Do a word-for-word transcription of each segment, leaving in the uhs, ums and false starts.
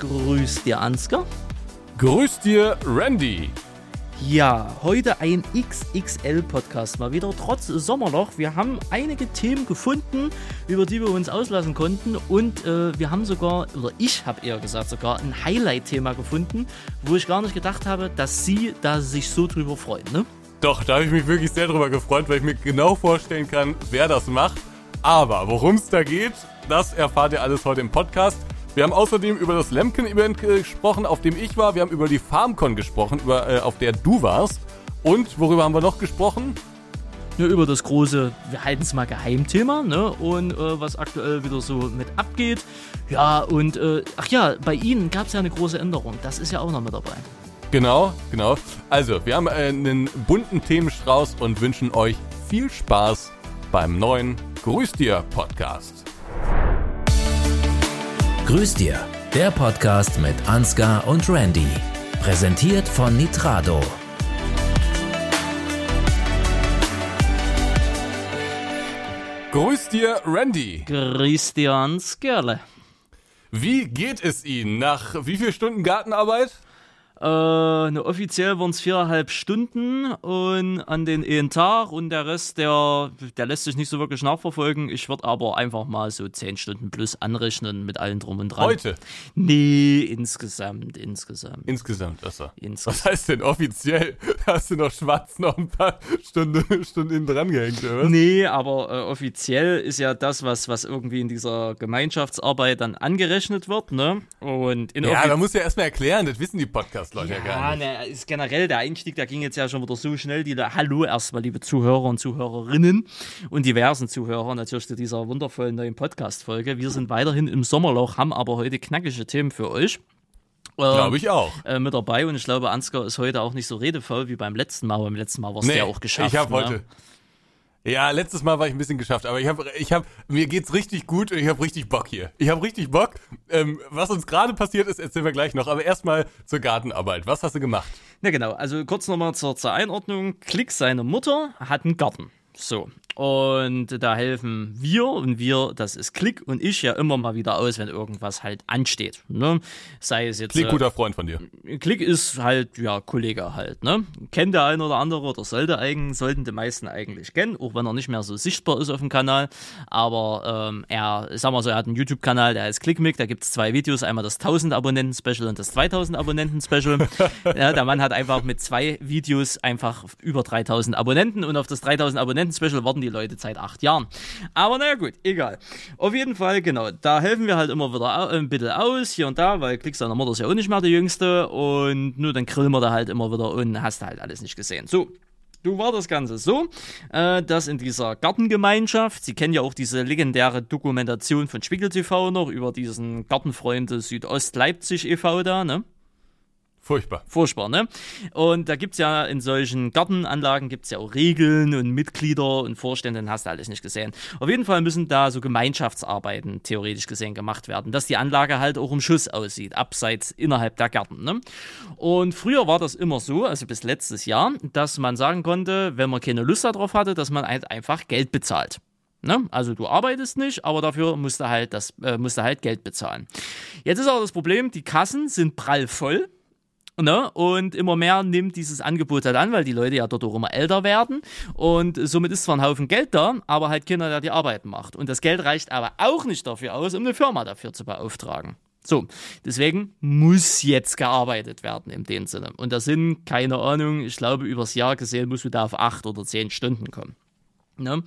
Grüß dir, Ansgar. Grüß dir, Randy. Ja, heute ein X X L-Podcast mal wieder, trotz Sommerloch. Wir haben einige Themen gefunden, über die wir uns auslassen konnten und äh, wir haben sogar, oder ich habe eher gesagt sogar, ein Highlight-Thema gefunden, wo ich gar nicht gedacht habe, dass Sie da sich so drüber freuen, ne? Doch, da habe ich mich wirklich sehr drüber gefreut, weil ich mir genau vorstellen kann, wer das macht. Aber worum es da geht, das erfahrt ihr alles heute im Podcast. Wir haben außerdem über das Lemken-Event gesprochen, auf dem ich war. Wir haben über die FarmCon gesprochen, über, äh, auf der du warst. Und worüber haben wir noch gesprochen? Ja, über das große, wir halten es mal Geheimthema, ne? Und äh, was aktuell wieder so mit abgeht. Ja, und äh, ach ja, bei Ihnen gab es ja eine große Änderung. Das ist ja auch noch mit dabei. Genau, genau. Also, wir haben äh, einen bunten Themenstrauß und wünschen euch viel Spaß beim neuen Grüß dir Podcast. Grüß dir, der Podcast mit Ansgar und Randy. Präsentiert von Nitrado. Grüß dir, Randy. Grüß dir, Ansgarle. Wie geht es Ihnen nach wie viel Stunden Gartenarbeit? Äh, ne, offiziell waren es viereinhalb Stunden und an den einen Tag und der Rest, der, der lässt sich nicht so wirklich nachverfolgen. Ich würde aber einfach mal so zehn Stunden plus anrechnen mit allem drum und dran. Heute? Nee, insgesamt, insgesamt. Insgesamt, achso. Insgesamt. Was heißt denn offiziell? Hast du noch schwarz noch ein paar Stunden, Stunden dran gehängt, oder was? Nee, aber äh, offiziell ist ja das, was, was irgendwie in dieser Gemeinschaftsarbeit dann angerechnet wird, ne? Und in Ja, offi- da musst du ja erstmal erklären, das wissen die Podcast-Leute ja, ja gar nicht. Ja, ne, ist generell der Einstieg, der ging jetzt ja schon wieder so schnell. Die, Hallo erstmal, liebe Zuhörer und Zuhörerinnen und diversen Zuhörer natürlich zu dieser wundervollen neuen Podcast-Folge. Wir sind weiterhin im Sommerloch, haben aber heute knackige Themen für euch. Glaube ich auch. Äh, mit dabei und ich glaube, Ansgar ist heute auch nicht so redevoll wie beim letzten Mal. Beim letzten Mal war es Nee, ja auch geschafft. ich habe ne? heute... Ja, letztes Mal war ich ein bisschen geschafft, aber ich habe, ich habe, mir geht's richtig gut und ich habe richtig Bock hier. Ich habe richtig Bock. Ähm, was uns gerade passiert ist, erzählen wir gleich noch. Aber erstmal zur Gartenarbeit. Was hast du gemacht? Na genau, also kurz nochmal zur, zur Einordnung. Klick, seine Mutter, hat einen Garten. So, und da helfen wir und wir, das ist Klick und ich ja immer mal wieder aus, wenn irgendwas halt ansteht. Ne? Sei es jetzt. Klick, guter Freund von dir. Klick ist halt, ja, Kollege halt, ne? Kennt der ein oder andere oder sollte eigentlich, sollten die meisten eigentlich kennen, auch wenn er nicht mehr so sichtbar ist auf dem Kanal. Aber ähm, er, sag mal so, er hat einen YouTube-Kanal, der heißt Klickmick, da gibt es zwei Videos, einmal das tausend Abonnenten-Special und das zweitausend Abonnenten-Special. Ja, der Mann hat einfach mit zwei Videos einfach über dreitausend Abonnenten und auf das dreitausend Abonnenten-Special warten die Leute seit acht Jahren. Aber naja gut, egal. Auf jeden Fall, genau, da helfen wir halt immer wieder ein bisschen aus, hier und da, weil Klick seiner Mutter ist ja auch nicht mehr der Jüngste und nur dann grillen wir da halt immer wieder und hast halt alles nicht gesehen. So. Du war das Ganze so, äh, dass in dieser Gartengemeinschaft, Sie kennen ja auch diese legendäre Dokumentation von Spiegel T V noch über diesen Gartenfreunde Südost Leipzig e V da, ne? Furchtbar. Furchtbar, ne? Und da gibt's ja in solchen Gartenanlagen gibt's ja auch Regeln und Mitglieder und Vorstände, den hast du alles nicht gesehen. Auf jeden Fall müssen da so Gemeinschaftsarbeiten theoretisch gesehen gemacht werden, dass die Anlage halt auch im Schuss aussieht, abseits innerhalb der Gärten, ne? Und früher war das immer so, also bis letztes Jahr, dass man sagen konnte, wenn man keine Lust darauf hatte, dass man halt einfach Geld bezahlt. Ne? Also du arbeitest nicht, aber dafür musst du halt, das, äh, musst du halt Geld bezahlen. Jetzt ist aber das Problem, die Kassen sind prallvoll. Ne? Und immer mehr nimmt dieses Angebot halt an, weil die Leute ja dort auch immer älter werden und somit ist zwar ein Haufen Geld da, aber halt keiner, der die Arbeit macht. Und das Geld reicht aber auch nicht dafür aus, um eine Firma dafür zu beauftragen. So, deswegen muss jetzt gearbeitet werden in dem Sinne. Und das sind, keine Ahnung, ich glaube übers Jahr gesehen, musst du da auf acht oder zehn Stunden kommen. Ne?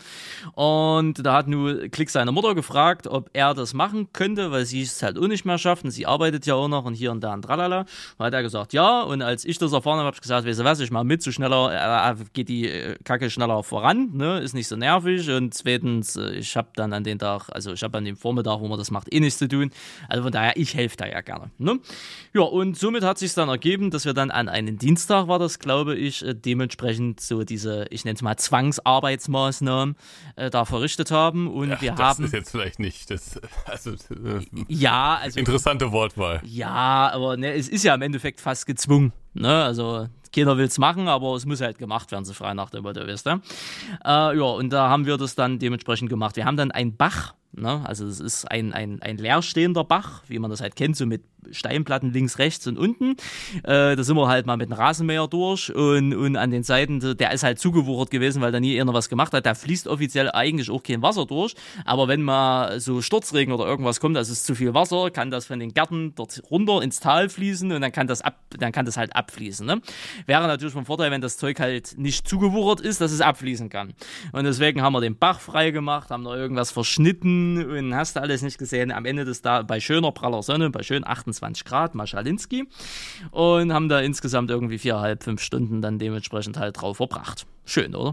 Und da hat nur Klick seine Mutter gefragt, ob er das machen könnte, weil sie es halt auch nicht mehr schafft und sie arbeitet ja auch noch und hier und da und tralala. Und hat er gesagt, ja, und als ich das erfahren habe, habe ich gesagt, weißt du was, ich mach mit, so schneller, äh, geht die Kacke schneller voran, ne, ist nicht so nervig und zweitens, ich habe dann an den Tag, also ich habe an dem Vormittag, wo man das macht, eh nichts zu tun, also von daher, ich helfe da ja gerne, ne. Ja, und somit hat sich dann ergeben, dass wir dann an einem Dienstag, war das, glaube ich, dementsprechend so diese, ich nenne es mal Zwangsarbeitsmaßnahmen äh, da verrichtet haben und ja, wir das haben... Das ist jetzt vielleicht nicht, das, also, äh, ja, also... interessante Wortwahl. Ja, aber ne, es ist ja im Endeffekt fast gezwungen, ne, also... Keiner will es machen, aber es muss halt gemacht werden, so frei nach dem Motto, weißt du? Äh, ja, und da haben wir das dann dementsprechend gemacht. Wir haben dann einen Bach, ne? Also es ist ein, ein, ein leerstehender Bach, wie man das halt kennt, so mit Steinplatten links, rechts und unten. Äh, da sind wir halt mal mit dem Rasenmäher durch und, und an den Seiten, der ist halt zugewuchert gewesen, weil da nie einer was gemacht hat. Da fließt offiziell eigentlich auch kein Wasser durch, aber wenn mal so Sturzregen oder irgendwas kommt, also ist zu viel Wasser, kann das von den Gärten dort runter ins Tal fließen und dann kann das ab, dann kann das halt abfließen. Ne? Wäre natürlich vom Vorteil, wenn das Zeug halt nicht zugewuchert ist, dass es abfließen kann. Und deswegen haben wir den Bach frei gemacht, haben noch irgendwas verschnitten und hast du alles nicht gesehen. Am Ende des da bei schöner praller Sonne, bei schön achtundzwanzig Grad, Maschalinski, und haben da insgesamt irgendwie viereinhalb, fünf Stunden dann dementsprechend halt drauf verbracht. Schön, oder?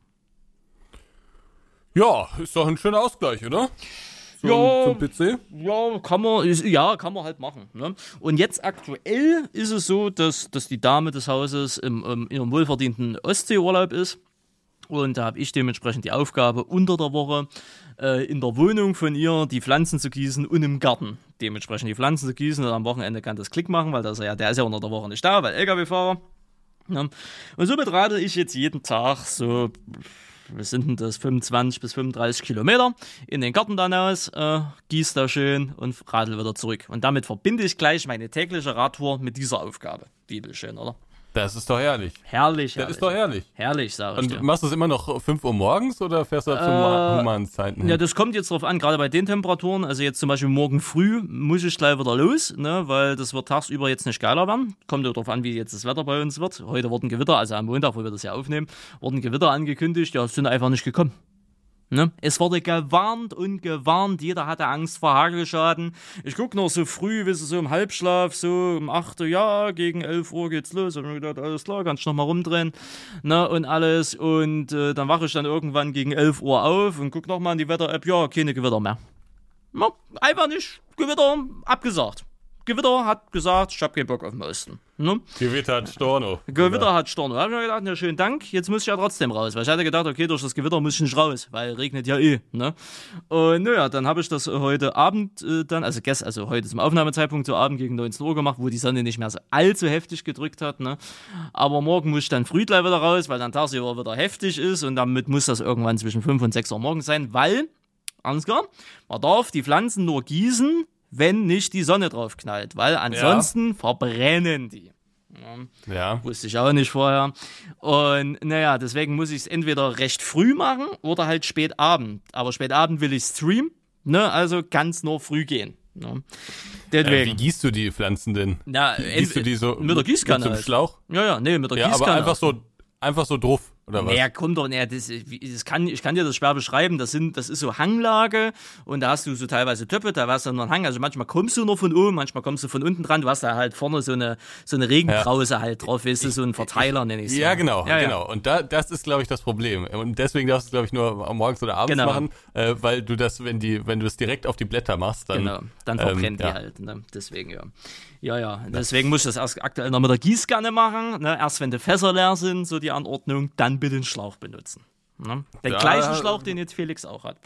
Ja, ist doch ein schöner Ausgleich, oder? So Ja, zum P C? Ja, kann man, ist, ja, kann man halt machen. Ne? Und jetzt aktuell ist es so, dass, dass die Dame des Hauses im, im, in ihrem wohlverdienten Ostseeurlaub ist. Und da habe ich dementsprechend die Aufgabe, unter der Woche äh, in der Wohnung von ihr die Pflanzen zu gießen und im Garten dementsprechend die Pflanzen zu gießen. Und am Wochenende kann das Klick machen, weil das ja, der ist ja unter der Woche nicht da, weil L K W-Fahrer. Ja. Und so betrate ich jetzt jeden Tag so, was sind denn das, fünfundzwanzig bis fünfunddreißig Kilometer in den Garten dann aus, äh, gieß da schön und radel wieder zurück. Und damit verbinde ich gleich meine tägliche Radtour mit dieser Aufgabe. Bibelschön, oder? Das ist doch herrlich. Herrlich, herrlich. Das ist doch herrlich. Herrlich, sag ich Und dir. machst du es immer noch fünf Uhr morgens oder fährst du da zu Äh, humanen Zeiten hin? Ja, das kommt jetzt drauf an, gerade bei den Temperaturen. Also jetzt zum Beispiel morgen früh muss ich gleich wieder los, ne, weil das wird tagsüber jetzt nicht geiler werden. Kommt ja drauf an, wie jetzt das Wetter bei uns wird. Heute wurden Gewitter, also am Montag, wo wir das ja aufnehmen, wurden Gewitter angekündigt. Ja, sind einfach nicht gekommen. Ne? Es wurde gewarnt und gewarnt, jeder hatte Angst vor Hagelschaden. Ich guck noch so früh, wie so im Halbschlaf, so um acht Uhr, ja, gegen elf Uhr geht's los. Hab mir gedacht, alles klar, kannst du noch mal rumdrehen, ne, und alles. Und äh, dann wache ich dann irgendwann gegen elf Uhr auf und guck noch mal in die Wetter-App, ja, keine Gewitter mehr. Na, einfach nicht, Gewitter abgesagt. Gewitter hat gesagt, ich hab keinen Bock auf den Osten. Ne? Gewitter hat Storno. Gewitter Oder? hat Storno. Da hab ich mir gedacht, ja, schönen Dank, jetzt muss ich ja trotzdem raus. Weil ich hatte gedacht, okay, durch das Gewitter muss ich nicht raus, weil regnet ja eh. Ne? Und naja, dann habe ich das heute Abend äh, dann, also gestern, also heute zum Aufnahmezeitpunkt zu Abend gegen neunzehn Uhr gemacht, wo die Sonne nicht mehr so allzu heftig gedrückt hat. Ne? Aber morgen muss ich dann früh gleich wieder raus, weil dann tagsüber wieder heftig ist und damit muss das irgendwann zwischen fünf und sechs Uhr morgens sein, weil, Ansgar, man darf die Pflanzen nur gießen, wenn nicht die Sonne drauf knallt, weil ansonsten ja. verbrennen die. Ja, ja. Wusste ich auch nicht vorher. Und naja, deswegen muss ich es entweder recht früh machen oder halt spät Abend. Aber spät Abend will ich streamen, ne? Also kann es nur früh gehen. Ne? Äh, wie gießt du die Pflanzen denn? Na, gießt du die so mit der Gießkanne mit so einem halt. Schlauch? Ja, ja, nee, mit der ja, Gießkanne. Aber einfach so, einfach so drauf. Oder was? Naja, komm doch, naja, das, das kann, ich kann dir das schwer beschreiben. Das, sind, das ist so Hanglage und da hast du so teilweise Töpfe, da hast du noch einen Hang. Also manchmal kommst du nur von oben, manchmal kommst du von unten dran. Du hast da halt vorne so eine, so eine Regenbrause ja. halt drauf, weißt du, so ein Verteiler, nenne ich es. Ja, genau, ja, genau. Ja. Und da, das ist, glaube ich, das Problem. Und deswegen darfst du es, glaube ich, nur morgens oder abends genau. machen, äh, weil du das, wenn die, wenn du es direkt auf die Blätter machst, dann. Genau, dann verbrennt ähm, die ja. halt. Ne? Deswegen, ja. Ja, ja. Deswegen muss ich das erst aktuell noch mit der Gießkanne machen. Ne? Erst wenn die Fässer leer sind, so die Anordnung, dann bitte den Schlauch benutzen. Ne? Den ja, gleichen Schlauch, den jetzt Felix auch hat.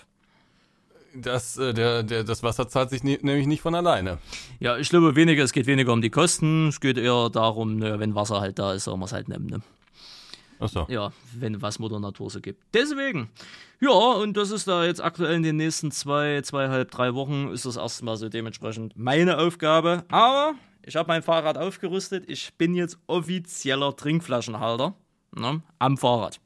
Das, äh, der, der, das Wasser zahlt sich nie, nämlich nicht von alleine. Ja, ich glaube weniger, es geht weniger um die Kosten. Es geht eher darum, ne, wenn Wasser halt da ist, soll man es halt nehmen. Ne? Ach so. Ja, wenn was Mutter Natur so gibt. Deswegen. Ja, und das ist da jetzt aktuell in den nächsten zwei, zweieinhalb, drei Wochen ist das erstmal so dementsprechend meine Aufgabe. Aber ich habe mein Fahrrad aufgerüstet. Ich bin jetzt offizieller Trinkflaschenhalter, ne, am Fahrrad.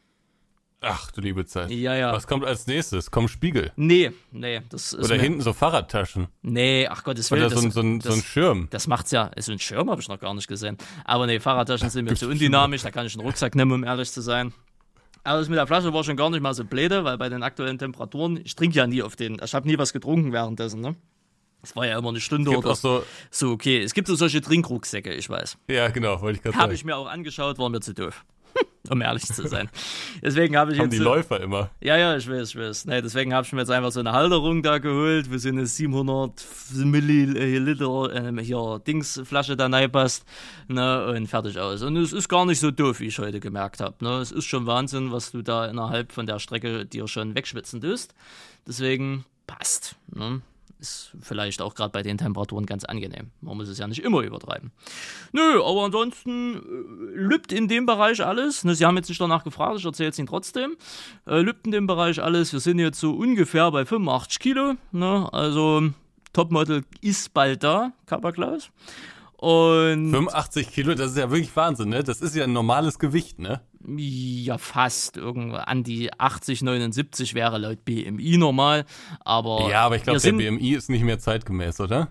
Ach, du liebe Zeit. Ja, ja. Was kommt als nächstes? Kommt Spiegel? Nee, nee. Das ist Oder mir, hinten so Fahrradtaschen? Nee, ach Gottes Willen. Oder so, das, so, ein, das, so ein Schirm? Das macht's ja. So ein Schirm habe ich noch gar nicht gesehen. Aber nee, Fahrradtaschen sind mir zu undynamisch. Da kann ich einen Rucksack nehmen, um ehrlich zu sein. Aber das mit der Flasche war schon gar nicht mal so blöde, weil bei den aktuellen Temperaturen, ich trinke ja nie auf den, ich habe nie was getrunken währenddessen, ne? Es war ja immer eine Stunde oder so, so, okay. Es gibt so solche Trinkrucksäcke, ich weiß. Ja, genau, wollte ich gerade sagen. Habe ich mir auch angeschaut, war mir zu doof. Um ehrlich zu sein. Deswegen habe ich Haben jetzt. die so, Läufer immer. Ja, ja, ich weiß, ich weiß. Nee, deswegen habe ich mir jetzt einfach so eine Halterung da geholt, wo so eine siebenhundert Milliliter äh, hier Dingsflasche da reinpasst, ne, und fertig aus. Und es ist gar nicht so doof, wie ich heute gemerkt habe. Ne? Es ist schon Wahnsinn, was du da innerhalb von der Strecke dir schon wegschwitzen tust. Deswegen passt. Ne? Ist vielleicht auch gerade bei den Temperaturen ganz angenehm. Man muss es ja nicht immer übertreiben. Nö, aber ansonsten äh, lübt in dem Bereich alles. Ne, Sie haben jetzt nicht danach gefragt, ich erzähle es Ihnen trotzdem. Äh, lübt in dem Bereich alles. Wir sind jetzt so ungefähr bei fünfundachtzig Kilo. Ne? Also Topmodel ist bald da, Kappa Klaus. Und fünfundachtzig Kilo, das ist ja wirklich Wahnsinn, ne? Das ist ja ein normales Gewicht, ne? ja, fast. Irgendwo an die achtzig, neunundsiebzig wäre laut B M I normal. Aber ja, aber ich glaube, wir der sind- B M I ist nicht mehr zeitgemäß, oder?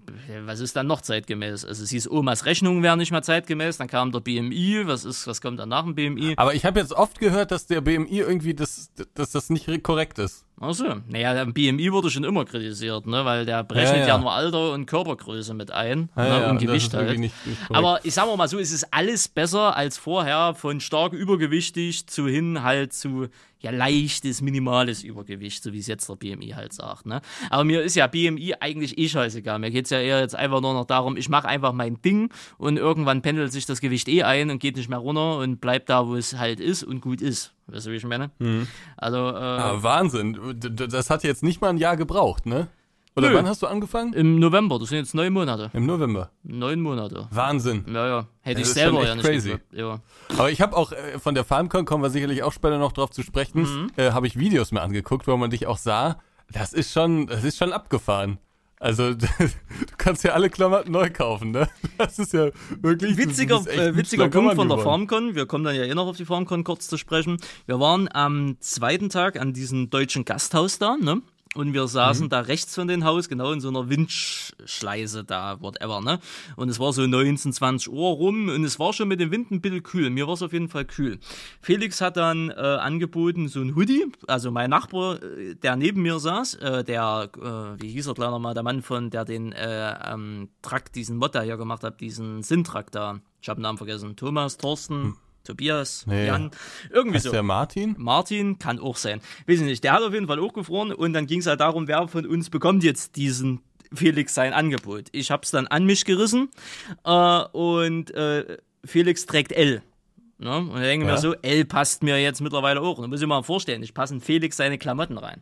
was ist dann noch zeitgemäß? Also es hieß, Omas Rechnungen wären nicht mehr zeitgemäß, dann kam der B M I, was ist, was kommt dann nach dem B M I? Aber ich habe jetzt oft gehört, dass der B M I irgendwie, das, dass das nicht korrekt ist. Achso, naja, der B M I wurde schon immer kritisiert, ne, weil der berechnet Ja, ja, ja. nur Alter und Körpergröße mit ein, Ja, ne, ja, und das Gewicht ist irgendwie halt. nicht- nicht korrekt. Aber ich sag mal so, es ist alles besser als vorher, von stark übergewichtig zu hin halt zu ja leichtes, minimales Übergewicht, so wie es jetzt der B M I halt sagt. Ne? Aber mir ist ja B M I eigentlich eh scheißegal. Mir geht es ja eher jetzt einfach nur noch darum, ich mache einfach mein Ding und irgendwann pendelt sich das Gewicht eh ein und geht nicht mehr runter und bleibt da, wo es halt ist und gut ist. Weißt du, wie ich meine? Mhm. Also, äh, Aber Wahnsinn, D- d- das hat jetzt nicht mal ein Jahr gebraucht, ne? Oder Nö. wann hast du angefangen? im November, das sind jetzt neun Monate. Im November. Neun Monate. Wahnsinn. Ja, ja. Hätte Das ich ist schon selber echt ja nicht crazy. geglaubt. Ja. Aber ich habe auch äh, von der FarmCon, kommen wir sicherlich auch später noch drauf zu sprechen, Mhm. äh, habe ich Videos mir angeguckt, wo man dich auch sah. Das ist schon, das ist schon abgefahren. Also du kannst ja alle Klamotten neu kaufen, ne? Das ist ja wirklich Witziger, du bist echt ein äh, witziger schlanker Punkt Mann von der geworden. FarmCon. Wir kommen dann ja eh noch auf die FarmCon kurz zu sprechen. Wir waren am zweiten Tag an diesem deutschen Gasthaus da, ne? Und wir saßen Mhm. da rechts von dem Haus, genau in so einer Windschleise da, whatever, ne? Und es war so neunzehn, zwanzig Uhr rum und es war schon mit dem Wind ein bisschen kühl. Mir war es auf jeden Fall kühl. Felix hat dann äh, angeboten so ein Hoodie, also mein Nachbar, äh, der neben mir saß, äh, der, äh, wie hieß er gleich nochmal, der Mann von, der den äh, ähm, Truck, diesen Motta hier gemacht hat, diesen Sinn-Truck da. Ich habe den Namen vergessen. Thomas, Thorsten, hm. Tobias, Nee. Jan, irgendwie Ist so. der Martin? Martin kann auch sein. Weiß ich nicht, der hat auf jeden Fall auch gefroren und dann ging es halt darum, wer von uns bekommt jetzt diesen Felix sein Angebot. Ich habe es dann an mich gerissen äh, und äh, Felix trägt L. Ne? Und da denke ich Ja. mir so, L passt mir jetzt mittlerweile auch. Und da muss ich mir mal vorstellen, ich passe in Felix seine Klamotten rein.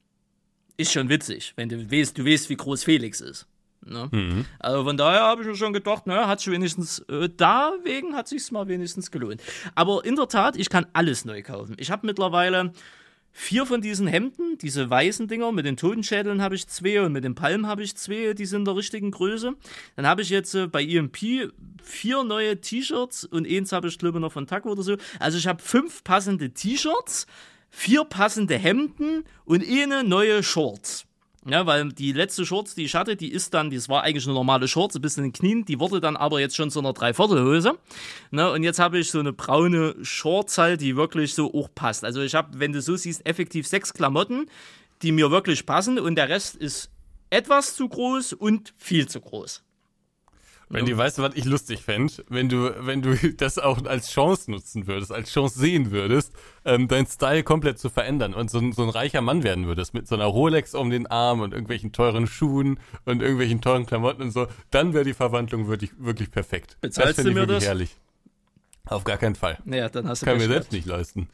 Ist schon witzig, wenn du weißt, du weißt, wie groß Felix ist. Ne? Mhm. Also von daher habe ich mir schon gedacht, naja, hat sich wenigstens, äh, da wegen hat sich's mal wenigstens gelohnt. Aber in der Tat, ich kann alles neu kaufen. Ich habe mittlerweile vier von diesen Hemden, diese weißen Dinger, mit den Totenschädeln habe ich zwei und mit den Palmen habe ich zwei, die sind der richtigen Größe. Dann habe ich jetzt äh, bei E M P vier neue T-Shirts und eins habe ich glaube ich noch von Taco oder so. Also ich habe fünf passende T-Shirts, vier passende Hemden und eine neue Shorts. Ja, weil die letzte Shorts, die ich hatte, die ist dann, das war eigentlich eine normale Shorts, ein bisschen in den Knien, die wurde dann aber jetzt schon so eine Dreiviertelhose. Ne, und jetzt habe ich so eine braune Shorts halt, die wirklich so auch passt. Also ich habe, wenn du so siehst, effektiv sechs Klamotten, die mir wirklich passen und der Rest ist etwas zu groß und viel zu groß. Wenn die, weißt du, was ich lustig fände? Wenn du, wenn du das auch als Chance nutzen würdest, als Chance sehen würdest, ähm, deinen Style komplett zu verändern und so, ein- so ein reicher Mann werden würdest, mit so einer Rolex um den Arm und irgendwelchen teuren Schuhen und irgendwelchen teuren Klamotten und so, dann wäre die Verwandlung wirklich, wirklich perfekt. Bezahlst das fänd du ich mir wirklich das? herrlich. Auf gar keinen Fall. Naja, dann hast du Kann mir Pech selbst nicht leisten.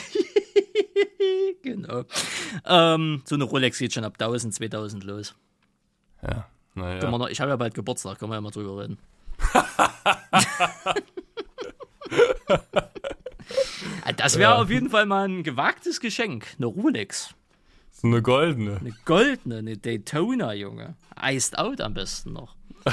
gehabt. Genau. Ähm, so eine Rolex geht schon ab tausend, zweitausend los. Ja, naja. Können wir noch, ich habe ja bald Geburtstag, können wir ja mal drüber reden. Das wäre Ja. auf jeden Fall mal ein gewagtes Geschenk. Eine Rolex. So eine goldene. Eine goldene, eine Daytona, Junge. Iced out am besten noch.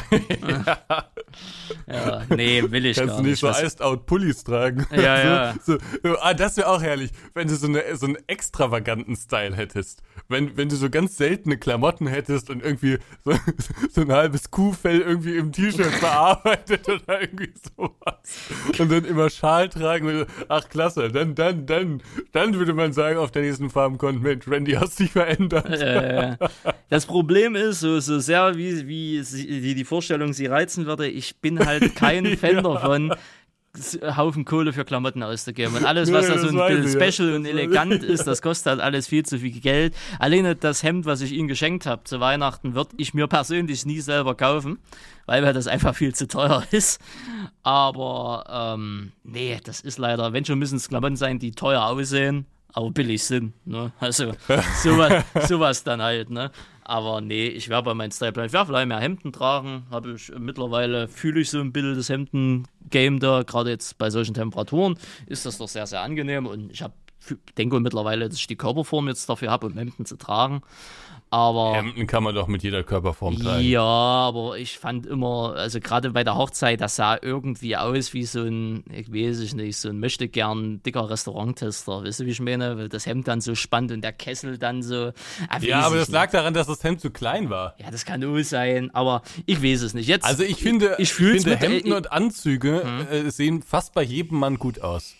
Ja, nee, will ich Kannst gar du nicht nicht. so Was- Iced-Out-Pullis tragen? Ja, ja. So, so, ah, das wäre auch herrlich, wenn du so, eine, so einen extravaganten Style hättest. Wenn, wenn du so ganz seltene Klamotten hättest und irgendwie so, so ein halbes Kuhfell irgendwie im T-Shirt verarbeitet oder irgendwie sowas. Und dann immer Schal tragen. Und, ach, klasse. Dann, dann, dann, dann würde man sagen, auf der nächsten FarmCon, Mensch, Randy, hast dich verändert. Äh, das Problem ist, so, so sehr wie, wie, sie, wie die Vorstellung sie reizen würde, ich bin halt kein Fan davon, s- Haufen Kohle für Klamotten auszugeben. Und alles, was Nee, da so das ein weiß bisschen ich, ja. special und Das elegant ist, das kostet halt alles viel zu viel Geld. Alleine das Hemd, was ich ihnen geschenkt habe zu Weihnachten, würde ich mir persönlich nie selber kaufen, weil mir das einfach viel zu teuer ist. Aber ähm, nee, das ist leider, wenn schon müssen es Klamotten sein, die teuer aussehen, aber billig sind. Ne? Also sowas, sowas dann halt. Ne? Aber nee, ich werde bei meinem Style bleiben. Ich werde vielleicht mehr Hemden tragen. Habe ich mittlerweile, fühle ich so ein bisschen das Hemden-Game da. Gerade jetzt bei solchen Temperaturen ist das doch sehr, sehr angenehm. Und ich habe denke mittlerweile, dass ich die Körperform jetzt dafür habe, um Hemden zu tragen. Aber Hemden kann man doch mit jeder Körperform tragen. Ja, aber ich fand immer, also gerade bei der Hochzeit, das sah irgendwie aus wie so ein, ich weiß ich nicht, so ein möchte gern dicker Restauranttester. Weißt du, wie ich meine? Weil das Hemd dann so spannt und der Kessel dann so. Ah, Ja, aber das nicht. lag daran, dass das Hemd zu klein war. Ja, das kann auch sein, aber ich weiß es nicht. Jetzt, Also ich finde, ich, ich, fühl's finde mit, Hemden ich, und Anzüge hm. äh, sehen fast bei jedem Mann gut aus.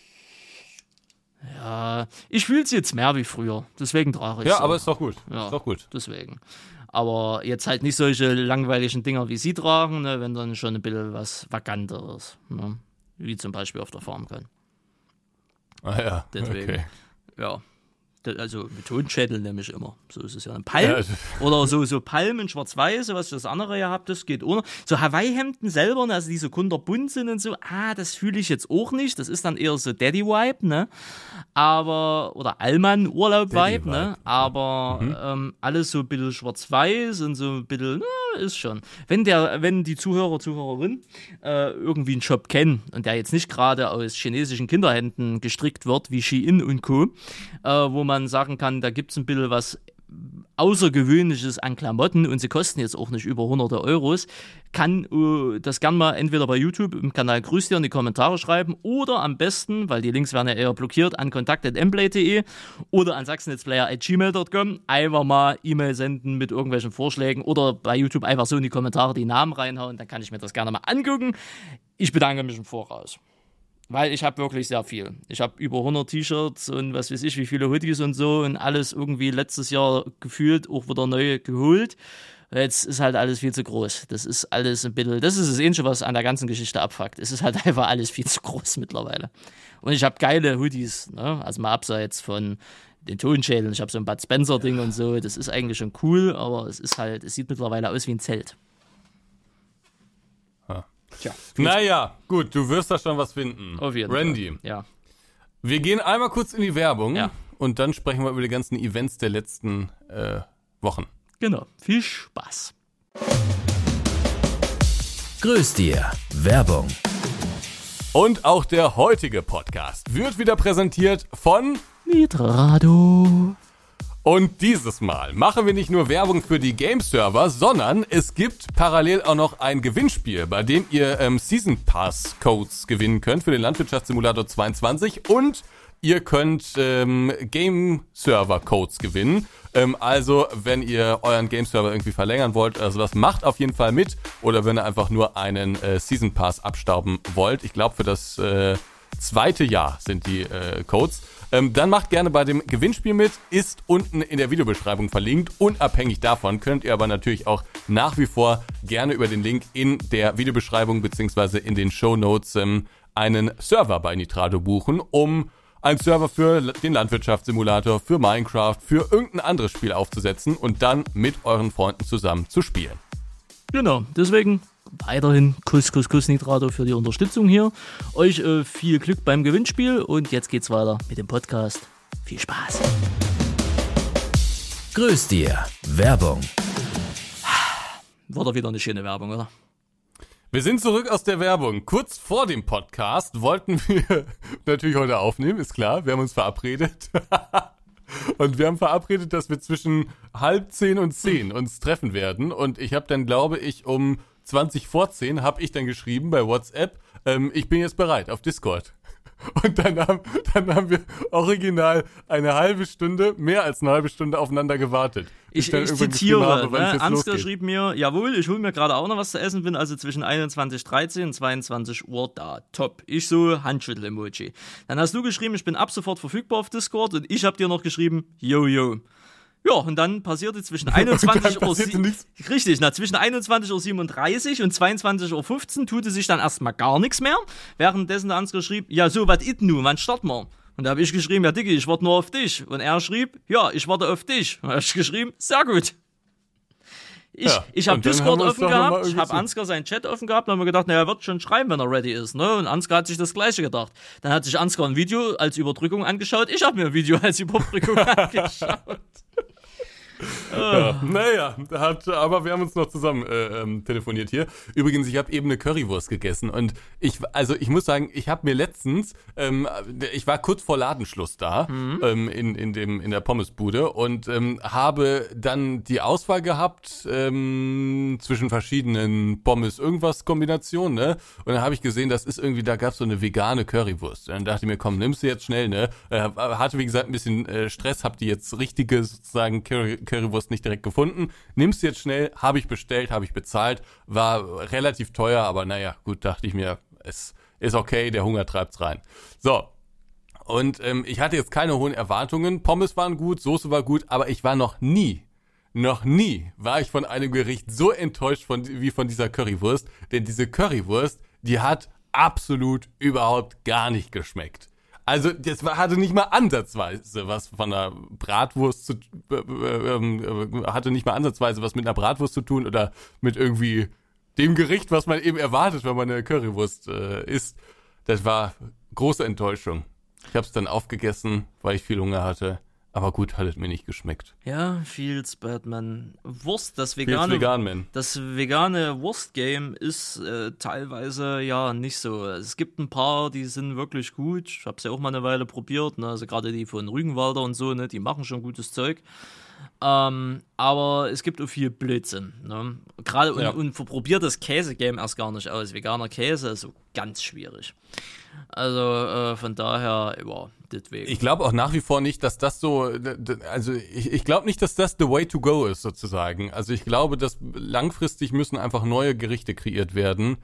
Ja, ich fühle es jetzt mehr wie früher. Deswegen trage ich Ja, so. aber ist doch gut. Ja, Ist doch gut. Deswegen. Aber jetzt halt nicht solche langweiligen Dinger, wie sie tragen, ne, wenn dann schon ein bisschen was Vaganteres. Ne? Wie zum Beispiel auf der Farm können. Ah ja, Deswegen. okay. Ja. Also mit Tonschädel nämlich immer. So ist es ja. Ein Palm Ja, also- oder so, so Palmen schwarz-weiß, was das andere ja habt, das geht ohne. So Hawaii-Hemden selber, ne, also die so kunterbunt sind und so, ah, das fühle ich jetzt auch nicht. Das ist dann eher so Daddy-Vibe, ne? Aber, oder Allmann-Urlaub-Vibe, ne? Daddy-Vibe. Aber Mhm. ähm, alles so ein bisschen schwarz-weiß und so ein bisschen, na, ist schon. Wenn der, wenn die Zuhörer, Zuhörerin äh, irgendwie einen Shop kennen und der jetzt nicht gerade aus chinesischen Kinderhänden gestrickt wird, wie Shein und Co., äh, wo man sagen kann, da gibt es ein bisschen was Außergewöhnliches an Klamotten und sie kosten jetzt auch nicht über hunderte Euros, kann uh, das gern mal entweder bei YouTube im Kanal Grüß dir in die Kommentare schreiben oder am besten, weil die Links werden ja eher blockiert, an kontakt at mplay punkt de oder an sachsennetzplayer at gmail punkt com einfach mal E-Mail senden mit irgendwelchen Vorschlägen oder bei YouTube einfach so in die Kommentare die Namen reinhauen, dann kann ich mir das gerne mal angucken. Ich bedanke mich im Voraus. Weil ich habe wirklich sehr viel. Ich habe über hundert T-Shirts und was weiß ich, wie viele Hoodies und so und alles irgendwie letztes Jahr gefühlt auch wieder neu geholt. Jetzt ist halt alles viel zu groß. Das ist alles ein bisschen, das ist das Ähnliche, was an der ganzen Geschichte abfuckt. Es ist halt einfach alles viel zu groß mittlerweile. Und ich habe geile Hoodies, ne? Also mal abseits von den Tonschädeln. Ich habe so ein Bud Spencer-Ding und so. Das ist eigentlich schon cool, aber es ist halt, es sieht mittlerweile aus wie ein Zelt. Tja, Naja, gut, du wirst da schon was finden. auf jeden Randy, Fall. Ja. wir gehen einmal kurz in die Werbung Ja. und dann sprechen wir über die ganzen Events der letzten äh, Wochen. Genau. Viel Spaß. Grüß dir. Werbung. Und auch der heutige Podcast wird wieder präsentiert von... Nitrado. Und dieses Mal machen wir nicht nur Werbung für die Game-Server, sondern es gibt parallel auch noch ein Gewinnspiel, bei dem ihr ähm, Season Pass Codes gewinnen könnt für den Landwirtschaftssimulator zweiundzwanzig und ihr könnt ähm, Game-Server Codes gewinnen. Ähm, also, wenn ihr euren Game-Server irgendwie verlängern wollt, also das macht auf jeden Fall mit. Oder wenn ihr einfach nur einen äh, Season Pass abstauben wollt. Ich glaube, für das äh, zweite Jahr sind die äh, Codes. Ähm, dann macht gerne bei dem Gewinnspiel mit, ist unten in der Videobeschreibung verlinkt. Unabhängig davon könnt ihr aber natürlich auch nach wie vor gerne über den Link in der Videobeschreibung beziehungsweise in den Shownotes ähm, einen Server bei Nitrado buchen, um einen Server für den Landwirtschaftssimulator, für Minecraft, für irgendein anderes Spiel aufzusetzen und dann mit euren Freunden zusammen zu spielen. Genau, deswegen weiterhin Kuss, Kuss, Kuss Nitrado für die Unterstützung hier. Euch äh, viel Glück beim Gewinnspiel und jetzt geht's weiter mit dem Podcast. Viel Spaß. Grüß dir. Werbung. War doch wieder eine schöne Werbung, oder? Wir sind zurück aus der Werbung. Kurz vor dem Podcast wollten wir natürlich heute aufnehmen, ist klar. Wir haben uns verabredet. Und wir haben verabredet, dass wir zwischen halb zehn und zehn uns treffen werden. Und ich habe dann, glaube ich, um zwanzig vor zehn habe ich dann geschrieben bei WhatsApp, ähm, ich bin jetzt bereit auf Discord. Und dann haben, dann haben wir original eine halbe Stunde, mehr als eine halbe Stunde aufeinander gewartet. Ich, dann ich irgendwann geschrieben zitiere, habe, wann es ne? jetzt Ansgar losgeht. schrieb mir, jawohl, ich hole mir gerade auch noch was zu essen, bin also zwischen einundzwanzig Uhr dreizehn und zweiundzwanzig Uhr da. Top. Ich so, Handschüttel-Emoji. Dann hast du geschrieben, ich bin ab sofort verfügbar auf Discord und ich habe dir noch geschrieben, yo, yo. Ja, und dann passierte zwischen einundzwanzig Uhr passierte nichts. richtig, na, zwischen einundzwanzig Uhr siebenunddreißig und zweiundzwanzig Uhr fünfzehn tute sich dann erstmal gar nichts mehr. Währenddessen der Ansgar schrieb, ja, so, was ist nun, wann starten wir? Und da habe ich geschrieben, ja, Dicke, ich warte nur auf dich. Und er schrieb, ja, ich warte auf dich. Und da habe ich geschrieben, sehr gut. Ich, Ja, ich habe und dann Discord haben wir uns offen doch noch mal gehabt, ich irgendwie habe so- Ansgar seinen Chat offen gehabt und haben mir gedacht, na, er wird schon schreiben, wenn er ready ist. Ne? Und Ansgar hat sich das Gleiche gedacht. Dann hat sich Ansgar ein Video als Überbrückung angeschaut, ich habe mir ein Video als Überbrückung angeschaut. Ja, naja, hat, aber wir haben uns noch zusammen äh, ähm, telefoniert hier. Übrigens, ich habe eben eine Currywurst gegessen und ich, also ich muss sagen, ich habe mir letztens, ähm, ich war kurz vor Ladenschluss da mhm. ähm, in in dem in der Pommesbude und ähm, habe dann die Auswahl gehabt ähm, zwischen verschiedenen Pommes irgendwas Kombinationen, ne? Und dann habe ich gesehen, das ist irgendwie, da gab's so eine vegane Currywurst. Und dann dachte ich mir, komm, nimmst du jetzt schnell, ne? Äh, hatte wie gesagt ein bisschen äh, Stress, hab die jetzt richtige sozusagen Curry, Currywurst nicht direkt gefunden. Nimm's jetzt schnell, habe ich bestellt, habe ich bezahlt, war relativ teuer, aber naja, gut, dachte ich mir, es ist okay, der Hunger treibt's rein. So, und ähm, ich hatte jetzt keine hohen Erwartungen, Pommes waren gut, Soße war gut, aber ich war noch nie, noch nie war ich von einem Gericht so enttäuscht von, wie von dieser Currywurst, denn diese Currywurst, die hat absolut überhaupt gar nicht geschmeckt. Also das war, hatte nicht mal ansatzweise was von einer Bratwurst zu äh, äh, hatte nicht mal ansatzweise was mit einer Bratwurst zu tun oder mit irgendwie dem Gericht, was man eben erwartet, wenn man eine Currywurst äh, isst. Das war große Enttäuschung. Ich habe es dann aufgegessen, weil ich viel Hunger hatte. Aber gut, hat es mir nicht geschmeckt. Ja, Fields Batman. Wurst, das vegane, vegan, man. das vegane Wurstgame ist äh, teilweise ja nicht so. Es gibt ein paar, die sind wirklich gut. Ich habe es ja auch mal eine Weile probiert. Ne? Also gerade die von Rügenwalder und so, ne? Die machen schon gutes Zeug. Ähm, aber es gibt auch viel Blödsinn. Ne? Gerade ja. und, und probiert das Käse-Game erst gar nicht aus. Veganer Käse ist so ganz schwierig. Also äh, von daher, ja, deswegen. Ich glaube auch nach wie vor nicht, dass das so, also ich, ich glaube nicht, dass das the way to go ist sozusagen. Also ich glaube, dass langfristig müssen einfach neue Gerichte kreiert werden,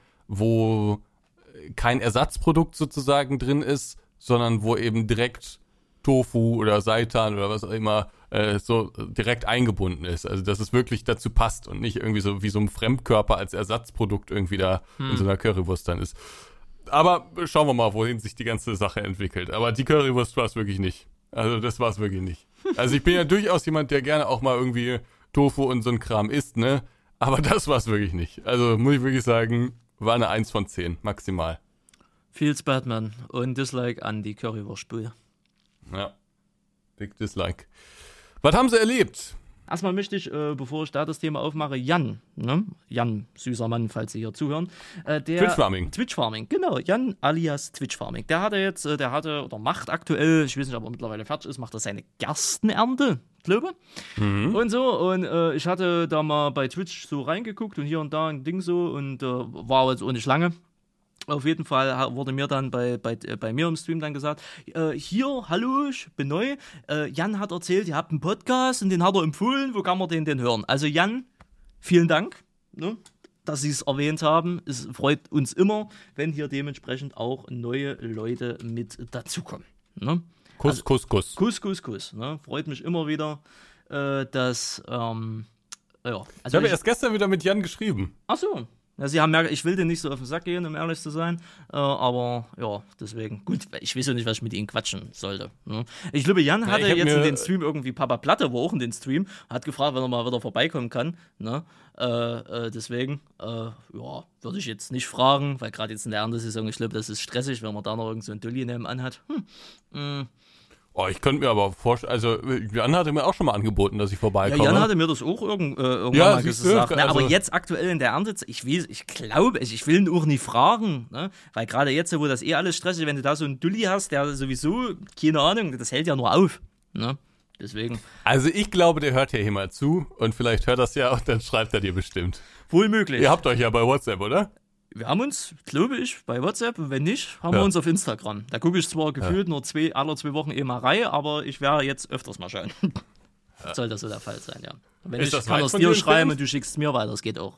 wo kein Ersatzprodukt sozusagen drin ist, sondern wo eben direkt Tofu oder Seitan oder was auch immer äh, so direkt eingebunden ist. Also dass es wirklich dazu passt und nicht irgendwie so wie so ein Fremdkörper als Ersatzprodukt irgendwie da hm. in so einer Currywurst dann ist. Aber schauen wir mal, wohin sich die ganze Sache entwickelt. Aber die Currywurst war es wirklich nicht. Also das war es wirklich nicht. Also ich bin ja durchaus jemand, der gerne auch mal irgendwie Tofu und so ein Kram isst, ne? Aber das war es wirklich nicht. Also muss ich wirklich sagen, war eine eins von zehn, maximal. Feels Batman und Dislike an die Currywurstbude. Ja, big Dislike. Was haben sie erlebt? Erstmal möchte ich, äh, bevor ich da das Thema aufmache, Jan, ne? Jan, süßer Mann, falls Sie hier zuhören. Äh, der Twitch-Farming. Twitch-Farming, genau. Jan alias Twitch-Farming. Der hatte jetzt, äh, der hatte oder macht aktuell, ich weiß nicht, ob er mittlerweile fertig ist, macht er seine Gerstenernte, glaube mhm. und so. Und äh, ich hatte da mal bei Twitch so reingeguckt und hier und da ein Ding so und äh, war jetzt auch nicht lange. Auf jeden Fall wurde mir dann bei, bei, bei mir im Stream dann gesagt, äh, hier, hallo, ich bin neu, äh, Jan hat erzählt, ihr habt einen Podcast und den hat er empfohlen, wo kann man den denn hören? Also Jan, vielen Dank, ne, dass Sie es erwähnt haben. Es freut uns immer, wenn hier dementsprechend auch neue Leute mit dazukommen. Ne? Kuss, also, Kuss, Kuss. Kuss, Kuss, Kuss. Ne? Freut mich immer wieder, äh, dass, ähm, ja. Also ich habe ich, erst gestern wieder mit Jan geschrieben. Ach so. Ja, sie haben merkt, ich will den nicht so auf den Sack gehen, um ehrlich zu sein, äh, aber ja, deswegen, gut, ich weiß ja nicht, was ich mit ihnen quatschen sollte. Ne? Ich glaube, Jan hatte ja, jetzt in den Stream irgendwie Papa Platte, wo auch in den Stream, hat gefragt, wenn er mal wieder vorbeikommen kann, ne? äh, äh, deswegen, äh, ja, würde ich jetzt nicht fragen, weil gerade jetzt in der Erntesaison, ich glaube, das ist stressig, wenn man da noch irgend so ein Dulli nebenan hat. Hm. Mm. Oh, ich könnte mir aber vorstellen, also Jan hatte mir auch schon mal angeboten, dass ich vorbeikomme. Ja, Jan hatte mir das auch irgend, äh, irgendwann ja, mal gesagt. Also, aber jetzt aktuell in der Ernte, ich weiß, ich glaube, ich, ich will ihn auch nicht fragen, ne? Weil gerade jetzt, wo das eh alles stressig ist, wenn du da so einen Dulli hast, der sowieso, keine Ahnung, das hält ja nur auf, ne? Deswegen. Also ich glaube, der hört ja hier mal zu und vielleicht hört das ja und dann schreibt er dir bestimmt. Wohl möglich. Ihr habt euch ja bei WhatsApp, oder? Wir haben uns, glaube ich, bei WhatsApp, wenn nicht, haben ja. wir uns auf Instagram. Da gucke ich zwar gefühlt ja. nur zwei, alle zwei Wochen eh mal rein, aber ich werde jetzt öfters mal schauen. Ja. Soll das so der Fall sein, ja. Und wenn ist ich das kann das dir schreiben und du schickst es mir weiter, das geht auch.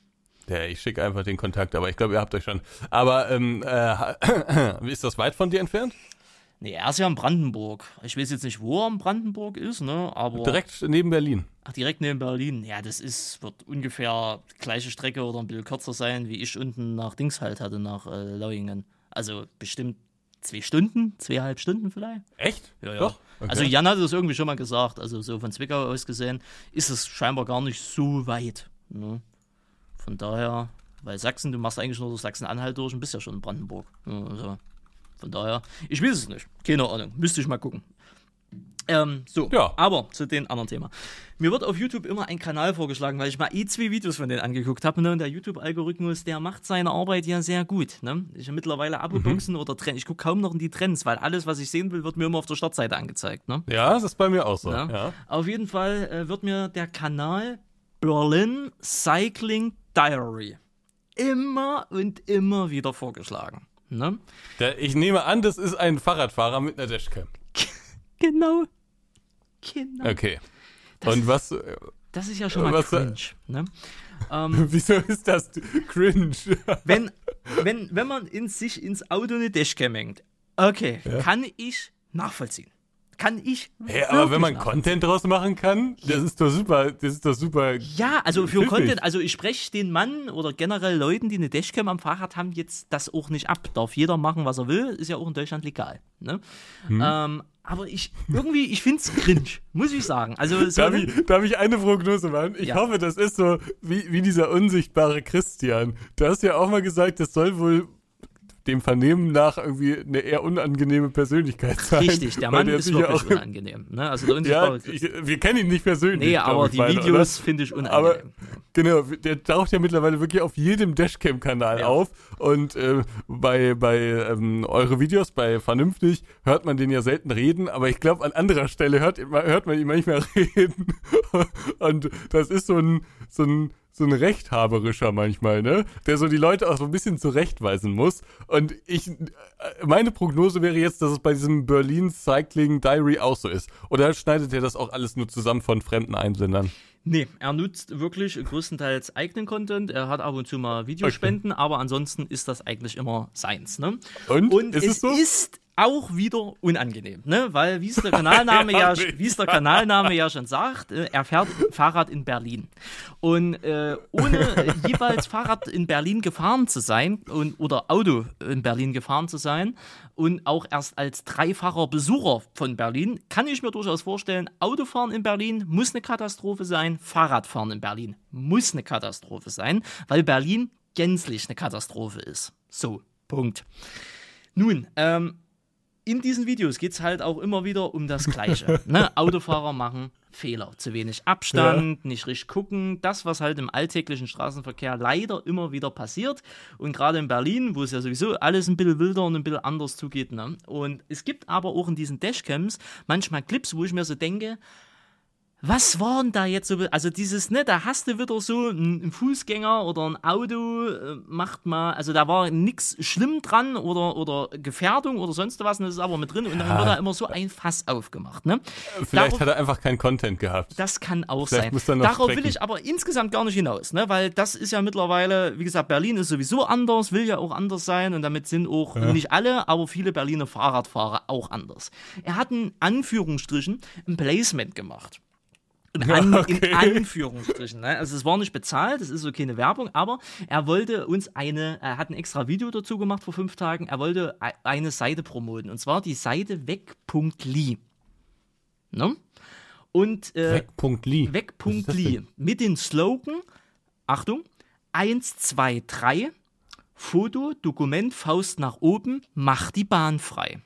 Ja, ich schicke einfach den Kontakt, aber ich glaube, ihr habt euch schon. Aber ähm, äh, ist das weit von dir entfernt? Nee, er ist ja in Brandenburg. Ich weiß jetzt nicht, wo er in Brandenburg ist, ne? Aber direkt neben Berlin. Ach, direkt neben Berlin. Ja, das ist, wird ungefähr die gleiche Strecke oder ein bisschen kürzer sein, wie ich unten nach Dings halt hatte, nach äh, Lauingen. Also bestimmt zwei Stunden, zweieinhalb Stunden vielleicht. Echt? Ja, ja. Doch? Okay. Also Jan hatte das irgendwie schon mal gesagt. Also so von Zwickau aus gesehen ist es scheinbar gar nicht so weit. Ne? Von daher, weil Sachsen, du machst eigentlich nur durch Sachsen-Anhalt durch und bist ja schon in Brandenburg. Also, von daher, ich weiß es nicht. Keine Ahnung. Müsste ich mal gucken. Ähm, so, Ja. aber zu den anderen Themen. Mir wird auf YouTube immer ein Kanal vorgeschlagen, weil ich mal eh zwei Videos von denen angeguckt habe. Ne? Und der YouTube-Algorithmus, der macht seine Arbeit ja sehr gut. Ne? Ich habe mittlerweile Abo-Boxen mhm. oder Trends. Ich gucke kaum noch in die Trends, weil alles, was ich sehen will, wird mir immer auf der Startseite angezeigt. Ne? Ja, das ist bei mir auch so. Ja? Ja. Auf jeden Fall äh, wird mir der Kanal Berlin Cycling Diary immer und immer wieder vorgeschlagen. Ne? Der, ich nehme an, das ist ein Fahrradfahrer mit einer Dashcam. Genau. Genau. Okay. Das und ist, was... Das ist ja schon mal was, cringe. Ne? ähm, Wieso ist das cringe? wenn, wenn, wenn man in sich ins Auto eine Dashcam hängt, okay, ja. kann ich nachvollziehen. Kann ich Hey, aber wenn man Content draus machen kann, das ist doch super, das ist doch super. Ja, also für pfiffig. Content, also ich spreche den Mann oder generell Leuten, die eine Dashcam am Fahrrad haben, jetzt das auch nicht ab. Darf jeder machen, was er will, ist ja auch in Deutschland legal. Ne? Hm. Ähm, aber ich, irgendwie, ich finde es cringe, muss ich sagen. Also, so darf, ich, darf ich eine Prognose machen? Ich ja. hoffe, das ist so wie, wie dieser unsichtbare Christian. Du hast ja auch mal gesagt, das soll wohl dem Vernehmen nach irgendwie eine eher unangenehme Persönlichkeit sein. Richtig, der Mann der ist wirklich auch unangenehm. Ne? Also der ja, ich, wir kennen ihn nicht persönlich. Nee, aber die beide, Videos finde ich unangenehm. Aber, genau, der taucht ja mittlerweile wirklich auf jedem Dashcam-Kanal ja. auf und äh, bei, bei ähm, eure Videos, bei Vernünftig, hört man den ja selten reden, aber ich glaube, an anderer Stelle hört, hört man ihn manchmal reden und das ist so ein, so ein so ein rechthaberischer manchmal, ne? Der so die Leute auch so ein bisschen zurechtweisen muss. Und ich, meine Prognose wäre jetzt, dass es bei diesem Berlin Cycling Diary auch so ist. Oder schneidet er das auch alles nur zusammen von fremden Einsendern? Nee, er nutzt wirklich größtenteils eigenen Content. Er hat ab und zu mal Videospenden, okay. aber ansonsten ist das eigentlich immer seins, ne? Und? Und ist es, es so? ist auch wieder unangenehm, ne? Weil, wie es der Kanalname ja, ja wie es der Kanalname ja schon sagt, äh, er fährt Fahrrad in Berlin. Und äh, ohne äh, jeweils Fahrrad in Berlin gefahren zu sein und, oder Auto in Berlin gefahren zu sein und auch erst als dreifacher Besucher von Berlin, kann ich mir durchaus vorstellen, Autofahren in Berlin muss eine Katastrophe sein, Fahrradfahren in Berlin muss eine Katastrophe sein, weil Berlin gänzlich eine Katastrophe ist. So, Punkt. Nun, ähm, in diesen Videos geht es halt auch immer wieder um das Gleiche. Ne? Autofahrer machen Fehler, zu wenig Abstand, ja. nicht richtig gucken. Das, was halt im alltäglichen Straßenverkehr leider immer wieder passiert. Und gerade in Berlin, wo es ja sowieso alles ein bisschen wilder und ein bisschen anders zugeht. Ne? Und es gibt aber auch in diesen Dashcams manchmal Clips, wo ich mir so denke, was war denn da jetzt so, also dieses, ne, da hast du wieder so einen Fußgänger oder ein Auto, äh, macht mal, also da war nichts schlimm dran oder, oder Gefährdung oder sonst was, und das ist aber mit drin und dann ja. wird da immer so ein Fass aufgemacht, ne. Vielleicht Darauf, hat er einfach keinen Content gehabt. Das kann auch Vielleicht sein. Darauf strecken. will ich aber insgesamt gar nicht hinaus, ne, weil das ist ja mittlerweile, wie gesagt, Berlin ist sowieso anders, will ja auch anders sein und damit sind auch ja. nicht alle, aber viele Berliner Fahrradfahrer auch anders. Er hat in Anführungsstrichen ein Placement gemacht. In, an, okay. in Anführungsstrichen. Ne? Also es war nicht bezahlt, es ist so keine Werbung, aber er wollte uns eine, er hat ein extra Video dazu gemacht vor fünf Tagen, er wollte eine Seite promoten, und zwar die Seite weg.li. Ne? Und äh, weg.li. Weg.li. Mit den Slogan, Achtung, eins, zwei, drei, Foto, Dokument, Faust nach oben, mach die Bahn frei.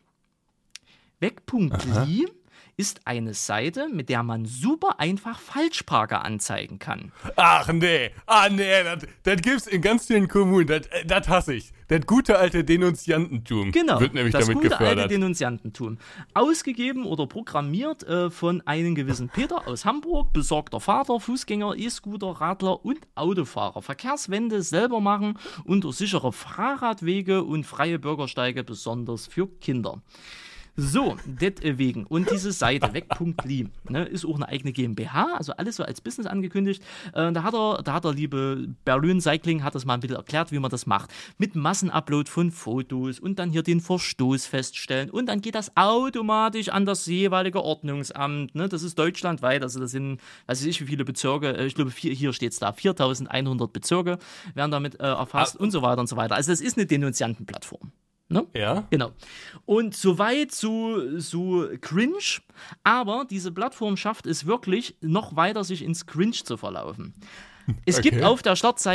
Weg.li ist eine Seite, mit der man super einfach Falschparker anzeigen kann. Ach nee, ah nee, das, das gibt's in ganz vielen Kommunen, das, das hasse ich. Das gute alte Denunziantentum genau, wird nämlich das damit gute gefördert. alte Denunziantentum. Ausgegeben oder programmiert äh, von einem gewissen Peter aus Hamburg, besorgter Vater, Fußgänger, E-Scooter, Radler und Autofahrer. Verkehrswende selber machen unter sichere Fahrradwege und freie Bürgersteige, besonders für Kinder. So, deswegen. Und diese Seite, weg.li, ne, ist auch eine eigene GmbH, also alles so als Business angekündigt. Äh, da hat er, da hat der liebe Berlin Cycling, hat das mal ein bisschen erklärt, wie man das macht. Mit Massenupload von Fotos und dann hier den Verstoß feststellen. Und dann geht das automatisch an das jeweilige Ordnungsamt. Ne? Das ist deutschlandweit, also das sind, weiß ich wie viele Bezirke, ich glaube, vier, hier steht es da, viertausendeinhundert Bezirke werden damit äh, erfasst ah. und so weiter und so weiter. Also das ist eine Denunziantenplattform. Ne? Ja. Genau. Und soweit so, so cringe, aber diese Plattform schafft es wirklich, noch weiter sich ins Cringe zu verlaufen. Es okay. gibt auf der Startseite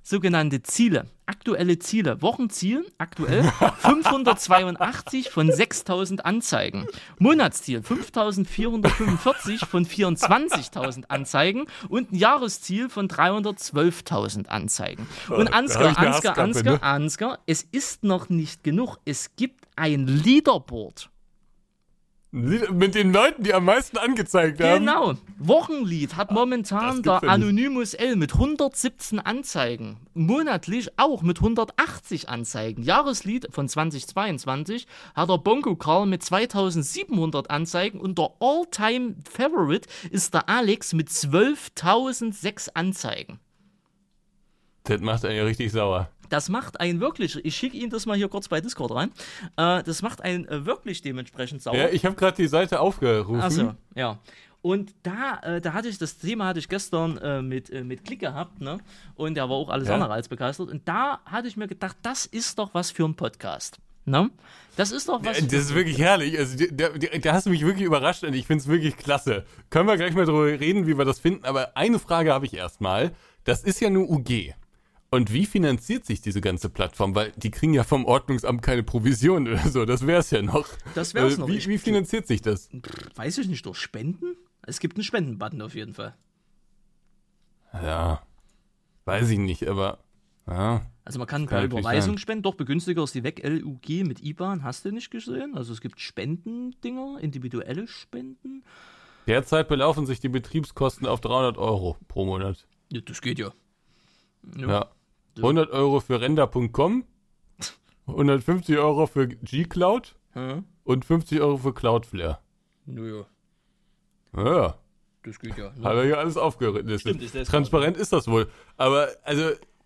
sogenannte Ziele, aktuelle Ziele. Wochenziel, aktuell fünfhundertzweiundachtzig von sechstausend Anzeigen. Monatsziel fünftausendvierhundertfünfundvierzig von vierundzwanzigtausend Anzeigen und ein Jahresziel von dreihundertzwölftausend Anzeigen. Und Da Ansgar, hab ich eine Ansgar, Hasskappe, Ansgar, ne? Ansgar, es ist noch nicht genug. Es gibt ein Leaderboard. Mit den Leuten, die am meisten angezeigt haben. Genau. Wochenlied hat momentan Das der gibt's ja nicht. Anonymous L mit hundertsiebzehn Anzeigen. Monatlich auch mit hundertachtzig Anzeigen. Jahreslied von zweitausendzweiundzwanzig hat der Bongo Karl mit zweitausendsiebenhundert Anzeigen und der All-Time-Favorite ist der Alex mit zwölftausendsechs Anzeigen. Das macht einen ja richtig sauer. Das macht einen wirklich, ich schicke Ihnen das mal hier kurz bei Discord rein, äh, das macht einen äh, wirklich dementsprechend sauer. Ja, ich habe gerade die Seite aufgerufen. Achso, ja. Und da, äh, da hatte ich, das Thema hatte ich gestern äh, mit, äh, mit Klick gehabt, ne? Und der war auch alles Ja. andere als begeistert. Und da hatte ich mir gedacht, das ist doch was für ein Podcast. Ne? Das ist doch was. Ja, das ist wirklich herrlich. Also, da, da, da hast du mich wirklich überrascht und ich finde es wirklich klasse. Können wir gleich mal drüber reden, wie wir das finden. Aber eine Frage habe ich erstmal. Das ist ja nur U G. Und wie finanziert sich diese ganze Plattform? Weil die kriegen ja vom Ordnungsamt keine Provision oder so. Das wäre es ja noch. Das wär's Äh, noch. Wie, Ich- wie finanziert sich das? Pff, weiß ich nicht, durch Spenden? Es gibt einen Spendenbutton auf jeden Fall. Ja, weiß ich nicht, aber ja. Also man kann Kann per natürlich Überweisung sein. spenden. Doch, begünstiger ist die Weg L U G mit I B A N. Hast du nicht gesehen? Also es gibt Spendendinger, individuelle Spenden. Derzeit belaufen sich die Betriebskosten auf dreihundert Euro pro Monat. Ja, das geht ja. Ja. hundert Euro für render punkt com, hundertfünfzig Euro für G-Cloud Hm? und fünfzig Euro für Cloudflare. Naja, Ja, das geht ja. hat er hier alles aufgelistet. Stimmt, ist das Transparent ist das wohl. Aber, also,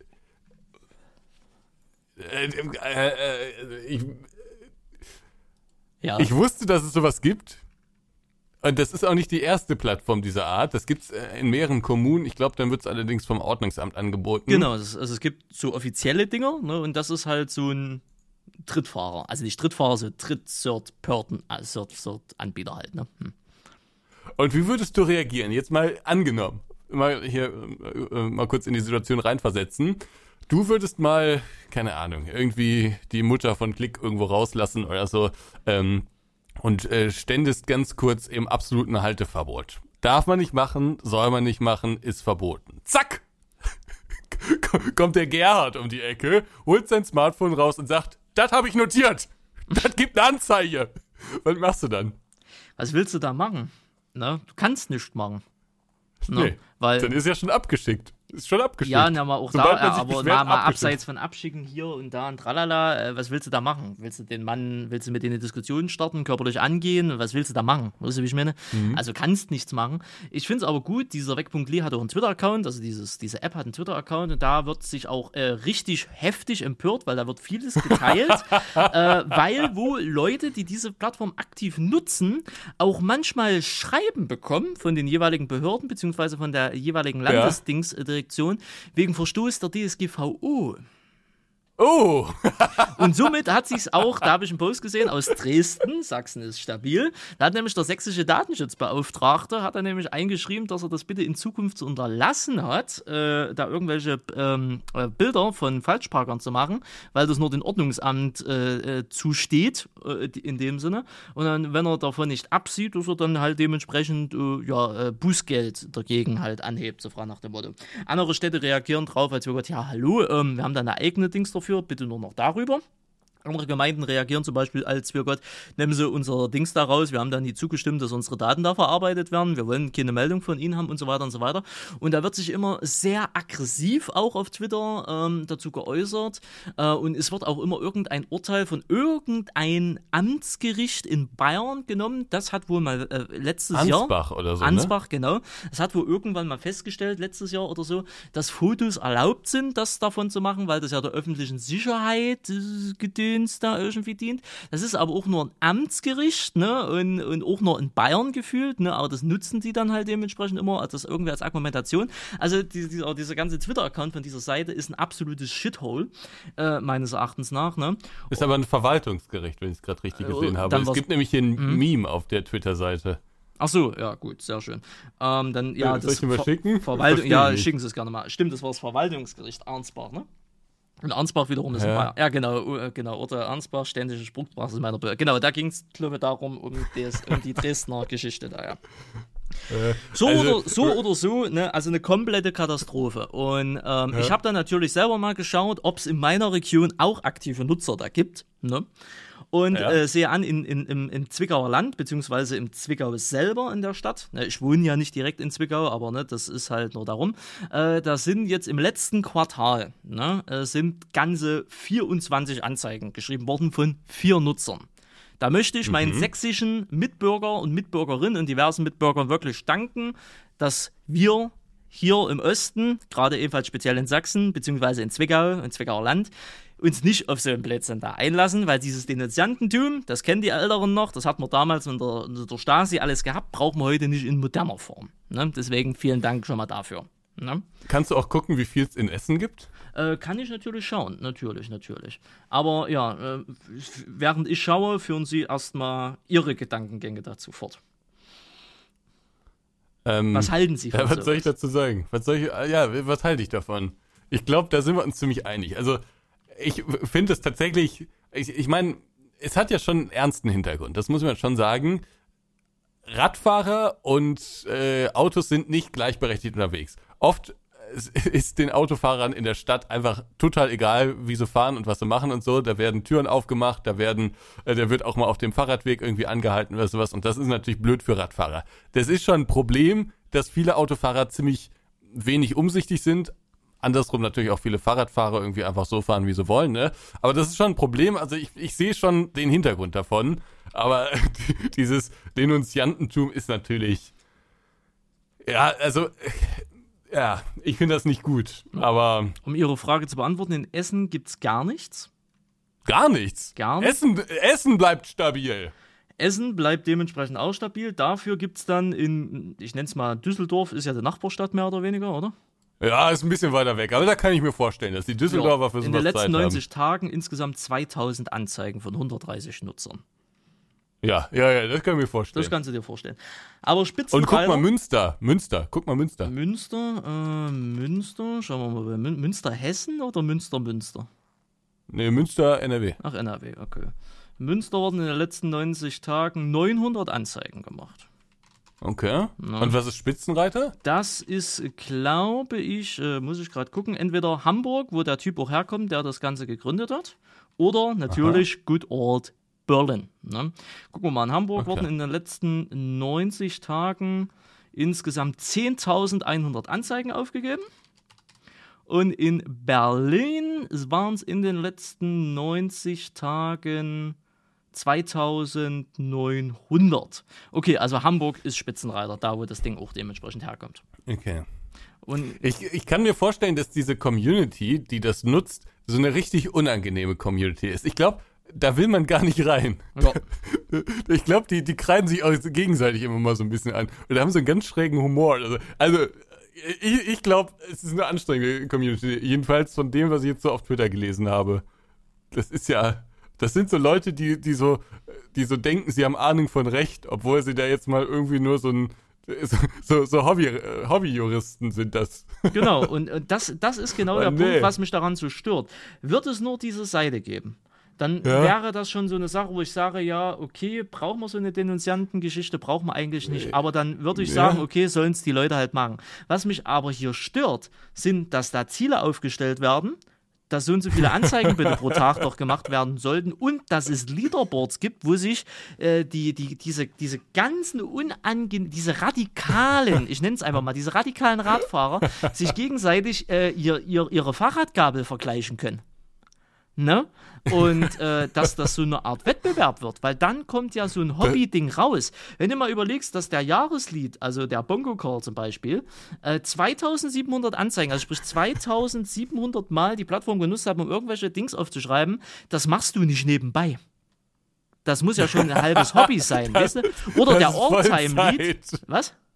äh, äh, äh, ich, Ja. ich wusste, dass es sowas gibt. Und das ist auch nicht die erste Plattform dieser Art. Das gibt es in mehreren Kommunen. Ich glaube, dann wird es allerdings vom Ordnungsamt angeboten. Genau, das, also es gibt so offizielle Dinger, ne, und das ist halt so ein Trittfahrer. Also nicht Trittfahrer, so Tritt-Cert-Anbieter halt, ne? Hm. Und wie würdest du reagieren? Jetzt mal angenommen, mal hier äh, äh, mal kurz in die Situation reinversetzen. Du würdest mal, keine Ahnung, irgendwie die Mutter von Klick irgendwo rauslassen oder so ähm, und äh, ständest ganz kurz im absoluten Halteverbot. Darf man nicht machen, soll man nicht machen, ist verboten. Zack! Kommt der Gerhard um die Ecke, holt sein Smartphone raus und sagt, das habe ich notiert. Das gibt eine Anzeige. Was machst du dann? Was willst du da machen? Ne? Du kannst nichts machen. Ne? Nee, Weil, dann ist ja schon abgeschickt. Ist schon abgeschickt. ja, na, mal auch Sobald da, man sich aber beschwert, mal, mal abgeschickt. abseits von Abschicken hier und da und tralala, äh, was willst du da machen? Willst du den Mann, willst du mit denen eine Diskussion starten, körperlich angehen? Was willst du da machen? Weißt du, wie ich meine? Mhm. Also kannst nichts machen. Ich finde es aber gut, dieser weg.ly hat auch einen Twitter-Account, also dieses, diese App hat einen Twitter-Account und da wird sich auch äh, richtig heftig empört, weil da wird vieles geteilt, äh, weil wo Leute, die diese Plattform aktiv nutzen, auch manchmal Schreiben bekommen von den jeweiligen Behörden beziehungsweise von der jeweiligen Landesdingsdirektion wegen Verstoß der D S G V O. Oh! Und somit hat sich's auch, da habe ich einen Post gesehen aus Dresden, Sachsen ist stabil, da hat nämlich der sächsische Datenschutzbeauftragte, hat er nämlich eingeschrieben, dass er das bitte in Zukunft zu unterlassen hat, äh, da irgendwelche ähm, äh, Bilder von Falschparkern zu machen, weil das nur dem Ordnungsamt äh, äh, zusteht, äh, in dem Sinne. Und dann, wenn er davon nicht absieht, dass er dann halt dementsprechend äh, ja, äh, Bußgeld dagegen halt anhebt, so frei nach dem Motto. Andere Städte reagieren drauf, als wir gesagt, ja hallo, ähm, wir haben da eine eigene Dings dafür, bitte nur noch darüber. Andere Gemeinden reagieren zum Beispiel als, wir Gott, nehmen Sie unser Dings da raus, wir haben da nie zugestimmt, dass unsere Daten da verarbeitet werden, wir wollen keine Meldung von Ihnen haben und so weiter und so weiter. Und da wird sich immer sehr aggressiv auch auf Twitter ähm, dazu geäußert äh, und es wird auch immer irgendein Urteil von irgendein Amtsgericht in Bayern genommen, das hat wohl mal äh, letztes Jahr... Ansbach oder so, Ansbach, ne? Genau. Das hat wohl irgendwann mal festgestellt, letztes Jahr oder so, dass Fotos erlaubt sind, das davon zu machen, weil das ja der öffentlichen Sicherheit äh, gedöns da irgendwie dient. Das ist aber auch nur ein Amtsgericht, ne, und, und auch nur in Bayern gefühlt, ne, aber das nutzen die dann halt dementsprechend immer, also das irgendwie als Argumentation. Also die, die, dieser ganze Twitter-Account von dieser Seite ist ein absolutes Shithole, äh, meines Erachtens nach, ne. ne? Ist aber ein Verwaltungsgericht, wenn ich es gerade richtig Äh, gesehen habe. dann Es war's- gibt nämlich hier ein Meme auf der Twitter-Seite. Ach so, ja, gut, sehr schön. Ähm, dann, ja, Soll das ich dir mal Ver- schicken? Verwaltung, Verstehe ja, nicht. schicken Sie es gerne mal. Stimmt, das war das Verwaltungsgericht Arnsbach, ne? Und Arnsbach wiederum ist Ja. in Bayern. Ja, genau, äh, genau, Urteil Arnsbach, ständische Spruchpraxis meiner Behörde. Genau, da ging es, glaube ich, darum, um, des, um die Dresdner Geschichte da, ja. Äh, So, also, oder, so oder so, ne, also eine komplette Katastrophe. Und ähm, Ja. ich habe dann natürlich selber mal geschaut, ob es in meiner Region auch aktive Nutzer da gibt. Ne? Und Ja. äh, sehe an, in, in, im, im Zwickauer Land, beziehungsweise im Zwickau selber in der Stadt. Ne, ich wohne ja nicht direkt in Zwickau, aber ne, das ist halt nur darum. Äh, da sind jetzt im letzten Quartal ne, äh, sind ganze vierundzwanzig Anzeigen geschrieben worden von vier Nutzern. Da möchte ich meinen sächsischen Mitbürger und Mitbürgerinnen und diversen Mitbürgern wirklich danken, dass wir hier im Osten, gerade ebenfalls speziell in Sachsen, beziehungsweise in Zwickau, in Zwickauer Land, uns nicht auf so einen Blödsinn da einlassen, weil dieses Denunziantentum, das kennen die Älteren noch, das hat man damals in der, in der Stasi alles gehabt, brauchen wir heute nicht in moderner Form. Ne? Deswegen vielen Dank schon mal dafür. Ne? Kannst du auch gucken, wie viel es in Essen gibt? Äh, kann ich natürlich schauen, natürlich, natürlich. Aber ja, äh, während ich schaue, führen Sie erstmal Ihre Gedankengänge dazu fort. Ähm, Was halten Sie von ja, was sowas? soll ich dazu sagen? Was soll ich, ja, was halte ich davon? Ich glaube, da sind wir uns ziemlich einig. Also, ich finde es tatsächlich, ich, ich meine, es hat ja schon einen ernsten Hintergrund, das muss man schon sagen. Radfahrer und äh, Autos sind nicht gleichberechtigt unterwegs. Oft ist den Autofahrern in der Stadt einfach total egal, wie sie fahren und was sie machen und so. Da werden Türen aufgemacht, da werden, äh, da wird auch mal auf dem Fahrradweg irgendwie angehalten oder sowas. Und das ist natürlich blöd für Radfahrer. Das ist schon ein Problem, dass viele Autofahrer ziemlich wenig umsichtig sind. Andersrum natürlich auch viele Fahrradfahrer irgendwie einfach so fahren, wie sie wollen, ne? Aber das ist schon ein Problem. Also ich, ich sehe schon den Hintergrund davon. Aber dieses Denunziantentum ist natürlich, ja, also, ja, ich finde das nicht gut. Aber Um Ihre Frage zu beantworten, in Essen gibt es gar nichts. gar nichts. Gar nichts? Essen, Essen bleibt stabil. Essen bleibt dementsprechend auch stabil. Dafür gibt es dann in, ich nenne es mal Düsseldorf, ist ja die Nachbarstadt mehr oder weniger, oder? Ja, ist ein bisschen weiter weg. Aber da kann ich mir vorstellen, dass die Düsseldorfer für In sowas den letzten Zeit neunzig Tagen insgesamt zweitausend Anzeigen von hundertdreißig Nutzern. haben. Ja, ja, ja, das kann ich mir vorstellen. Das kannst du dir vorstellen. Aber Und Spitzenreiter... guck mal Münster, Münster, guck mal Münster. Münster, äh, Münster, schauen wir mal bei Mün- Münster Hessen oder Münster Münster? Nee, Münster, N R W. Ach, N R W, okay. Münster wurden in den letzten neunzig Tagen neunhundert Anzeigen gemacht. Okay. Ja. Und was ist Spitzenreiter? Das ist, glaube ich, äh, muss ich gerade gucken, entweder Hamburg, wo der Typ auch herkommt, der das Ganze gegründet hat, oder natürlich Good Old Berlin. Ne? Gucken wir mal, in Hamburg Okay. wurden in den letzten neunzig Tagen insgesamt zehntausendeinhundert Anzeigen aufgegeben. Und in Berlin waren es in den letzten neunzig Tagen zweitausendneunhundert. Okay, also Hamburg ist Spitzenreiter, da wo das Ding auch dementsprechend herkommt. Okay. Und Ich, ich kann mir vorstellen, dass diese Community, die das nutzt, so eine richtig unangenehme Community ist. Ich glaube, da will man gar nicht rein. ja, Ich glaube, die, die kreiden sich auch gegenseitig immer mal so ein bisschen an. Und haben so einen ganz schrägen Humor. Also, also ich, ich glaube, es ist eine anstrengende Community. Jedenfalls von dem, was ich jetzt so auf Twitter gelesen habe. Das ist ja, das sind so Leute, die, die so, die so denken, sie haben Ahnung von Recht, obwohl sie da jetzt mal irgendwie nur so ein, so, so, so Hobby, äh, Hobbyjuristen sind das. genau. Und, und das, das ist genau Oh, der nee. Punkt, was mich daran so stört. Wird es nur diese Seite geben, dann Ja. wäre das schon so eine Sache, wo ich sage, ja, okay, brauchen wir so eine Denunziantengeschichte, brauchen wir eigentlich nicht. Aber dann würde ich Ja. sagen, okay, sollen es die Leute halt machen. Was mich aber hier stört, sind, dass da Ziele aufgestellt werden, dass so und so viele Anzeigen bitte pro Tag doch gemacht werden sollten und dass es Leaderboards gibt, wo sich äh, die, die, diese, diese ganzen unangenehmen, diese radikalen, ich nenne es einfach mal, diese radikalen Radfahrer sich gegenseitig äh, ihr, ihr, ihre Fahrradgabel vergleichen können. Ne? Und äh, dass das so eine Art Wettbewerb wird, weil dann kommt ja so ein Hobby-Ding raus. Wenn du mal überlegst, dass der Jahreslied, also der Bongo Call zum Beispiel, äh, zweitausendsiebenhundert Anzeigen, also sprich zweitausendsiebenhundert Mal die Plattform genutzt haben, um irgendwelche Dings aufzuschreiben, das machst du nicht nebenbei. Das muss ja schon ein halbes Hobby sein, weißt du? Oder Das der ist Vollzeit. All-Time-Lead. Was?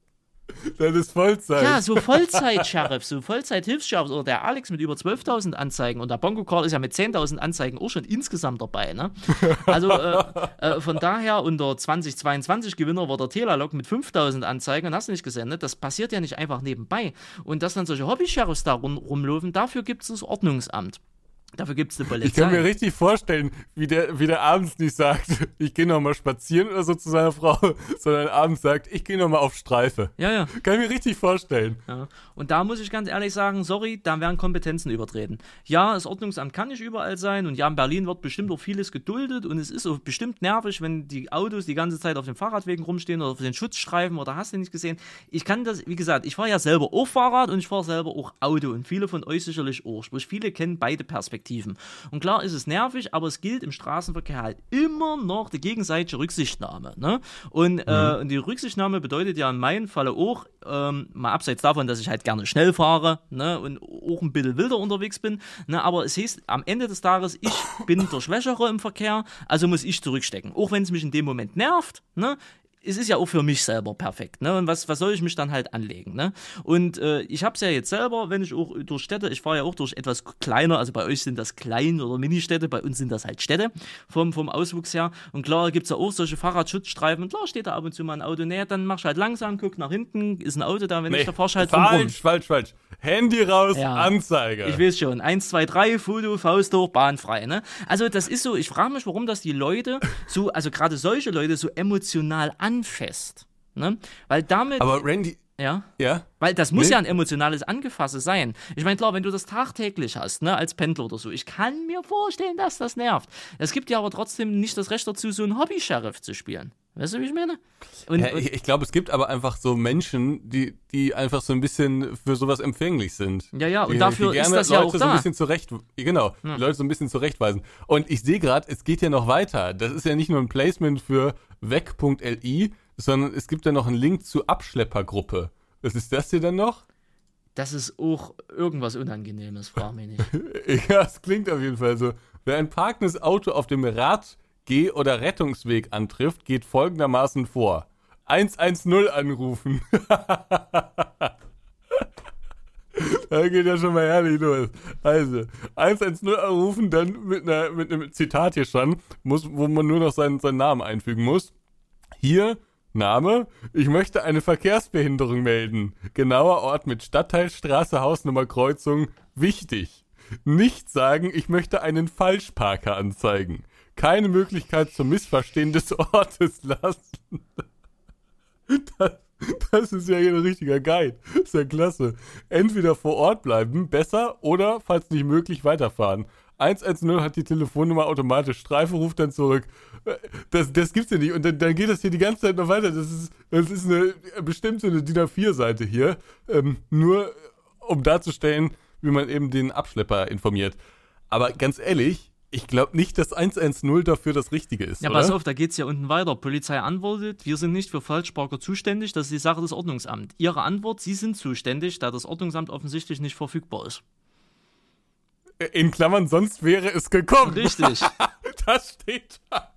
Das ist Vollzeit. Ja, so Vollzeit-Sheriff, so Vollzeit-Hilfs-Sheriff oder der Alex mit über zwölftausend Anzeigen und der Bongo Carl ist ja mit zehntausend Anzeigen auch schon insgesamt dabei, ne? Also äh, äh, von daher unter zweitausendzweiundzwanzig Gewinner war der Telalog mit fünftausend Anzeigen und hast du nicht gesehen, ne? Das passiert ja nicht einfach nebenbei. Und dass dann solche Hobby-Sheriffs da rum, rumlaufen, dafür gibt es das Ordnungsamt. Dafür gibt es eine Polizei. Ich kann mir richtig vorstellen, wie der, wie der abends nicht sagt, ich gehe nochmal spazieren oder so zu seiner Frau, sondern abends sagt, ich gehe nochmal auf Streife. Ja, ja. Kann ich mir richtig vorstellen. Ja. Und da muss ich ganz ehrlich sagen, sorry, da werden Kompetenzen übertreten. Ja, das Ordnungsamt kann nicht überall sein und ja, in Berlin wird bestimmt auch vieles geduldet und es ist auch bestimmt nervig, wenn die Autos die ganze Zeit auf den Fahrradwegen rumstehen oder auf den Schutzstreifen oder hast du nicht gesehen. Ich kann das, wie gesagt, ich fahre ja selber auch Fahrrad und ich fahre selber auch Auto und viele von euch sicherlich auch. Sprich, viele kennen beide Perspektiven. Und klar ist es nervig, aber es gilt im Straßenverkehr halt immer noch die gegenseitige Rücksichtnahme. Ne? Und, mhm. äh, und die Rücksichtnahme bedeutet ja in meinem Falle auch, ähm, mal abseits davon, dass ich halt gerne schnell fahre, ne, und auch ein bisschen wilder unterwegs bin, ne, aber es heißt am Ende des Tages, ich bin der Schwächere im Verkehr, also muss ich zurückstecken. Auch wenn es mich in dem Moment nervt, ne, es ist ja auch für mich selber perfekt, ne? Und was, was soll ich mich dann halt anlegen, ne? Und äh, ich hab's ja jetzt selber, wenn ich auch durch Städte, ich fahre ja auch durch etwas kleiner, also bei euch sind das Klein- oder Ministädte, bei uns sind das halt Städte vom, vom Auswuchs her. Und klar gibt's ja auch solche Fahrradschutzstreifen. Und klar steht da ab und zu mal ein Auto näher, dann machst du halt langsam, guck nach hinten, ist ein Auto da, wenn nee, ich da fahrst halt falsch, rum. falsch, falsch. Handy raus, ja, Anzeige. Ich weiß schon. Eins, zwei, drei, Foto, Faust hoch, bahnfrei, ne? Also das ist so, ich frage mich, warum das die Leute so, also gerade solche Leute so emotional anfasst. Ne? Weil damit. Aber Randy. Ja? Ja? Weil das muss nee. ja ein emotionales Angefasses sein. Ich meine, klar, wenn du das tagtäglich hast, ne, als Pendler oder so, ich kann mir vorstellen, dass das nervt. Es gibt ja aber trotzdem nicht das Recht dazu, so einen Hobby-Sheriff zu spielen. Weißt du, wie ich meine? Und, ja, ich ich glaube, es gibt aber einfach so Menschen, die, die einfach so ein bisschen für sowas empfänglich sind. Ja, ja, und die, dafür die gerne ist das Leute ja auch so da. Ein bisschen zurecht, genau, ja. die Leute so ein bisschen zurechtweisen. Und ich sehe gerade, es geht ja noch weiter. Das ist ja nicht nur ein Placement für weg Punkt li, sondern es gibt ja noch einen Link zur Abschleppergruppe. Was ist das hier dann noch? Das ist auch irgendwas Unangenehmes, frag mich nicht. Ja, es klingt auf jeden Fall so. Wer ein parkendes Auto auf dem Rad-, Geh- oder Rettungsweg antrifft, geht folgendermaßen vor. eins eins null anrufen. Da geht ja schon mal herrlich los. Also, eins eins null anrufen, dann mit, einer, mit einem Zitat hier schon, muss, wo man nur noch seinen, seinen Namen einfügen muss. Hier, Name, ich möchte eine Verkehrsbehinderung melden. Genauer Ort mit Stadtteil, Straße, Hausnummer, Kreuzung. Wichtig. Nicht sagen, ich möchte einen Falschparker anzeigen. Keine Möglichkeit zum Missverstehen des Ortes lassen. Das, das ist ja hier ein richtiger Guide. Das ist ja klasse. Entweder vor Ort bleiben, besser, oder, falls nicht möglich, weiterfahren. eins eins null hat die Telefonnummer automatisch. Streife ruft dann zurück. Das, das gibt's ja nicht. Und dann, dann geht das hier die ganze Zeit noch weiter. Das ist, das ist eine, bestimmt so eine D I N A vier Seite hier. Ähm, nur, um darzustellen, wie man eben den Abschlepper informiert. Aber ganz ehrlich, ich glaube nicht, dass eins eins null dafür das Richtige ist, Ja, oder? pass auf, da geht's ja unten weiter. Polizei antwortet, wir sind nicht für Falschparker zuständig, das ist die Sache des Ordnungsamts. Ihre Antwort, Sie sind zuständig, da das Ordnungsamt offensichtlich nicht verfügbar ist. In Klammern, sonst wäre es gekommen. Richtig. Das steht da.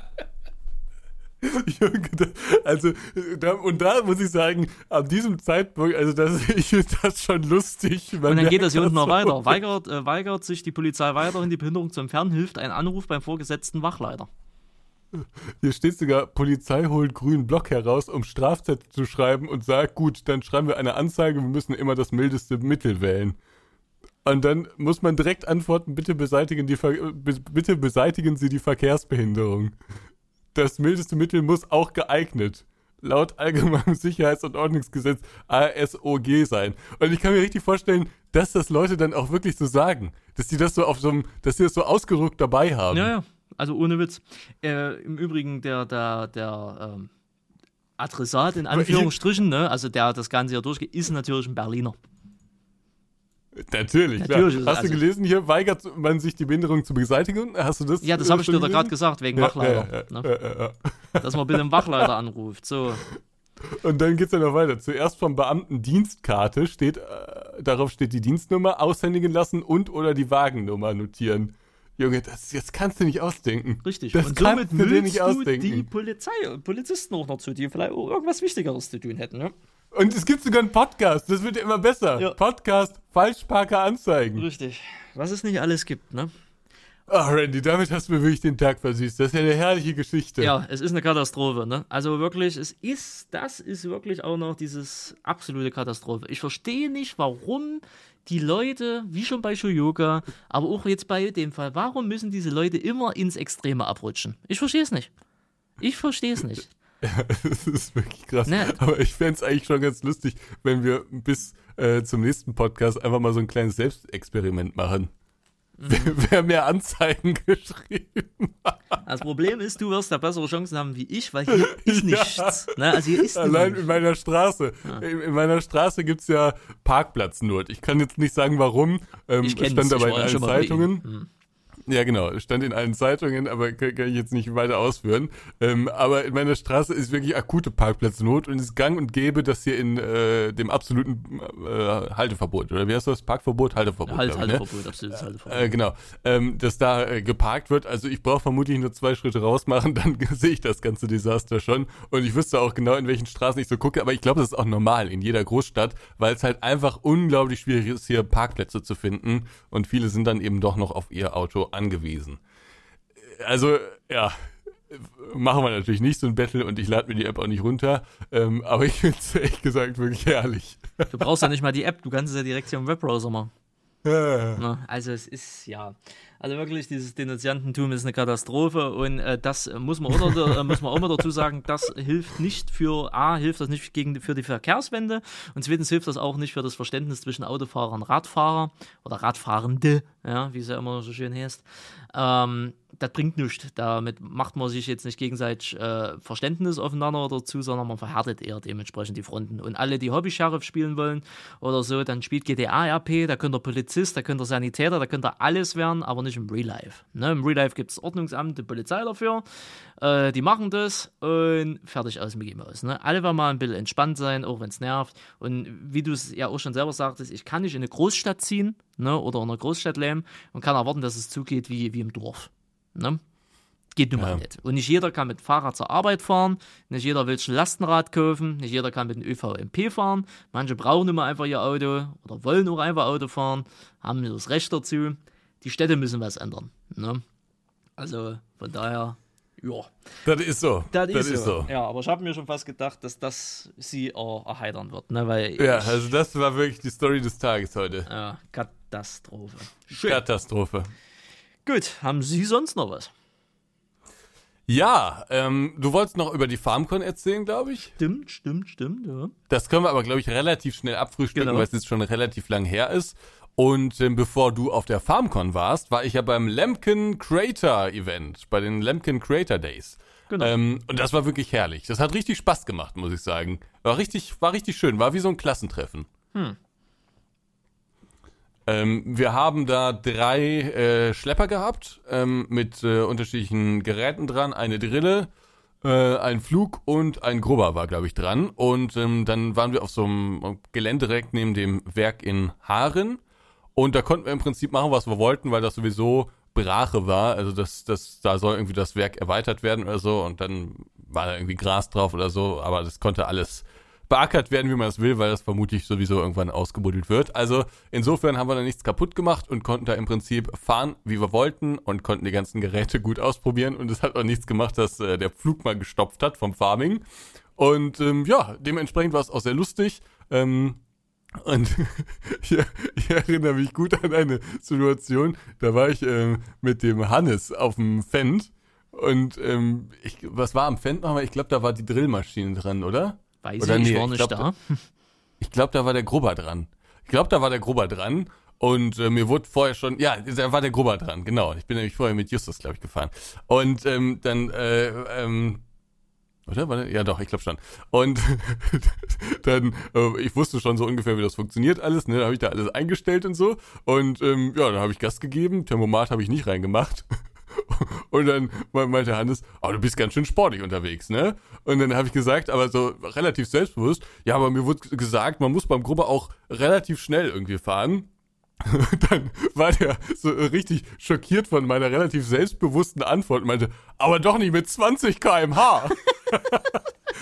Also, da, und da muss ich sagen, an diesem Zeitpunkt, also das, ich finde das schon lustig. Und dann geht das hier unten noch weiter. Weigert, äh, weigert sich die Polizei weiterhin, die Behinderung zu entfernen, hilft ein Anruf beim vorgesetzten Wachleiter. Hier steht sogar, Polizei holt grünen Block heraus, um Strafzettel zu schreiben und sagt, gut, dann schreiben wir eine Anzeige, wir müssen immer das mildeste Mittel wählen. Und dann muss man direkt antworten, bitte beseitigen, die Ver- bitte beseitigen Sie die Verkehrsbehinderung. Das mildeste Mittel muss auch geeignet, laut Allgemeinem Sicherheits- und Ordnungsgesetz A S o G sein. Und ich kann mir richtig vorstellen, dass das Leute dann auch wirklich so sagen. Dass die das so auf so einem, dass die das so ausgedrückt dabei haben. Ja, ja, also ohne Witz. Äh, im Übrigen, der, der, der ähm, Adressat in Anführungsstrichen, ne, also der das Ganze hier durchgeht, ist natürlich ein Berliner. Natürlich, Natürlich klar. Hast also du gelesen, hier weigert man sich die Behinderung zu beseitigen? Hast du das? Ja, das habe ich dir da gerade gesagt, wegen ja, Wachleiter. Ja, ja, ne? ja, ja, ja. Dass man bitte einen Wachleiter anruft. So. Und dann geht's ja noch weiter. Zuerst vom Beamten Dienstkarte steht, äh, darauf steht die Dienstnummer, aushändigen lassen und oder die Wagennummer notieren. Junge, das, das kannst du nicht ausdenken. Richtig. Das und kannst somit du dir nicht willst du ausdenken. die Polizei und Polizisten auch noch zu, die vielleicht auch irgendwas Wichtigeres zu tun hätten. Ne? Und es gibt sogar einen Podcast, das wird ja immer besser. Ja. Podcast, Falschparker anzeigen. Richtig. Was es nicht alles gibt, ne? Ach, Randy, damit hast du mir wirklich den Tag versüßt. Das ist ja eine herrliche Geschichte. Ja, es ist eine Katastrophe, ne? Also wirklich, es ist, das ist wirklich auch noch dieses absolute Katastrophe. Ich verstehe nicht, warum die Leute, wie schon bei Shoyoka, aber auch jetzt bei dem Fall, warum müssen diese Leute immer ins Extreme abrutschen? Ich verstehe es nicht. Ich verstehe es nicht. Ja, das ist wirklich krass. Ne. Aber ich fände es eigentlich schon ganz lustig, wenn wir bis äh, zum nächsten Podcast einfach mal so ein kleines Selbstexperiment machen. Mhm. Wer, wer mehr Anzeigen geschrieben hat. Das Problem ist, du wirst da bessere Chancen haben wie ich, weil hier ist nichts. Ja. Ne? Also hier ist Allein nichts. in meiner Straße. Ja. In, in meiner Straße gibt es ja Parkplatznot. Ich kann jetzt nicht sagen, warum. Ähm, ich stand dabei in allen Zeitungen. Hm. Ja, genau, stand in allen Zeitungen, aber kann, kann ich jetzt nicht weiter ausführen. Ähm, aber in meiner Straße ist wirklich akute Parkplatznot und es ist gang und gäbe, dass hier in äh, dem absoluten äh, Halteverbot, oder wie heißt das? Parkverbot? Halteverbot. Halt, ich, Halteverbot, ne? absolutes Halteverbot. Äh, genau, ähm, dass da äh, geparkt wird. Also ich brauche vermutlich nur zwei Schritte rausmachen, dann sehe ich das ganze Desaster schon. Und ich wüsste auch genau, in welchen Straßen ich so gucke. Aber ich glaube, das ist auch normal in jeder Großstadt, weil es halt einfach unglaublich schwierig ist, hier Parkplätze zu finden. Und viele sind dann eben doch noch auf ihr Auto angewiesen. Also, ja, machen wir natürlich nicht so ein Battle und ich lade mir die App auch nicht runter, ähm, aber ich finde es ehrlich gesagt wirklich herrlich. Du brauchst ja nicht mal die App, du kannst es ja direkt hier im Webbrowser machen. Ja. Na, also es ist, ja, also wirklich, dieses Denunziantentum ist eine Katastrophe und äh, das muss man, oder, äh, muss man auch mal dazu sagen, das hilft nicht für, A, hilft das nicht gegen, für die Verkehrswende und zweitens hilft das auch nicht für das Verständnis zwischen Autofahrer und Radfahrer oder Radfahrende, ja, wie es ja immer so schön heißt. Ähm, das bringt nichts. Damit macht man sich jetzt nicht gegenseitig äh, Verständnis aufeinander dazu, sondern man verhärtet eher dementsprechend die Fronten. Und alle, die Hobby-Sheriff spielen wollen oder so, dann spielt G T A R P, da könnt ihr Polizist, da könnt ihr Sanitäter, da könnt ihr alles werden, aber nicht im Real Life. Ne? Im Real Life gibt es Ordnungsamt, die Polizei dafür, äh, die machen das und fertig aus Mickey Mouse. Ne? Alle werden mal ein bisschen entspannt sein, auch wenn es nervt. Und wie du es ja auch schon selber sagtest, ich kann nicht in eine Großstadt ziehen, ne? Oder in einer Großstadt leben und kann erwarten, dass es zugeht wie, wie im Dorf. Ne? Geht nun mal Ja. nicht. Und nicht jeder kann mit Fahrrad zur Arbeit fahren, nicht jeder will ein Lastenrad kaufen, nicht jeder kann mit dem Ö V M P fahren. Manche brauchen immer einfach ihr Auto oder wollen auch einfach Auto fahren, haben das Recht dazu. Die Städte müssen was ändern. Ne? Also von daher, ja. Das ist so. Das, Das ist, ist so. so. Ja, aber ich habe mir schon fast gedacht, dass das sie auch erheitern wird. Ne? Weil Ja, ich, also das war wirklich die Story des Tages heute. ja, Katastrophe. Schön. Katastrophe. Gut, haben Sie sonst noch was? Ja, ähm, du wolltest noch über die FarmCon erzählen, glaube ich. Stimmt, stimmt, stimmt, ja. Das können wir aber, glaube ich, relativ schnell abfrühstücken, Genau. weil es jetzt schon relativ lang her ist. Und ähm, bevor du auf der FarmCon warst, war ich ja beim Lemken Creator Event, bei den Lemken Creator Days. Genau. Ähm, und das war wirklich herrlich. Das hat richtig Spaß gemacht, muss ich sagen. War richtig, war richtig schön, war wie so ein Klassentreffen. Hm. Ähm, wir haben da drei äh, Schlepper gehabt, ähm, mit äh, unterschiedlichen Geräten dran. Eine Drille, äh, ein Flug und ein Grubber war, glaube ich, dran. Und ähm, dann waren wir auf so einem Gelände direkt neben dem Werk in Haaren. Und da konnten wir im Prinzip machen, was wir wollten, weil das sowieso Brache war. Also das, das, da soll irgendwie das Werk erweitert werden oder so. Und dann war da irgendwie Gras drauf oder so. Aber das konnte alles beackert werden, wie man es will, weil das vermutlich sowieso irgendwann ausgebuddelt wird. Also insofern haben wir da nichts kaputt gemacht und konnten da im Prinzip fahren, wie wir wollten und konnten die ganzen Geräte gut ausprobieren und es hat auch nichts gemacht, dass äh, der Flug mal gestopft hat vom Farming. Und ähm, ja, dementsprechend war es auch sehr lustig. Ähm, und ich, ich erinnere mich gut an eine Situation, da war ich ähm, mit dem Hannes auf dem Fendt und ähm, ich, was war am Fendt nochmal? Ich glaube, da war die Drillmaschine dran, oder? Weiß Oder ich, nee, ich war ich nicht glaub, da. Ich glaube, da war der Grubber dran. Ich glaube, da war der Grubber dran. Und äh, mir wurde vorher schon, ja, da war der Grubber dran, genau. Ich bin nämlich vorher mit Justus, glaube ich, gefahren. Und ähm, dann, äh, ähm, oder? War der? Ja, doch, ich glaube schon. Und dann, äh, ich wusste schon so ungefähr, wie das funktioniert alles. Ne? Da habe ich da alles eingestellt und so. Und ähm, ja, dann habe ich Gas gegeben. Thermomat habe ich nicht reingemacht. Und dann meinte Hannes, oh, du bist ganz schön sportlich unterwegs, ne? Und dann habe ich gesagt, aber so relativ selbstbewusst, ja, aber mir wurde gesagt, man muss beim Grubber auch relativ schnell irgendwie fahren. Dann war der so richtig schockiert von meiner relativ selbstbewussten Antwort und meinte, aber doch nicht mit zwanzig Kilometer pro Stunde.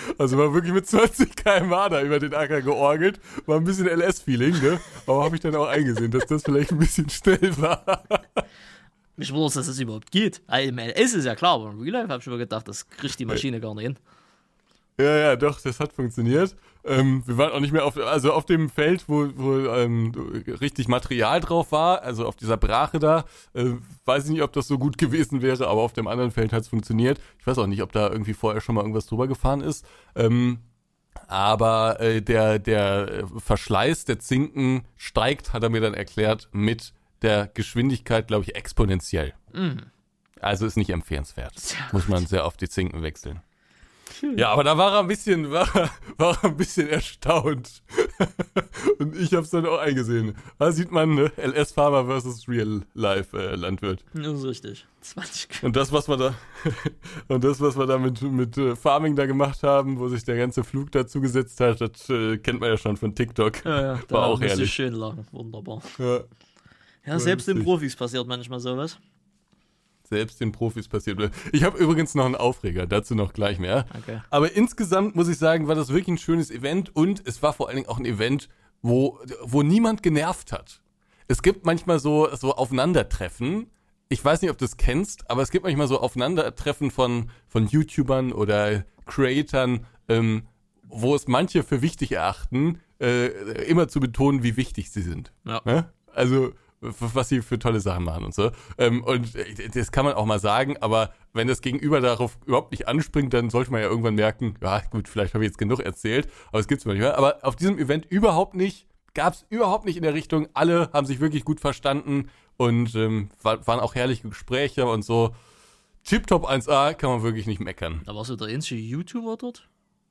Also war wirklich mit zwanzig Kilometer pro Stunde da über den Acker georgelt. War ein bisschen L S-Feeling, ne? Aber habe ich dann auch eingesehen, dass das vielleicht ein bisschen schnell war. Mich wundert, dass das überhaupt geht. Im L S ist ja klar, aber im Real Life habe ich schon mal gedacht, das kriegt die Maschine gar nicht hin. Ja, ja, doch, das hat funktioniert. Ähm, wir waren auch nicht mehr auf, also auf dem Feld, wo, wo ähm, richtig Material drauf war, also auf dieser Brache da. Äh, weiß ich nicht, ob das so gut gewesen wäre, aber auf dem anderen Feld hat es funktioniert. Ich weiß auch nicht, ob da irgendwie vorher schon mal irgendwas drüber gefahren ist. Ähm, aber äh, der, der Verschleiß der Zinken steigt, hat er mir dann erklärt, mit der Geschwindigkeit, glaube ich, exponentiell. Mm. Also ist nicht empfehlenswert. Sehr Muss man sehr oft die Zinken wechseln. Ja, aber da war er ein bisschen, war, war er ein bisschen erstaunt. Und ich habe es dann auch eingesehen. Da sieht man, ne? L S-Farmer versus Real-Life-Landwirt. Das ist richtig. zwanzig Und das, was wir da, und das, was wir da mit, mit äh, Farming da gemacht haben, wo sich der ganze Flug dazu gesetzt hat, das äh, kennt man ja schon von TikTok. Ja, ja, da war auch musste herrlich. ich schön lachen. Wunderbar. Ja, Ja, selbst den lustig. Profis passiert manchmal sowas. Selbst den Profis passiert. Ich habe übrigens noch einen Aufreger, dazu noch gleich mehr. Okay. Aber insgesamt muss ich sagen, war das wirklich ein schönes Event und es war vor allen Dingen auch ein Event, wo, wo niemand genervt hat. Es gibt manchmal so, so Aufeinandertreffen. Ich weiß nicht, ob du es kennst, aber es gibt manchmal so Aufeinandertreffen von, von YouTubern oder Creatern, ähm, wo es manche für wichtig erachten, äh, immer zu betonen, wie wichtig sie sind. Ja. Ne? Also was sie für tolle Sachen machen und so. Ähm, und das kann man auch mal sagen, aber wenn das Gegenüber darauf überhaupt nicht anspringt, dann sollte man ja irgendwann merken, ja gut, vielleicht habe ich jetzt genug erzählt, aber es gibt's manchmal. Aber auf diesem Event überhaupt nicht, gab's überhaupt nicht in der Richtung, alle haben sich wirklich gut verstanden und ähm, war, waren auch herrliche Gespräche und so. Tip-Top eins A, kann man wirklich nicht meckern. Da warst du der einzige YouTuber dort?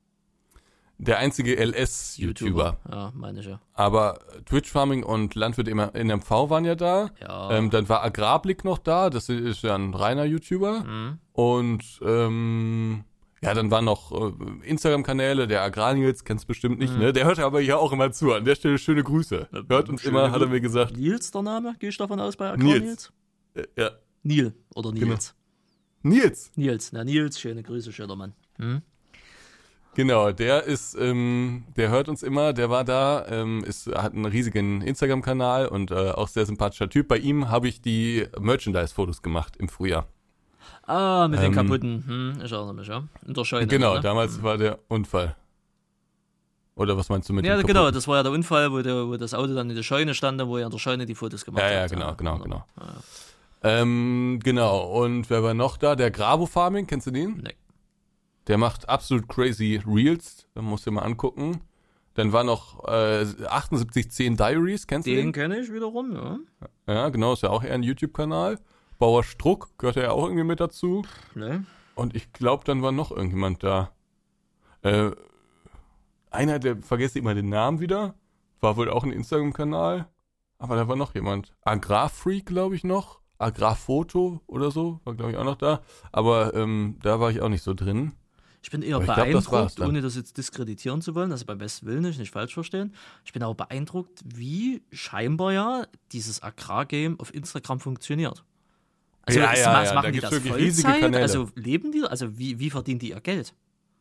Der einzige L S-YouTuber. Ja, meine ich ja. Aber Twitch-Farming und Landwirt in M V waren ja da. Ja. Ähm, dann war Agrarblick noch da. Das ist ja ein reiner YouTuber. Mhm. Und ähm, ja, dann waren noch äh, Instagram-Kanäle. Der Agrar-Nils, kennst du bestimmt nicht, Mhm. ne? Der hört aber hier auch immer zu. An der Stelle schöne Grüße. Ja, Hört uns schöne immer, Grü- hat er mir gesagt. Nils der Name, gehe ich davon aus bei Agrar Nils. Nils? Äh, ja. Nil oder Genau. Nils? Nils. Nils, na Nils, schöne Grüße, schöner Mann. Hm? Genau, der ist, ähm, der hört uns immer, der war da, ähm, ist, hat einen riesigen Instagram-Kanal und äh, auch sehr sympathischer Typ. Bei ihm habe ich die Merchandise-Fotos gemacht im Frühjahr. Ah, mit den Ähm, kaputten, hm, ich erinnere mich, ja. In der Scheune. Genau, ne? damals war der Unfall. Oder was meinst du mit Ja, dem genau, kaputten? das war ja der Unfall, wo, der, wo das Auto dann in der Scheune stand, wo ihr an der Scheune die Fotos gemacht Ja, ja, habt. genau, genau, wunderbar. genau. Ähm, genau, und wer war noch da? Der Grabo Farming, kennst du den? Nee. Der macht absolut crazy Reels, da musst du dir mal angucken. Dann war noch äh, achtundsiebzig zehn Diaries, kennst du Den den? kenne ich wiederum, ja. Ja, genau, ist ja auch eher ein YouTube-Kanal. Bauer Struck gehört ja auch irgendwie mit dazu. Ne? Und ich glaube, dann war noch irgendjemand da. Äh, einer, der, vergesse ich immer den Namen wieder, war wohl auch ein Instagram-Kanal. Aber da war noch jemand. Agrarfreak, glaube ich, noch. Agrarfoto oder so, war, glaube ich, auch noch da. Aber ähm, da war ich auch nicht so drin. Ich bin eher Aber ich glaub, das war's beeindruckt, dann. ohne das jetzt diskreditieren zu wollen, also beim besten Willen nicht, nicht falsch verstehen. Ich bin aber beeindruckt, wie scheinbar ja dieses Agrargame auf Instagram funktioniert. Also Ja, ist- ja, was ja, da machen die gibt's das wirklich riesige Vollzeit? Kanäle. Also leben die, also wie, wie verdienen die ihr Geld?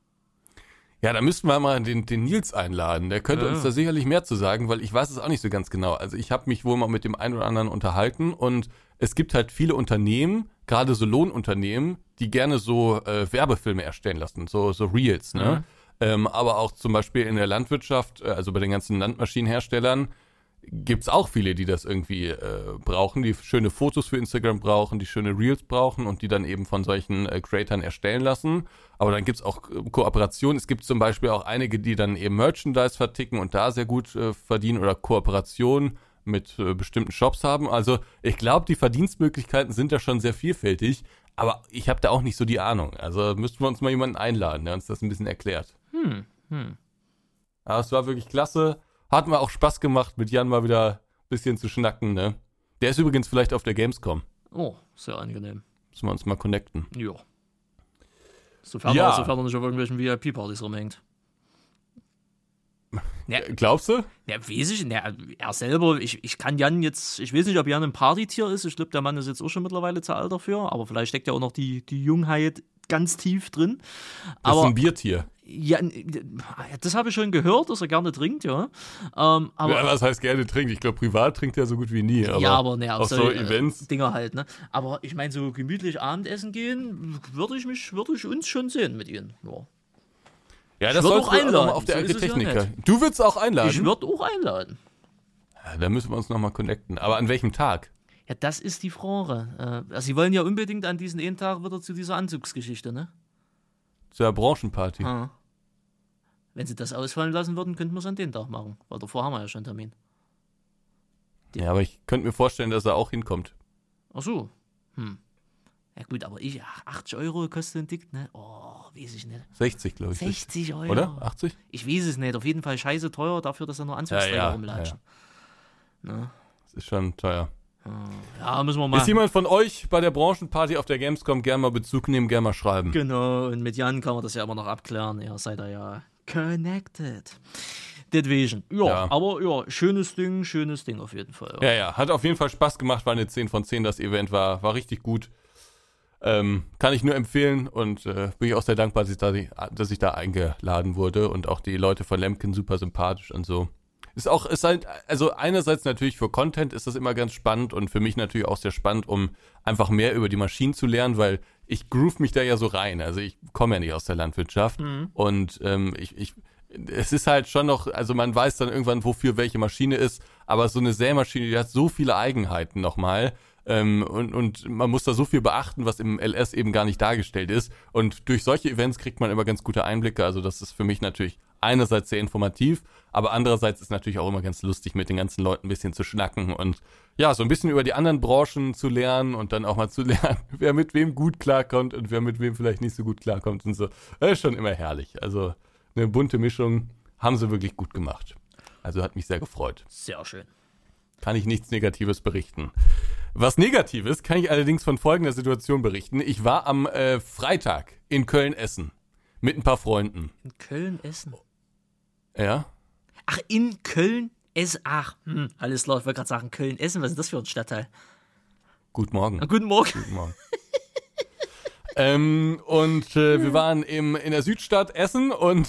Ja, da müssten wir mal den, den Nils einladen. Der könnte Ja. uns da sicherlich mehr zu sagen, weil ich weiß es auch nicht so ganz genau. Also ich habe mich wohl mal mit dem einen oder anderen unterhalten und es gibt halt viele Unternehmen, gerade so Lohnunternehmen, die gerne so äh, Werbefilme erstellen lassen, so, so Reels, ne? Mhm. Ähm, aber auch zum Beispiel in der Landwirtschaft, äh, also bei den ganzen Landmaschinenherstellern, gibt's auch viele, die das irgendwie äh, brauchen, die schöne Fotos für Instagram brauchen, die schöne Reels brauchen und die dann eben von solchen äh, Creatoren erstellen lassen. Aber dann gibt's auch äh, Kooperationen. Es gibt zum Beispiel auch einige, die dann eben Merchandise verticken und da sehr gut äh, verdienen oder Kooperationen mit äh, bestimmten Shops haben. Also ich glaube, die Verdienstmöglichkeiten sind da schon sehr vielfältig, aber ich habe da auch nicht so die Ahnung. Also müssten wir uns mal jemanden einladen, der uns das ein bisschen erklärt. Hm, hm. Aber es war wirklich klasse. Hat mir auch Spaß gemacht, mit Jan mal wieder ein bisschen zu schnacken, ne? Der ist übrigens vielleicht auf der Gamescom. Oh, sehr angenehm. Müssen wir uns mal connecten. Ja. Sofern, Ja. er, sofern er nicht auf irgendwelchen V I P-Partys rumhängt. Ja, Äh, Glaubst du? ja, weiß ich, ja, er selber, ich, ich kann Jan jetzt, ich weiß nicht, ob Jan ein Partytier ist, ich glaube, der Mann ist jetzt auch schon mittlerweile zu alt dafür, aber vielleicht steckt ja auch noch die, die Jungheit ganz tief drin. Das Aber ist ein Biertier. Ja, das habe ich schon gehört, dass er gerne trinkt, ja. Ähm, aber, ja, was heißt gerne trinkt? Ich glaube, privat trinkt er so gut wie nie. Aber ja, aber ne, auf auf so so Events. Dinger halt, ne? Aber ich meine, so gemütlich Abendessen gehen, würde ich mich, würde ich uns schon sehen mit ihnen. Ja, Ja, das würd sollst auch du einladen, auch noch auf der so ist es ja Agritechniker. nicht. Du würdest auch einladen? ich würde auch einladen. Ja, da müssen wir uns nochmal connecten. Aber an welchem Tag? Ja, das ist die Frage. Äh, also sie wollen ja unbedingt an diesen einen Tag wieder zu dieser Anzugsgeschichte, ne? Zur Branchenparty. Ah. Wenn sie das ausfallen lassen würden, könnten wir es an den Tag machen. Weil davor haben wir ja schon einen Termin. Ja, aber ich könnte mir vorstellen, dass er auch hinkommt. Ach so. Hm. Ja gut, aber ich, ach, achtzig Euro kostet ein Ticket, ne? Oh, weiß ich nicht. sechzig, glaube ich. sechzig Euro. Oder? achtzig? Ich weiß es nicht. Auf jeden Fall scheiße teuer dafür, dass da nur Anzugsträger Ja, ja, rumlatschen. Ne? Das ist schon teuer. Ja, müssen wir mal. Ist jemand von euch bei der Branchenparty auf der Gamescom? Gerne mal Bezug nehmen, gerne mal schreiben. Genau, und mit Jan kann man das ja immer noch abklären. Ihr seid da ja connected. Deswegen. Ja, Ja. aber ja, schönes Ding, schönes Ding auf jeden Fall. Ja, ja, hat auf jeden Fall Spaß gemacht, war eine zehn von zehn, das Event war, war richtig gut. Ähm, kann ich nur empfehlen und äh, bin ich auch sehr dankbar, dass ich, da, dass ich da eingeladen wurde und auch die Leute von Lemken super sympathisch und so. Ist auch, ist halt, also einerseits natürlich für Content ist das immer ganz spannend und für mich natürlich auch sehr spannend, um einfach mehr über die Maschinen zu lernen, weil ich groove mich da ja so rein. Also ich komme ja nicht aus der Landwirtschaft Mhm. und ähm, ich, ich, es ist halt schon noch, also man weiß dann irgendwann, wofür welche Maschine ist, aber so eine Sämaschine, die hat so viele Eigenheiten nochmal. Ähm, und, und man muss da so viel beachten, was im L S eben gar nicht dargestellt ist. Und durch solche Events kriegt man immer ganz gute Einblicke. Also das ist für mich natürlich einerseits sehr informativ, aber andererseits ist natürlich auch immer ganz lustig, mit den ganzen Leuten ein bisschen zu schnacken und ja, so ein bisschen über die anderen Branchen zu lernen und dann auch mal zu lernen, wer mit wem gut klarkommt und wer mit wem vielleicht nicht so gut klarkommt und so. Das ist schon immer herrlich. Also eine bunte Mischung haben sie wirklich gut gemacht. Also hat mich sehr gefreut. Sehr schön. Kann ich nichts Negatives berichten. Was Negatives kann ich allerdings von folgender Situation berichten. Ich war am äh, Freitag in Köln essen mit ein paar Freunden. In Köln essen. Ja? Ach, in Köln essen. Ach, hm, alles klar, ich wollte gerade sagen, Köln essen, was ist das für ein Stadtteil? Guten Morgen. Na, guten Morgen. Guten Morgen. ähm, und äh, wir waren im, in der Südstadt essen und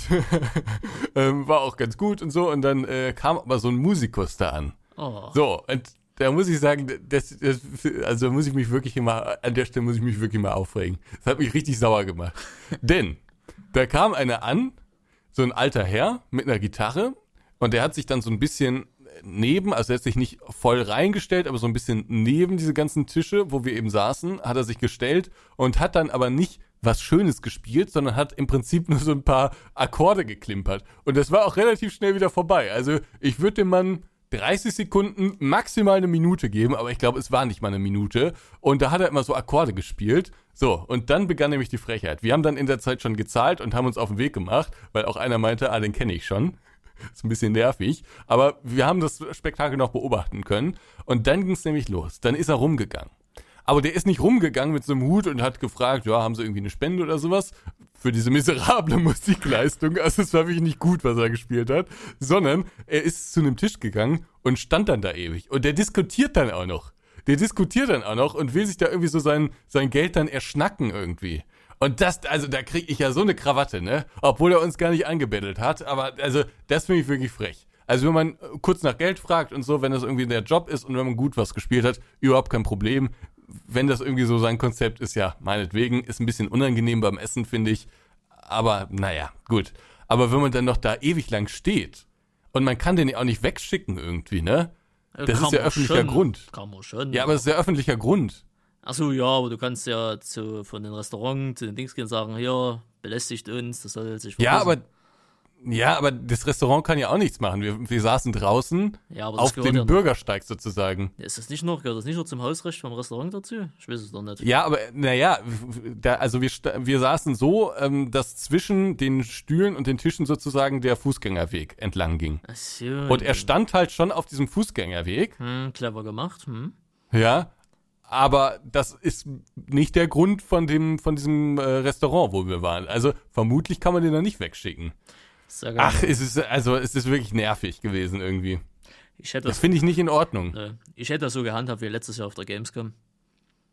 ähm, war auch ganz gut und so. Und dann äh, kam aber so ein Musikus da an. Oh. So, und da muss ich sagen, das, das, also da muss ich mich wirklich immer, an der Stelle muss ich mich wirklich mal aufregen. Das hat mich richtig sauer gemacht. Denn da kam einer an, so ein alter Herr mit einer Gitarre und der hat sich dann so ein bisschen neben, also er hat sich nicht voll reingestellt, aber so ein bisschen neben diese ganzen Tische, wo wir eben saßen, hat er sich gestellt und hat dann aber nicht was Schönes gespielt, sondern hat im Prinzip nur so ein paar Akkorde geklimpert. Und das war auch relativ schnell wieder vorbei. Also ich würde dem Mann dreißig Sekunden, maximal eine Minute geben, aber ich glaube, es war nicht mal eine Minute. Und da hat er immer so Akkorde gespielt. So, und dann begann nämlich die Frechheit. Wir haben dann in der Zeit schon gezahlt und haben uns auf den Weg gemacht, weil auch einer meinte, ah, den kenne ich schon. Ist ein bisschen nervig. Aber wir haben das Spektakel noch beobachten können. Und dann ging es nämlich los. Dann ist er rumgegangen. Aber der ist nicht rumgegangen mit so einem Hut und hat gefragt, ja, haben sie irgendwie eine Spende oder sowas für diese miserable Musikleistung. Also es war wirklich nicht gut, was er gespielt hat. Sondern er ist zu einem Tisch gegangen und stand dann da ewig. Und der diskutiert dann auch noch. Der diskutiert dann auch noch und will sich da irgendwie so sein, sein Geld dann erschnacken irgendwie. Und das, also da kriege ich ja so eine Krawatte, ne? Obwohl er uns gar nicht angebettelt hat. Aber also das finde ich wirklich frech. Also wenn man kurz nach Geld fragt und so, wenn das irgendwie der Job ist und wenn man gut was gespielt hat, überhaupt kein Problem. Wenn das irgendwie so sein Konzept ist, ja, meinetwegen, ist ein bisschen unangenehm beim Essen, finde ich. Aber naja, gut. Aber wenn man dann noch da ewig lang steht und man kann den ja auch nicht wegschicken irgendwie, ne? Das Kann ist ja man öffentlicher schon. Grund. Kann man schon. Ja, aber das ist ja öffentlicher Grund. Achso, ja, aber du kannst ja zu, von den Restaurants zu den Dings gehen und sagen, hier, belästigt uns, das soll sich Ja, verbessern. aber ja, aber das Restaurant kann ja auch nichts machen. Wir, wir saßen draußen Ja, aber das auf gehört dem ja noch. Bürgersteig sozusagen. Ist das nicht noch, gehört das nicht noch zum Hausrecht vom Restaurant dazu? Ich weiß es doch nicht. Ja, aber naja, da, also wir, sta- wir saßen so, ähm, dass zwischen den Stühlen und den Tischen sozusagen der Fußgängerweg entlang ging. Ach so. Und er stand halt schon auf diesem Fußgängerweg, Hm, clever gemacht. Hm. ja, aber das ist nicht der Grund von dem, von diesem äh, Restaurant, wo wir waren. Also vermutlich kann man den da nicht wegschicken. Sehr geil. Ach, es ist, also es ist wirklich nervig gewesen irgendwie. ich hätte Das das, finde ich nicht in Ordnung. äh, ich hätte das so gehandhabt wie letztes Jahr auf der Gamescom.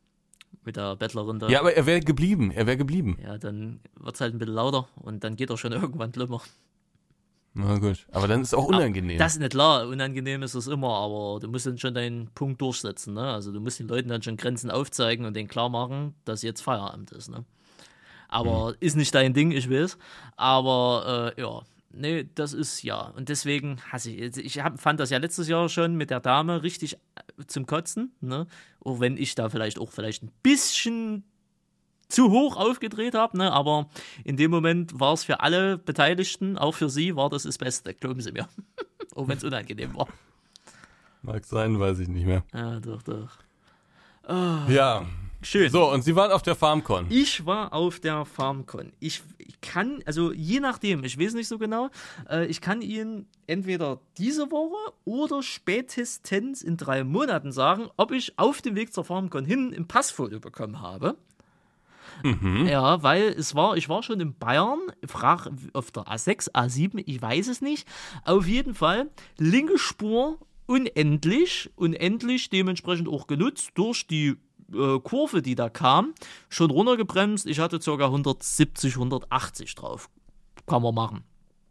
mit der Bettlerin da. Ja, aber er wäre geblieben, er wäre geblieben. Ja, dann wird es halt ein bisschen lauter und dann geht er schon irgendwann schlimmer. Na gut, aber dann ist es auch unangenehm. Aber das ist nicht klar, unangenehm ist es immer, aber du musst dann schon deinen Punkt durchsetzen, ne? Also du musst den Leuten dann schon Grenzen aufzeigen und denen klar machen, dass jetzt Feierabend ist, ne? Aber mhm. ist nicht dein Ding, ich weiß. Aber äh, ja, nee, das ist ja. Und deswegen hasse ich, ich hab, fand das ja letztes Jahr schon mit der Dame richtig zum Kotzen, ne? Auch wenn ich da vielleicht auch vielleicht ein bisschen zu hoch aufgedreht habe, ne? Aber in dem Moment war es für alle Beteiligten, auch für sie, war das das Beste, glauben Sie mir. Auch wenn es unangenehm war. Mag sein, weiß ich nicht mehr. Ja, doch, doch. Oh. Ja. Schön. So, und Sie waren auf der FarmCon. Ich war auf der FarmCon. Ich, ich kann, also je nachdem, ich weiß nicht so genau, äh, ich kann Ihnen entweder diese Woche oder spätestens in drei Monaten sagen, ob ich auf dem Weg zur FarmCon hin ein Passfoto bekommen habe. Mhm. Ja, weil es war, ich war schon in Bayern, frag auf der A sechs, A sieben, ich weiß es nicht. Auf jeden Fall, linke Spur unendlich, unendlich dementsprechend auch genutzt durch die äh, Kurve, die da kam, schon runtergebremst. Ich hatte ca. hundertsiebzig, hundertachtzig drauf. Kann man machen.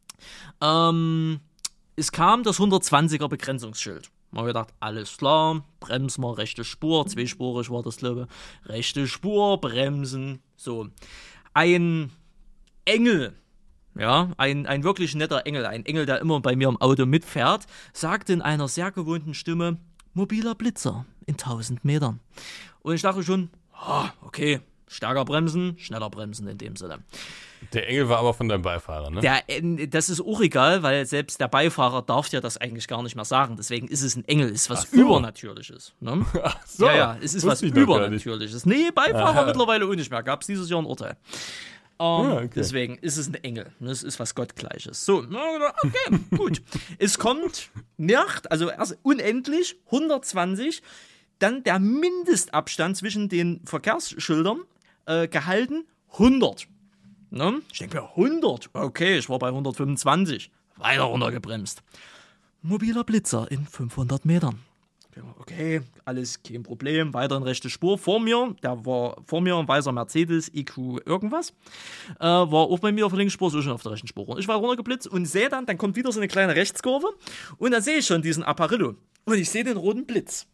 Ähm, es kam das hundertzwanziger Begrenzungsschild. Man hat gedacht, alles klar, bremsen wir, rechte Spur, zweispurig war das, glaube ich, rechte Spur, bremsen, so. Ein Engel, ja, ein, ein wirklich netter Engel, ein Engel, der immer bei mir im Auto mitfährt, sagte in einer sehr gewohnten Stimme, mobiler Blitzer in tausend Metern. Und ich dachte schon, oh, okay, stärker bremsen, schneller bremsen in dem Sinne. Der Engel war aber von deinem Beifahrer, ne? Der, das ist auch egal, weil selbst der Beifahrer darf ja das eigentlich gar nicht mehr sagen. Deswegen ist es ein Engel, ist was so. Übernatürliches. Ne? Ach so. Ja, ja, es ist was Übernatürliches. Nee, Beifahrer Aha. mittlerweile auch nicht mehr. Gab es dieses Jahr ein Urteil. Um, ah, okay. Deswegen ist es ein Engel. Es ist was Gottgleiches. So, okay, gut. Es kommt Nacht, also erst unendlich, hundertzwanzig, dann der Mindestabstand zwischen den Verkehrsschildern äh, gehalten, hundert. Ne? Ich denke mir, hundert, okay, ich war bei hundertfünfundzwanzig, weiter runtergebremst. Mobiler Blitzer in fünfhundert Metern. Okay, alles kein Problem, weiter in rechte Spur. Vor mir, der war vor mir ein weißer Mercedes E Q irgendwas, äh, war auch bei mir auf der linken Spur, so schon auf der rechten Spur. Und ich war runtergeblitzt und sehe dann, dann kommt wieder so eine kleine Rechtskurve und dann sehe ich schon diesen Apparillo und ich sehe den roten Blitz.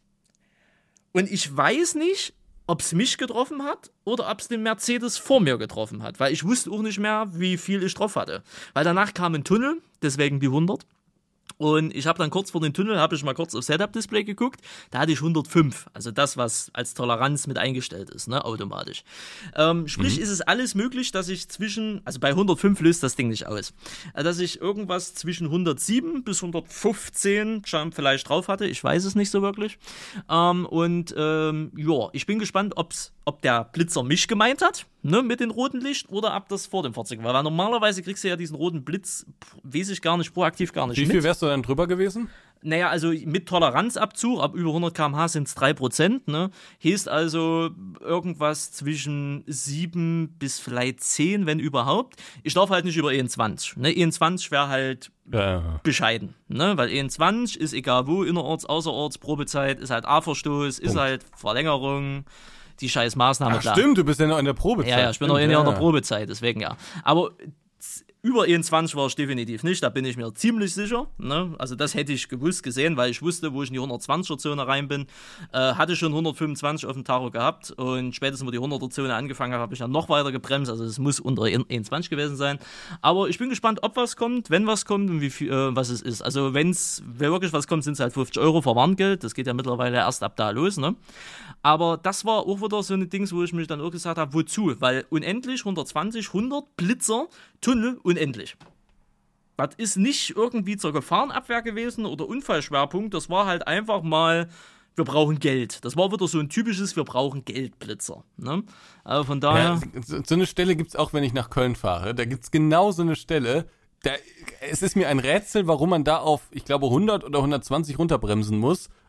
Und ich weiß nicht, ob es mich getroffen hat oder ob es den Mercedes vor mir getroffen hat. Weil ich wusste auch nicht mehr, wie viel ich drauf hatte. Weil danach kam ein Tunnel, deswegen die hundert. Und ich habe dann kurz vor dem Tunnel, habe ich mal kurz auf Setup-Display geguckt, da hatte ich hundertfünf, also das, was als Toleranz mit eingestellt ist, ne, automatisch. Ähm, sprich, mhm. ist es alles möglich, dass ich zwischen, also bei hundertfünf löst das Ding nicht aus, dass ich irgendwas zwischen hundertsieben bis hundertfünfzehn schon vielleicht drauf hatte, ich weiß es nicht so wirklich. Ähm, und ähm, ja, ich bin gespannt, ob's, ob der Blitzer mich gemeint hat, ne, mit dem roten Licht, oder ob das vor dem Fahrzeug war. Weil normalerweise kriegst du ja diesen roten Blitz, weiß ich gar nicht, proaktiv gar nicht Wie mit. Wie viel wärst du dann drüber gewesen? Naja, also mit Toleranzabzug, ab über hundert Kilometer pro Stunde sind es drei Prozent, ne? Heißt also irgendwas zwischen sieben bis vielleicht zehn, wenn überhaupt. Ich darf halt nicht über einundzwanzig, ne? einundzwanzig wäre halt ja, ja. bescheiden, ne? Weil einundzwanzig ist egal wo, innerorts, außerorts, Probezeit, ist halt A-Verstoß, ist halt Verlängerung, die scheiß Maßnahme. Ach klar. Stimmt, du bist ja noch in der Probezeit. Ja, ja, ich bin stimmt, noch in ja. der Probezeit, deswegen ja. Aber über einundzwanzig war ich definitiv nicht, da bin ich mir ziemlich sicher. Ne? Also das hätte ich gewusst gesehen, weil ich wusste, wo ich in die hundertzwanziger-Zone rein bin. Äh, hatte schon hundertfünfundzwanzig auf dem Tacho gehabt und spätestens, wo die hunderter-Zone angefangen habe, habe ich dann noch weiter gebremst. Also es muss unter einundzwanzig gewesen sein. Aber ich bin gespannt, ob was kommt, wenn was kommt und wie viel, äh, was es ist. Also wenn es wirklich was kommt, sind es halt fünfzig Euro Verwarngeld. Das geht ja mittlerweile erst ab da los. Ne? Aber das war auch wieder so eine Dings, wo ich mich dann auch gesagt habe, wozu? Weil unendlich, hundertzwanzig, hundert, Blitzer, Tunnel, unendlich. Das ist nicht irgendwie zur Gefahrenabwehr gewesen oder Unfallschwerpunkt, das war halt einfach mal, wir brauchen Geld. Das war wieder so ein typisches, wir brauchen Geldblitzer. Ne? Also von daher... Ja, so, so eine Stelle gibt es auch, wenn ich nach Köln fahre. Da gibt es genau so eine Stelle, da, es ist mir ein Rätsel, warum man da auf, ich glaube, hundert oder hundertzwanzig runterbremsen muss.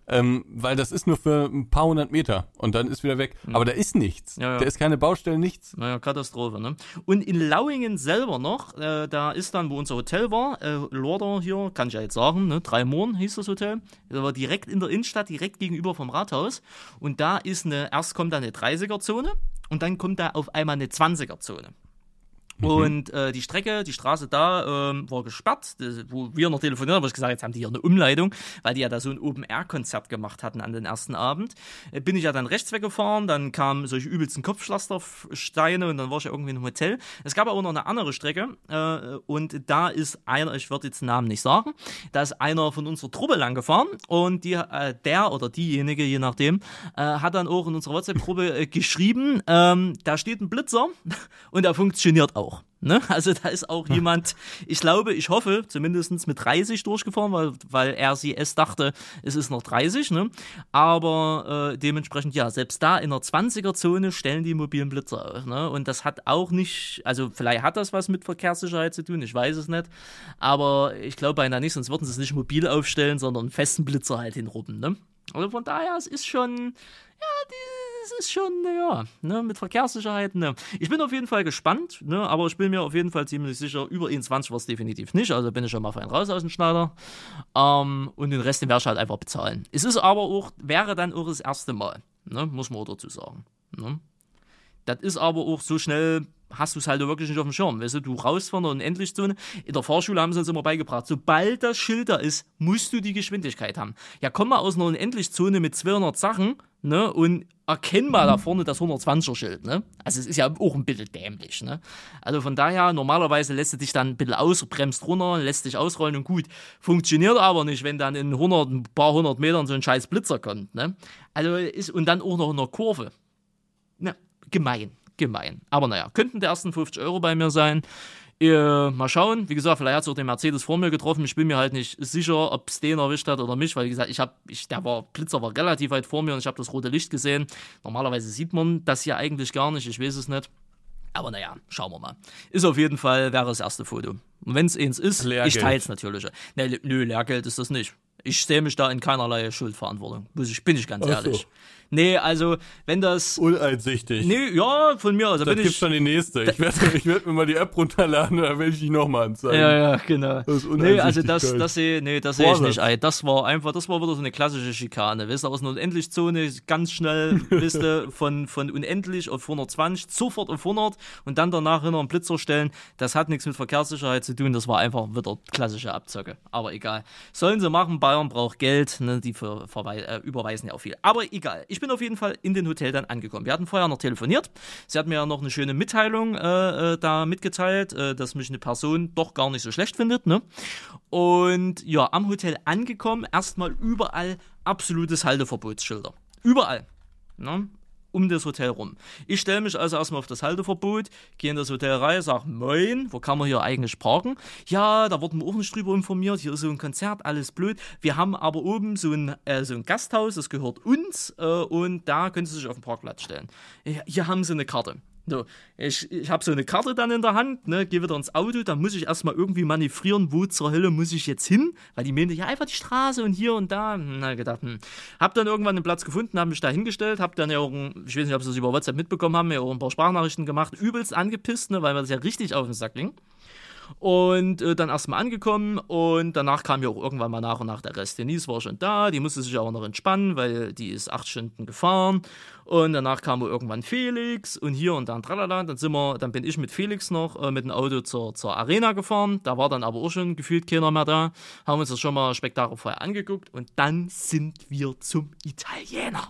ähm, weil das ist nur für ein paar hundert Meter und dann ist wieder weg. Mhm. Aber da ist nichts. Ja, ja. Da ist keine Baustelle, nichts. Naja, Katastrophe, ne? Und in Lauingen selber noch, äh, da ist dann, wo unser Hotel war, äh, Lorder hier, kann ich ja jetzt sagen, ne? Drei Mohren hieß das Hotel. Das war direkt in der Innenstadt, direkt gegenüber vom Rathaus. Und da ist eine, erst kommt da eine dreißiger-Zone und dann kommt da auf einmal eine zwanziger-Zone. Mhm. Und äh, die Strecke, die Straße da ähm, war gesperrt, das, wo wir noch telefoniert haben, habe ich gesagt, jetzt haben die hier eine Umleitung, weil die ja da so ein Open-Air-Konzert gemacht hatten an den ersten Abend. Äh, bin ich ja dann rechts weggefahren, dann kamen solche übelsten Kopfpflastersteine und dann war ich ja irgendwie in einem Hotel. Es gab aber auch noch eine andere Strecke äh, und da ist einer, ich würde jetzt den Namen nicht sagen, da ist einer von unserer Truppe lang gefahren und die, äh, der oder diejenige, je nachdem, äh, hat dann auch in unserer WhatsApp-Gruppe äh, geschrieben, ähm, da steht ein Blitzer und der funktioniert auch. Ne? Also da ist auch jemand, ich glaube, ich hoffe, zumindest mit dreißig durchgefahren, weil, weil er sie es dachte, es ist noch dreißig, ne? Aber äh, dementsprechend, ja, selbst da in der zwanziger-Zone stellen die mobilen Blitzer auf, ne? Und das hat auch nicht, also vielleicht hat das was mit Verkehrssicherheit zu tun, ich weiß es nicht, aber ich glaube beinahe nicht, sonst würden sie es nicht mobil aufstellen, sondern einen festen Blitzer halt hinruppen, ne? Also von daher, es ist schon, ja, das ist schon, ja, ne, mit Verkehrssicherheit, ne. Ich bin auf jeden Fall gespannt, ne, aber ich bin mir auf jeden Fall ziemlich sicher, über einundzwanzig war es definitiv nicht, also bin ich schon mal fein raus aus dem Schneider. Ähm, und den Rest, den werde ich halt einfach bezahlen. Es ist aber auch, wäre dann auch das erste Mal, ne, muss man auch dazu sagen, ne. Das ist aber auch so schnell, hast du es halt wirklich nicht auf dem Schirm. Weißt du, du raus von der Unendlichzone. In der Fahrschule haben sie uns immer beigebracht, sobald das Schild da ist, musst du die Geschwindigkeit haben. Ja, komm mal aus einer Unendlichzone mit zweihundert Sachen, ne, und erkenn mal da vorne das hundertzwanziger-Schild, ne. Also es ist ja auch ein bisschen dämlich, ne. Also von daher, normalerweise lässt du dich dann ein bisschen aus, bremst runter, lässt dich ausrollen und gut. Funktioniert aber nicht, wenn dann in hundert, ein paar hundert Metern so ein scheiß Blitzer kommt, ne. Also ist, und dann auch noch in der Kurve. Ne. Gemein, gemein. Aber naja, könnten die ersten fünfzig Euro bei mir sein. Äh, mal schauen. Wie gesagt, vielleicht hat es auch den Mercedes vor mir getroffen. Ich bin mir halt nicht sicher, ob es den erwischt hat oder mich, weil wie gesagt, ich hab, ich, der war, Blitzer war relativ weit vor mir und ich habe das rote Licht gesehen. Normalerweise sieht man das hier eigentlich gar nicht, ich weiß es nicht. Aber naja, schauen wir mal. Ist auf jeden Fall, wäre das erste Foto. Und wenn es eins ist, Lehrgeld. Ich teile es natürlich. Nee, nö, Lehrgeld ist das nicht. Ich sehe mich da in keinerlei Schuldverantwortung. Muss ich, bin ich ganz ehrlich. So. Nee, also, wenn das... Uneinsichtig. Nee, ja, von mir aus. Also das gibt's dann die nächste. Ich werde ich werd mir mal die App runterladen, dann werde ich dich nochmal anzeigen. Ja, ja, genau. Das nee, also das, das sehe nee, das seh ich nicht ein. Das war einfach, das war wieder so eine klassische Schikane. Weißt du, aus einer Unendlichzone ganz schnell, weißt du, von, von unendlich auf hundertzwanzig, sofort auf hundert und dann danach hinter einen Blitzer stellen. Das hat nichts mit Verkehrssicherheit zu tun. Das war einfach wieder klassische Abzocke. Aber egal. Sollen sie machen, Bayern braucht Geld, ne, die für, verwei- äh, überweisen ja auch viel. Aber egal. Ich bin auf jeden Fall in den Hotel dann angekommen. Wir hatten vorher noch telefoniert. Sie hat mir ja noch eine schöne Mitteilung äh, da mitgeteilt, äh, dass mich eine Person doch gar nicht so schlecht findet. Ne? Und ja, am Hotel angekommen, erstmal überall absolutes Halteverbotsschilder. Überall. Ne? Um das Hotel rum. Ich stelle mich also erstmal auf das Halteverbot, gehe in das Hotel rein, sage, moin, wo kann man hier eigentlich parken? Ja, da wurden wir auch nicht drüber informiert, hier ist so ein Konzert, alles blöd. Wir haben aber oben so ein, äh, so ein Gasthaus, das gehört uns äh, und da können Sie sich auf den Parkplatz stellen. Ja, hier haben Sie eine Karte. So, ich ich habe so eine Karte dann in der Hand, ne, gehe wieder ins Auto, dann muss ich erstmal irgendwie manövrieren, wo zur Hölle muss ich jetzt hin, weil die meinte, ja, einfach die Straße und hier und da. Na, gedacht, hm. Hab dann irgendwann einen Platz gefunden, habe mich da hingestellt, hab dann ja auch, ein, ich weiß nicht, ob Sie das über WhatsApp mitbekommen haben, ja auch ein paar Sprachnachrichten gemacht, übelst angepisst, ne, weil mir das ja richtig auf den Sack ging. Und äh, dann erstmal angekommen und danach kam ja auch irgendwann mal nach und nach der Rest. Denise war schon da, die musste sich auch noch entspannen, weil die ist acht Stunden gefahren und danach kam wohl irgendwann Felix und hier und da und tralala. Dann sind wir, dann bin ich mit Felix noch äh, mit dem Auto zur, zur Arena gefahren, da war dann aber auch schon gefühlt keiner mehr da, haben uns das schon mal Spektakel vorher angeguckt und dann sind wir zum Italiener.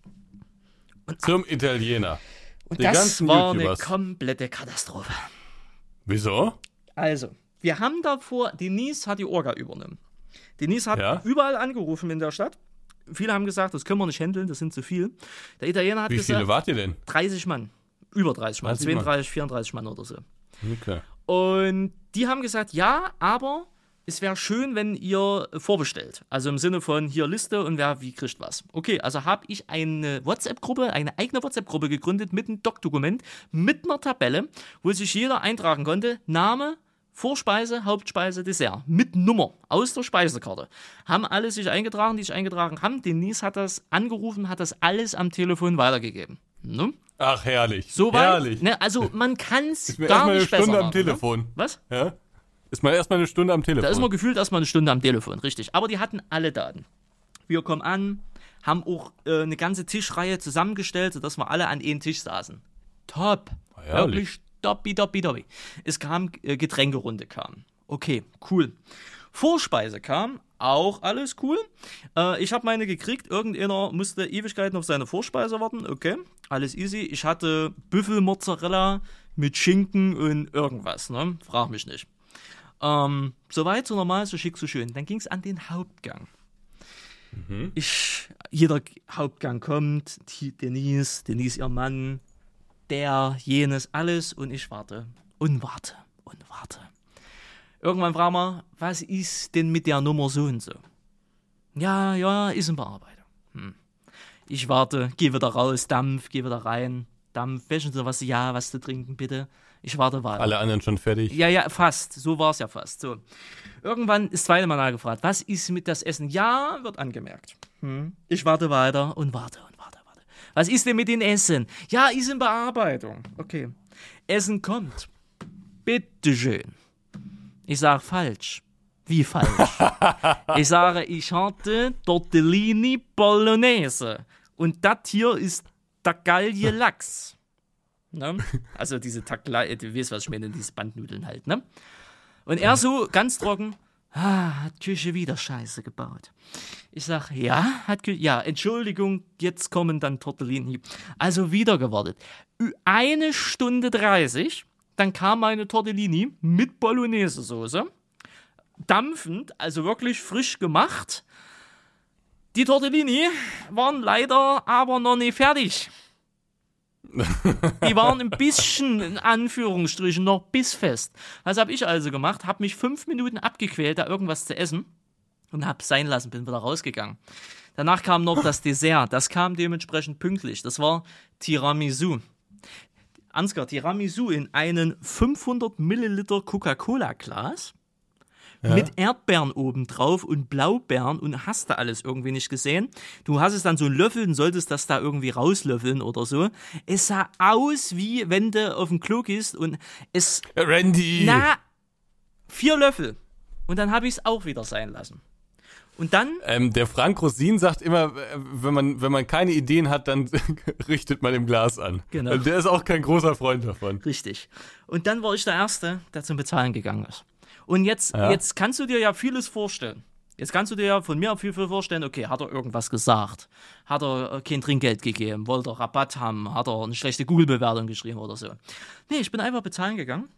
Und, zum Italiener. Und die das war eine komplette Katastrophe. Wieso? Also, wir haben davor, Denise hat die Orga übernommen. Denise hat ja? überall angerufen in der Stadt. Viele haben gesagt, das können wir nicht handeln, das sind zu viel. Der Italiener hat Wie gesagt... Wie viele wart ihr denn? dreißig Mann. Über dreißig Mann. zweiunddreißig, vierunddreißig Mann oder so. Okay. Und die haben gesagt, ja, aber es wäre schön, wenn ihr vorbestellt. Also im Sinne von hier Liste und wer wie kriegt was. Okay, also habe ich eine WhatsApp-Gruppe, eine eigene WhatsApp-Gruppe gegründet mit einem Doc-Dokument, mit einer Tabelle, wo sich jeder eintragen konnte, Name, Vorspeise, Hauptspeise, Dessert mit Nummer aus der Speisekarte. Haben alle sich eingetragen, die sich eingetragen haben. Denise hat das angerufen, hat das alles am Telefon weitergegeben. Ne? Ach, herrlich. Soweit, herrlich. ne, also man kann es gar erstmal nicht eine Stunde besser am machen, Telefon. Ne? Was? Ja? Ist man erstmal eine Stunde am Telefon. Da ist man gefühlt erstmal eine Stunde am Telefon, richtig. Aber die hatten alle Daten. Wir kommen an, haben auch äh, eine ganze Tischreihe zusammengestellt, sodass wir alle an einem Tisch saßen. Top. Ja, Wirklich doppi, doppi, doppi. Es kam, äh, Getränkerunde kam. Okay, cool. Vorspeise kam, auch alles cool. Äh, ich habe meine gekriegt, irgendeiner musste Ewigkeiten auf seine Vorspeise warten. Okay, alles easy. Ich hatte Büffelmozzarella mit Schinken und irgendwas, ne? Frag mich nicht. Ähm, Soweit, so normal, so schick, so schön. Dann ging es an den Hauptgang. Mhm. Ich, jeder Hauptgang kommt, die Denise, Denise ihr Mann, der, jenes, alles und ich warte und warte und warte. Irgendwann fragen wir, was ist denn mit der Nummer so und so? Ja, ja, ist in Bearbeitung. Hm. Ich warte, geh wieder raus, Dampf, geh wieder rein, Dampf, welchen Sie was, ja, was zu trinken, bitte. Ich warte weiter. Alle anderen schon fertig? Ja, ja, fast. So war es ja fast. So. Irgendwann ist das zweite Mal nachgefragt, was ist mit das Essen? Ja, wird angemerkt. Hm. Ich warte weiter und warte und warte, warte. Was ist denn mit dem Essen? Ja, ist in Bearbeitung. Okay. Essen kommt. Bitteschön. Ich sage falsch. Wie falsch? Ich sage, ich hatte Tortellini Bolognese. Und das hier ist Tagalje Lachs. Ne? Also diese Tagalje, du weißt, was ich meine, diese Bandnudeln halt. Ne? Und er so ganz trocken, ah, hat Küche wieder Scheiße gebaut. Ich sage, ja, hat Küche, ja, Entschuldigung, jetzt kommen dann Tortellini. Also wieder gewartet. Eine Stunde dreißig. Dann kam meine Tortellini mit Bolognese-Soße, dampfend, also wirklich frisch gemacht. Die Tortellini waren leider aber noch nicht fertig. Die waren ein bisschen, in Anführungsstrichen, noch bissfest. Was habe ich also gemacht? Habe mich fünf Minuten abgequält, da irgendwas zu essen und habe es sein lassen, bin wieder rausgegangen. Danach kam noch das Dessert, das kam dementsprechend pünktlich. Das war Tiramisu. Ansgar, Tiramisu in einen fünfhundert Milliliter Coca-Cola-Glas ja. mit Erdbeeren obendrauf und Blaubeeren und hast du alles irgendwie nicht gesehen. Du hast es dann so einen Löffel und solltest das da irgendwie rauslöffeln oder so. Es sah aus, wie wenn du auf dem Klo gehst und es... Randy! Na, vier Löffel. Und dann habe ich es auch wieder sein lassen. Und dann... Ähm, der Frank Rosin sagt immer, wenn man, wenn man keine Ideen hat, dann richtet man im Glas an. Genau. Und der ist auch kein großer Freund davon. Richtig. Und dann war ich der Erste, der zum Bezahlen gegangen ist. Und jetzt, ja. jetzt kannst du dir ja vieles vorstellen. Jetzt kannst du dir ja von mir viel, viel vorstellen, okay, hat er irgendwas gesagt? Hat er kein Trinkgeld gegeben? Wollte er Rabatt haben? Hat er eine schlechte Google-Bewertung geschrieben oder so? Nee, ich bin einfach bezahlen gegangen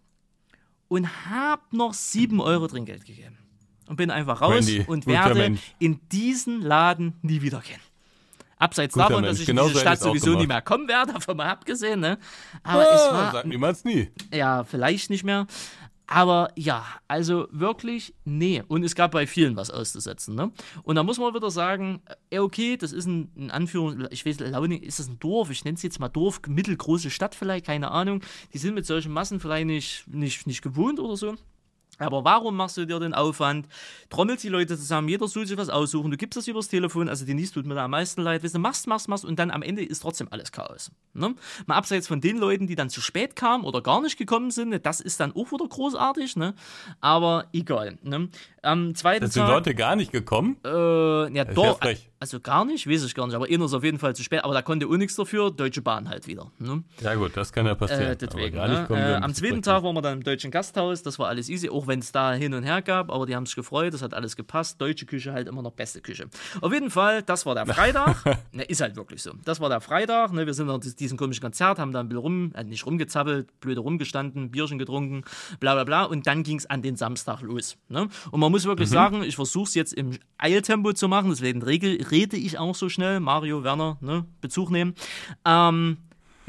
und hab noch sieben Euro Trinkgeld gegeben. Und bin einfach raus Randy, und werde Mensch. in diesen Laden nie wieder gehen. Abseits Guter davon, Mensch. dass ich Genauso in diese hätte Stadt ich's auch sowieso nie gemacht. mehr kommen werde, davon mal abgesehen, ne? Aber ah, es war... Sagt niemals nie. Ja, vielleicht nicht mehr. Aber ja, also wirklich, nee. Und es gab bei vielen was auszusetzen, ne? Und da muss man wieder sagen, ja, okay, das ist ein, in Anführung, ich weiß, Launing ist das ein Dorf, ich nenne es jetzt mal Dorf, mittelgroße Stadt vielleicht, keine Ahnung. Die sind mit solchen Massen vielleicht nicht, nicht, nicht gewohnt oder so. Aber warum machst du dir den Aufwand? Trommelst die Leute zusammen, jeder soll sich was aussuchen, du gibst das übers Telefon, also Denise tut mir da am meisten leid, weißt du, machst, machst, machst und dann am Ende ist trotzdem alles Chaos. Ne? Mal abseits von den Leuten, die dann zu spät kamen oder gar nicht gekommen sind, das ist dann auch wieder großartig, ne? Aber egal. Ne? Am zweiten Sind Tag... Leute gar nicht gekommen? Äh, ja, Das ist doch, ja frech. also gar nicht, weiß ich gar nicht, aber einer ist auf jeden Fall zu spät, aber da konnte auch nichts dafür, Deutsche Bahn halt wieder. Ne? Ja gut, das kann ja passieren. Äh, deswegen, aber gar nicht ne? kommen äh, wir am nicht zweiten zu Tag waren wir dann im Deutschen Gasthaus, das war alles easy, auch wenn es da hin und her gab, aber die haben sich gefreut, das hat alles gepasst, deutsche Küche halt immer noch beste Küche. Auf jeden Fall, das war der Freitag, ne, ist halt wirklich so, das war der Freitag, ne? Wir sind nach diesem komischen Konzert, haben da ein bisschen rum, äh, nicht rumgezappelt, blöde rumgestanden, Bierchen getrunken, bla bla bla und dann ging es an den Samstag los. Ne? Und man muss wirklich mhm. sagen, ich versuche es jetzt im Eiltempo zu machen, deswegen regel, rede ich auch so schnell, Mario, Werner, ne? Bezug nehmen. Ähm,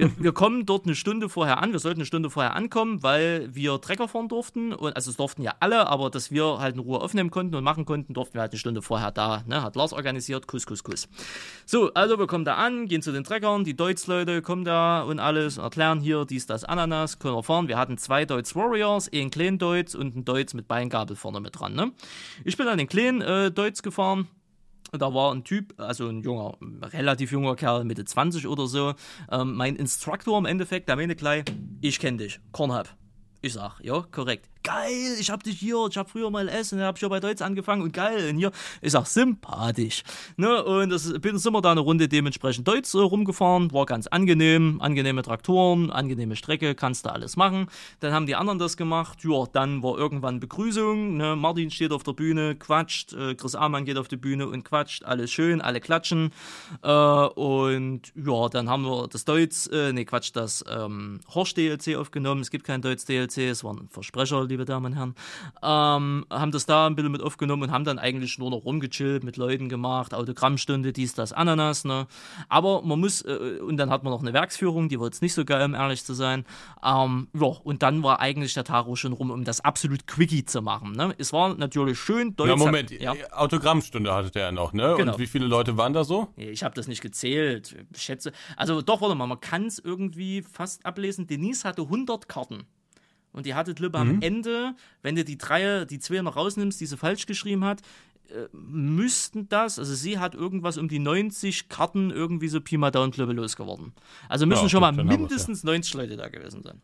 wir, wir kommen dort eine Stunde vorher an, wir sollten eine Stunde vorher ankommen, weil wir Trecker fahren durften, und also es durften ja alle, aber dass wir halt in Ruhe aufnehmen konnten und machen konnten, durften wir halt eine Stunde vorher da, ne, hat Lars organisiert, Kuss, Kuss, Kuss. So, also wir kommen da an, gehen zu den Treckern, die Deutz-Leute kommen da und alles, erklären hier, dies, das, Ananas, können wir fahren. Wir hatten zwei Deutz Warriors, einen kleinen Deutz und einen Deutz mit Beingabel vorne mit dran, ne. Ich bin an den kleinen äh, Deutz gefahren. Da war ein Typ, also ein junger, relativ junger Kerl, Mitte zwanzig oder so. Ähm, mein Instructor im Endeffekt, der meinte gleich, ich kenne dich, Kornhub. Ich sag, ja, korrekt. Geil, ich hab dich hier, ich hab früher mal Essen, hab hier bei Deutsch angefangen und geil, und hier, ich sag, sympathisch. Ne, und das, sind wir da eine Runde dementsprechend Deutsch äh, rumgefahren, war ganz angenehm, angenehme Traktoren, angenehme Strecke, kannst du alles machen. Dann haben die anderen das gemacht, ja, dann war irgendwann Begrüßung, ne, Martin steht auf der Bühne, quatscht, äh, Chris Amann geht auf die Bühne und quatscht, alles schön, alle klatschen, äh, und ja, dann haben wir das Deutsch, äh, ne, Quatsch, das ähm, Horst-D L C aufgenommen, es gibt kein Deutsch-D L C, es war ein Versprecher, liebe Damen und Herren, ähm, haben das da ein bisschen mit aufgenommen und haben dann eigentlich nur noch rumgechillt, mit Leuten gemacht, Autogrammstunde, dies, das, Ananas, ne, aber man muss, äh, und dann hat man noch eine Werksführung, die war jetzt nicht so geil, um ehrlich zu sein, ähm, ja, und dann war eigentlich der Tag auch schon rum, um das absolut Quickie zu machen, ne, es war natürlich schön, Deutsch. Ja, Moment, hat, ja. Autogrammstunde hattet ihr ja noch, ne, genau. Und wie viele Leute waren da so? Ich habe das nicht gezählt, ich schätze, also doch, warte mal, man kann es irgendwie fast ablesen, Denise hatte hundert Karten. Und die hatte Lippe mhm. am Ende, wenn du die drei, die zwei noch rausnimmst, die sie falsch geschrieben hat, äh, müssten das, also sie hat irgendwas um die neunzig Karten irgendwie so Pi mal Daumen Lippe losgeworden. Also müssen ja, schon gut, mal mindestens ja. neunzig Leute da gewesen sein.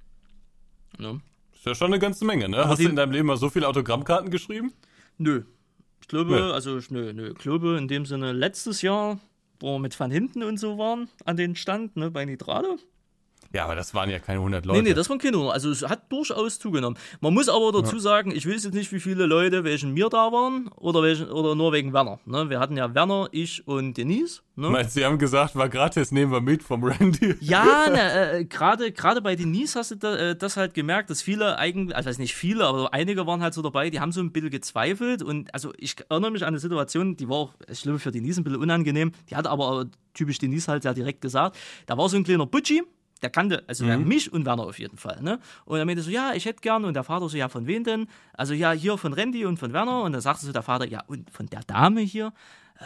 Ne? Ist ja schon eine ganze Menge, ne? Aber hast du in deinem Leben mal so viele Autogrammkarten geschrieben? Nö. Ich glaube, nö. also nö, nö. Ich glaube, in dem Sinne letztes Jahr, wo wir mit Van Hinten und so waren, an den Stand, ne, bei Nitrado. Ja, aber das waren ja keine hundert Leute. Nee, nee, das waren keine hundert. Also es hat durchaus zugenommen. Man muss aber dazu ja. sagen, ich weiß jetzt nicht, wie viele Leute wegen mir da waren oder, welchen, oder nur wegen Werner. Ne? Wir hatten ja Werner, ich und Denise. Ne? Meinst du, sie haben gesagt, war gratis, nehmen wir mit vom Randy? Ja, äh, gerade gerade bei Denise hast du da, äh, das halt gemerkt, dass viele eigentlich, also nicht viele, aber einige waren halt so dabei, die haben so ein bisschen gezweifelt. Und also ich erinnere mich an eine Situation, die war auch, ich glaube, für Denise ein bisschen unangenehm. Die hat aber typisch Denise halt sehr direkt gesagt, da war so ein kleiner Butchi. Der kannte, also mhm. mich und Werner auf jeden Fall, ne? Und er meinte so, ja, ich hätte gern. Und der Vater so, ja, von wem denn? Also, ja, hier von Randy und von Werner. Und dann sagte so der Vater, ja, und von der Dame hier?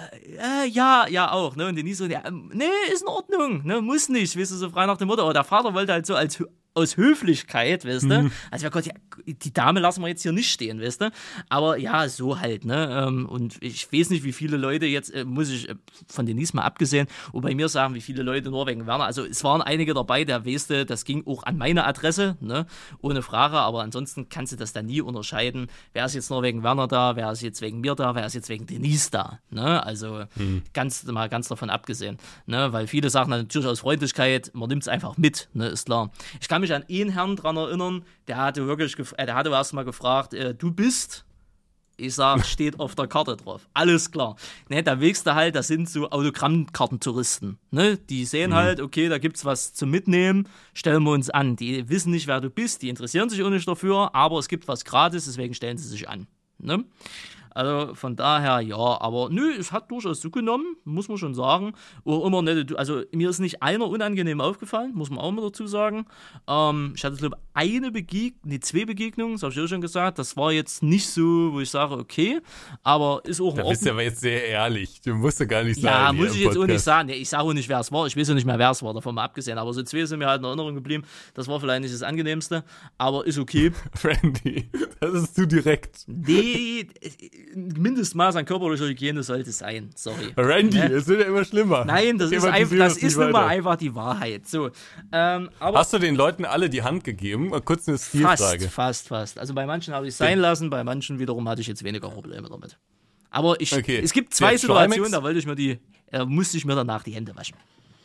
Äh, äh, ja, ja, auch, ne? Und Denise so, ja, nee, ist in Ordnung, ne? Muss nicht, weißt du, so frei nach dem Motto. Aber der Vater wollte halt so als aus Höflichkeit, weißt du? Mhm. Also, ja Gott, ja, die Dame lassen wir jetzt hier nicht stehen, weißt du? Aber ja, so halt, ne? Und ich weiß nicht, wie viele Leute jetzt, äh, muss ich äh, von Denise mal abgesehen, und bei mir sagen, wie viele Leute nur wegen Werner. Also, es waren einige dabei, der weißt du, das ging auch an meine Adresse, ne? Ohne Frage, aber ansonsten kannst du das dann nie unterscheiden. Wer ist jetzt nur wegen Werner da, wer ist jetzt wegen mir da, wer ist jetzt wegen Denise da, ne? Also, mhm. ganz, mal ganz davon abgesehen, ne? Weil viele sagen dann natürlich aus Freundlichkeit, man nimmt es einfach mit, ne? Ist klar. Ich kann mich an einen Herrn dran erinnern, der hatte wirklich, gef- äh, der hatte erst mal gefragt, äh, du bist, ich sag, steht auf der Karte drauf. Alles klar. Ne, da wächst du halt, das sind so Autogrammkartentouristen. Ne? Die sehen mhm. halt, okay, da gibt's was zum Mitnehmen, stellen wir uns an. Die wissen nicht, wer du bist, die interessieren sich auch nicht dafür, aber es gibt was gratis, deswegen stellen sie sich an. Ne? Also von daher, ja, aber nö, es hat durchaus zugenommen, muss man schon sagen. Oder immer nicht, also mir ist nicht einer unangenehm aufgefallen, muss man auch mal dazu sagen. Ähm, ich hatte, glaube ich, eine Begegnung, nee, zwei Begegnungen, das habe ich auch schon gesagt. Das war jetzt nicht so, wo ich sage, okay, aber ist auch in Ordnung. Da bist du aber jetzt sehr ehrlich, du musst ja gar nicht sagen. sagen. Ja, muss ich jetzt auch nicht sagen. Ich sage auch nicht, wer es war. Ich weiß auch nicht mehr, wer es war, davon mal abgesehen. Aber so zwei sind mir halt in Erinnerung geblieben. Das war vielleicht nicht das Angenehmste, aber ist okay. Randy, das ist zu direkt. Nee, Mindestmaß an körperlicher Hygiene sollte es sein. Sorry. Randy, ne? Es wird ja immer schlimmer. Nein, das ist, einfach, das ist nun mal einfach die Wahrheit. So, ähm, aber hast du den Leuten alle die Hand gegeben? Mal kurz eine Stilfrage. Fast, fast, fast. Also bei manchen habe ich es sein lassen, bei manchen wiederum hatte ich jetzt weniger Probleme damit. Aber ich, okay. es gibt zwei Der Situationen, Trimax? da wollte ich mir die, äh, musste ich mir danach die Hände waschen.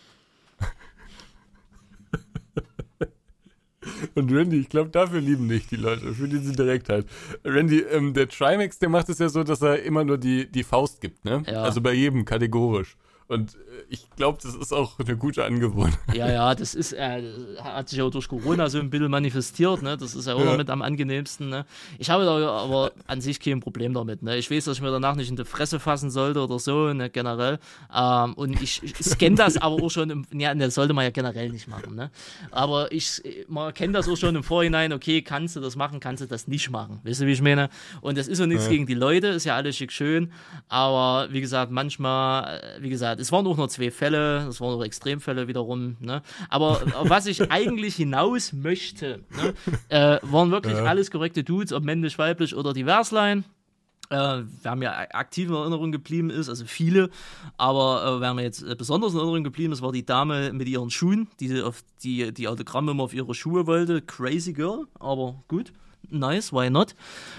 Und Randy, ich glaube, dafür lieben dich die Leute, für diese Direktheit. Randy, ähm, der Trimax, der macht es ja so, dass er immer nur die, die Faust gibt, ne? Ja. Also bei jedem kategorisch. Und ich glaube, das ist auch eine gute Angewohnheit. Ja, ja, das ist, äh, hat sich auch durch Corona so ein bisschen manifestiert, ne? Das ist ja auch ja. mit am angenehmsten, ne? Ich habe da aber an sich kein Problem damit, ne? Ich weiß, dass ich mir danach nicht in die Fresse fassen sollte oder so, ne, generell. Ähm, und ich, ich scanne das aber auch schon, im, ja, das sollte man ja generell nicht machen, ne? Aber ich, man kennt das auch schon im Vorhinein, okay, kannst du das machen, kannst du das nicht machen, weißt du, wie ich meine? Und das ist so nichts ja. gegen die Leute, ist ja alles schick schön, aber wie gesagt, manchmal, wie gesagt, es waren auch nur zwei Fälle, es waren auch Extremfälle wiederum, ne? Aber auf was ich eigentlich hinaus möchte, ne? äh, waren wirklich ja. alles korrekte Dudes, ob männlich, weiblich oder diverslein. Äh, wer mir aktiv in Erinnerung geblieben ist, also viele, aber äh, wer mir jetzt äh, besonders in Erinnerung geblieben ist, war die Dame mit ihren Schuhen, die auf die, die Autogramme immer auf ihre Schuhe wollte. Crazy Girl, aber gut, nice, why not?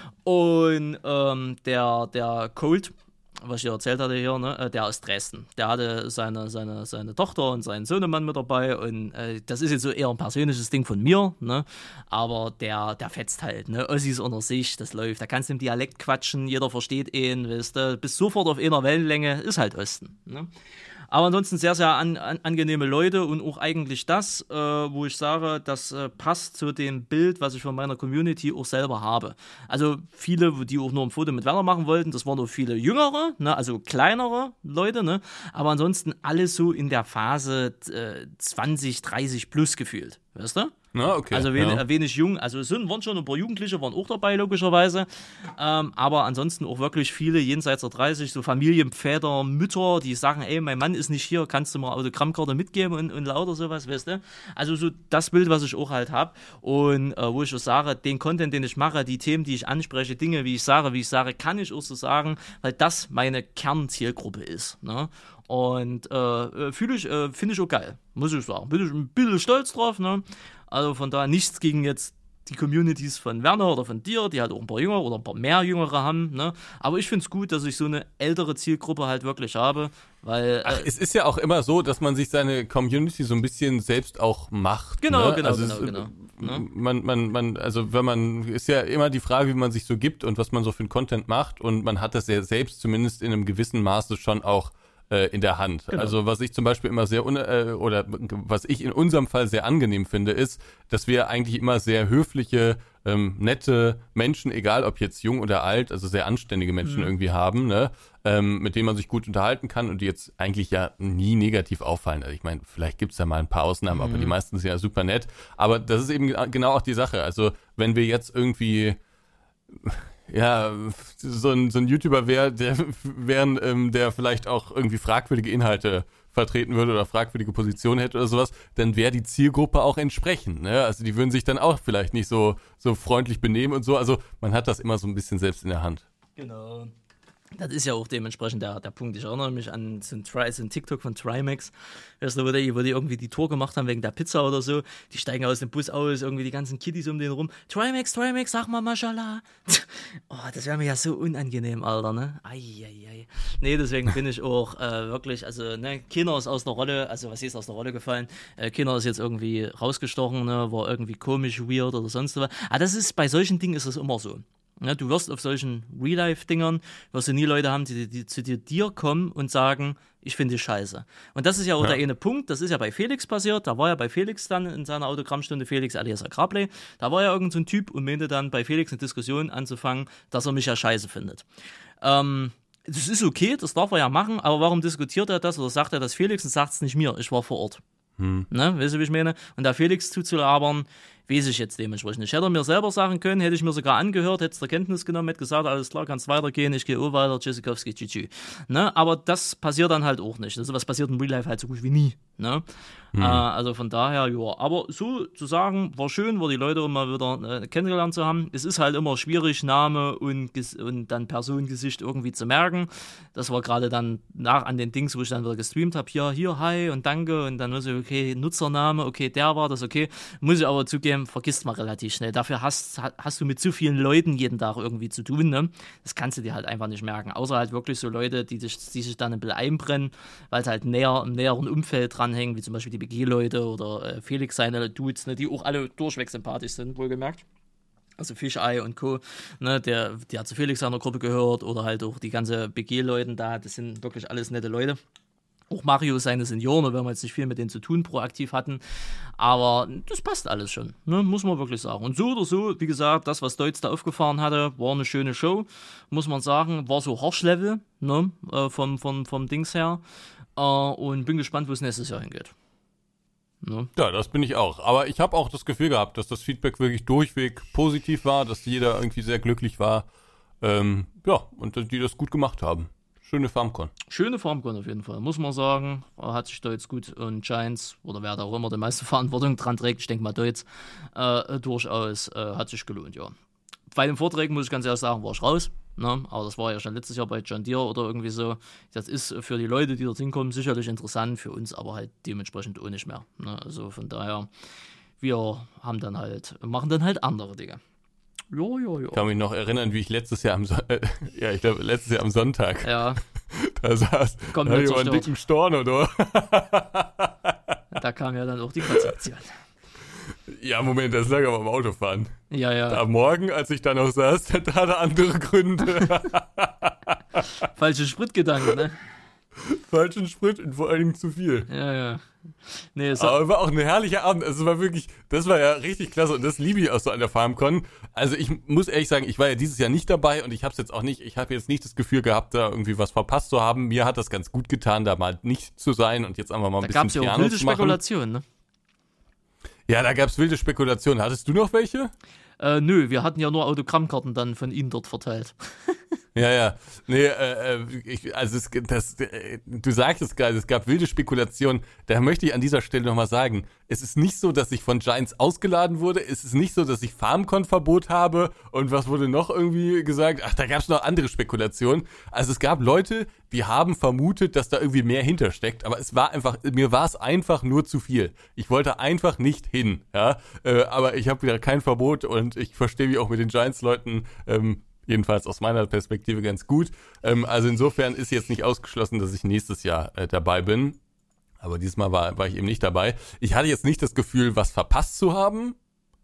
Und ähm, der, der Colt, was ich dir erzählt hatte hier, ne, der aus Dresden. Der hatte seine, seine, seine Tochter und seinen Sohnemann mit dabei und äh, das ist jetzt so eher ein persönliches Ding von mir, ne, aber der, der fetzt halt, ne, Ossis unter sich, das läuft. Da kannst du im Dialekt quatschen, jeder versteht ihn, weißt du, bist sofort auf einer Wellenlänge, ist halt Osten, ne. Aber ansonsten sehr, sehr an, an, angenehme Leute und auch eigentlich das, äh, wo ich sage, das äh, passt zu dem Bild, was ich von meiner Community auch selber habe. Also viele, die auch nur ein Foto mit Werner machen wollten, das waren auch viele Jüngere, ne, also kleinere Leute, ne, aber ansonsten alles so in der Phase äh, zwanzig, dreißig plus gefühlt, weißt du? Ja, okay. Also wenig, ja. wenig jung, also es sind, waren schon ein paar Jugendliche, waren auch dabei, logischerweise. Ähm, aber ansonsten auch wirklich viele jenseits der dreißig, so Familien, Väter, Mütter, die sagen, ey, mein Mann ist nicht hier, kannst du mal Autogrammkarte mitgeben und, und lauter sowas, weißt du? Also so das Bild, was ich auch halt habe. Und äh, wo ich auch sage, den Content, den ich mache, die Themen, die ich anspreche, Dinge, wie ich sage, wie ich sage, kann ich auch so sagen, weil das meine Kernzielgruppe ist, ne? Und äh, fühle ich, äh, finde ich auch geil, muss ich sagen. Bin ich ein bisschen stolz drauf, ne? Also von daher nichts gegen jetzt die Communities von Werner oder von dir, die halt auch ein paar Jüngere oder ein paar mehr Jüngere haben, ne? Aber ich finde es gut, dass ich so eine ältere Zielgruppe halt wirklich habe, weil... Ach, äh, es ist ja auch immer so, dass man sich seine Community so ein bisschen selbst auch macht. Genau, ne? genau, also genau, es, genau. Ne? Man, man, man, also wenn man, ist ja immer die Frage, wie man sich so gibt und was man so für einen Content macht und man hat das ja selbst zumindest in einem gewissen Maße schon auch in der Hand. Genau. Also was ich zum Beispiel immer sehr, un- äh, oder was ich in unserem Fall sehr angenehm finde, ist, dass wir eigentlich immer sehr höfliche, ähm, nette Menschen, egal ob jetzt jung oder alt, also sehr anständige Menschen mhm. irgendwie haben, ne, ähm, mit denen man sich gut unterhalten kann und die jetzt eigentlich ja nie negativ auffallen. Also ich meine, vielleicht gibt's da mal ein paar Ausnahmen, mhm. aber die meisten sind ja super nett. Aber das ist eben genau auch die Sache. Also wenn wir jetzt irgendwie ja, so ein, so ein YouTuber wäre, der wären, ähm, der vielleicht auch irgendwie fragwürdige Inhalte vertreten würde oder fragwürdige Positionen hätte oder sowas, dann wäre die Zielgruppe auch entsprechend, ne? Also die würden sich dann auch vielleicht nicht so, so freundlich benehmen und so. Also man hat das immer so ein bisschen selbst in der Hand. Genau. Das ist ja auch dementsprechend der, der Punkt. Ich erinnere mich an so ein, Tri, so ein TikTok von Trimax, weißt du, wo die, wo die irgendwie die Tour gemacht haben wegen der Pizza oder so. Die steigen aus dem Bus aus, irgendwie die ganzen Kiddies um den rum. Trimax, Trimax, sag mal Mashallah. Oh, das wäre mir ja so unangenehm, Alter, ne? Eieiei. Nee, deswegen bin ich auch äh, wirklich, also, ne, Kinder ist aus der Rolle, also was ist aus der Rolle gefallen? Äh, Kinder ist jetzt irgendwie rausgestochen, ne, war irgendwie komisch, weird oder sonst was. Aber das ist, bei solchen Dingen ist das immer so. Ja, du wirst auf solchen Real-Life-Dingern, wirst du nie Leute haben, die, die zu dir, dir kommen und sagen, ich finde dich scheiße. Und das ist ja auch ja. der eine Punkt, das ist ja bei Felix passiert, da war ja bei Felix dann in seiner Autogrammstunde, Felix alias Agraplay, da war ja irgend so ein Typ und meinte dann bei Felix eine Diskussion anzufangen, dass er mich ja scheiße findet. Ähm, das ist okay, das darf er ja machen, aber warum diskutiert er das oder sagt er das Felix und sagt es nicht mir, ich war vor Ort. Hm. Ne, weißt du, wie ich meine? Und da Felix zuzulabern, weiß ich jetzt dementsprechend nicht. Hätte er mir selber sagen können, hätte ich mir sogar angehört, hätte es zur Kenntnis genommen, hätte gesagt, alles klar, kannst weitergehen, ich gehe auch weiter, Tschüssikowski, tschüss. Ne, aber das passiert dann halt auch nicht. Also was passiert im Real Life halt so gut wie nie. Ne? Mhm. Äh, also von daher, ja. Aber so zu sagen, war schön, war die Leute immer wieder äh, kennengelernt zu haben. Es ist halt immer schwierig, Name und, und dann Personengesicht irgendwie zu merken. Das war gerade dann nach an den Dings, wo ich dann wieder gestreamt habe, hier, hier, hi und danke und dann muss ich, okay, Nutzername, okay, der war das, okay. Muss ich aber zugeben, vergisst man relativ schnell. Dafür hast, hast du mit zu vielen Leuten jeden Tag irgendwie zu tun, ne? Das kannst du dir halt einfach nicht merken. Außer halt wirklich so Leute, die, dich, die sich dann ein bisschen einbrennen, weil es halt näher im näheren Umfeld dranhängen, wie zum Beispiel die B G-Leute oder äh, Felix seine Dudes, ne, die auch alle durchweg sympathisch sind, wohlgemerkt. Also Fischei und Co., ne, der, der hat zu Felix seiner Gruppe gehört oder halt auch die ganze B G-Leuten da, das sind wirklich alles nette Leute. Auch Mario seine Senioren, wenn wir jetzt nicht viel mit denen zu tun proaktiv hatten. Aber das passt alles schon, ne? Muss man wirklich sagen. Und so oder so, wie gesagt, das, was Deutz da aufgefahren hatte, war eine schöne Show, muss man sagen. War so Horsch-Level, ne? äh, vom, vom, vom Dings her. Äh, und bin gespannt, wo es nächstes Jahr hingeht. Ne? Ja, das bin ich auch. Aber ich habe auch das Gefühl gehabt, dass das Feedback wirklich durchweg positiv war, dass jeder irgendwie sehr glücklich war. Ähm, ja, und die das gut gemacht haben. Schöne FarmCon. Schöne FarmCon auf jeden Fall, muss man sagen. Hat sich da jetzt gut und Giants, oder wer da auch immer die meiste Verantwortung dran trägt, ich denke mal Deutz, äh, durchaus äh, hat sich gelohnt, ja. Bei den Vorträgen muss ich ganz ehrlich sagen, war ich raus. Ne? Aber das war ja schon letztes Jahr bei John Deere oder irgendwie so. Das ist für die Leute, die dort hinkommen, sicherlich interessant, für uns aber halt dementsprechend auch nicht mehr. Ne? Also von daher, wir haben dann halt, machen dann halt andere Dinge. Jo, jo, jo. Ich kann mich noch erinnern, wie ich letztes Jahr am, so- äh, ja, ich glaube, letztes Jahr am Sonntag, Ja, da saß, Kommt da nicht über einen zerstört. dicken Storno, oder? da kam ja dann auch die Konzeption. Ja, Moment, das lag aber am Autofahren. Ja, ja, Am Morgen, als ich da noch saß, da hat er andere Gründe. falsche Spritgedanken, ne? Falschen Sprit und vor allen Dingen zu viel. Ja, ja. Nee, es Aber war auch ein herrlicher Abend. Also es war wirklich, das war ja richtig klasse und das liebe ich auch so an der FarmCon. Also ich muss ehrlich sagen, ich war ja dieses Jahr nicht dabei und ich habe es jetzt auch nicht, ich habe jetzt nicht das Gefühl gehabt, da irgendwie was verpasst zu haben. Mir hat das ganz gut getan, da mal nicht zu sein und jetzt einfach mal ein da bisschen gab es ja auch Piano wilde zu machen. Spekulationen, ne? Ja, da gab's wilde Spekulationen. Hattest du noch welche? Äh, nö, wir hatten ja nur Autogrammkarten dann von ihnen dort verteilt. Ja, ja. Nee, äh, äh, ich, also es, das, äh, du sagst es gerade, es gab wilde Spekulationen. Da möchte ich an dieser Stelle nochmal sagen, es ist nicht so, dass ich von Giants ausgeladen wurde. Es ist nicht so, dass ich FarmCon-Verbot habe. Und was wurde noch irgendwie gesagt? Ach, da gab es noch andere Spekulationen. Also es gab Leute, die haben vermutet, dass da irgendwie mehr hintersteckt. Aber es war einfach, mir war es einfach nur zu viel. Ich wollte einfach nicht hin. Ja, äh, aber ich habe wieder kein Verbot und ich verstehe mich auch mit den Giants-Leuten ähm, jedenfalls aus meiner Perspektive ganz gut. Ähm, also insofern ist jetzt nicht ausgeschlossen, dass ich nächstes Jahr äh, dabei bin. Aber diesmal war, war ich eben nicht dabei. Ich hatte jetzt nicht das Gefühl, was verpasst zu haben,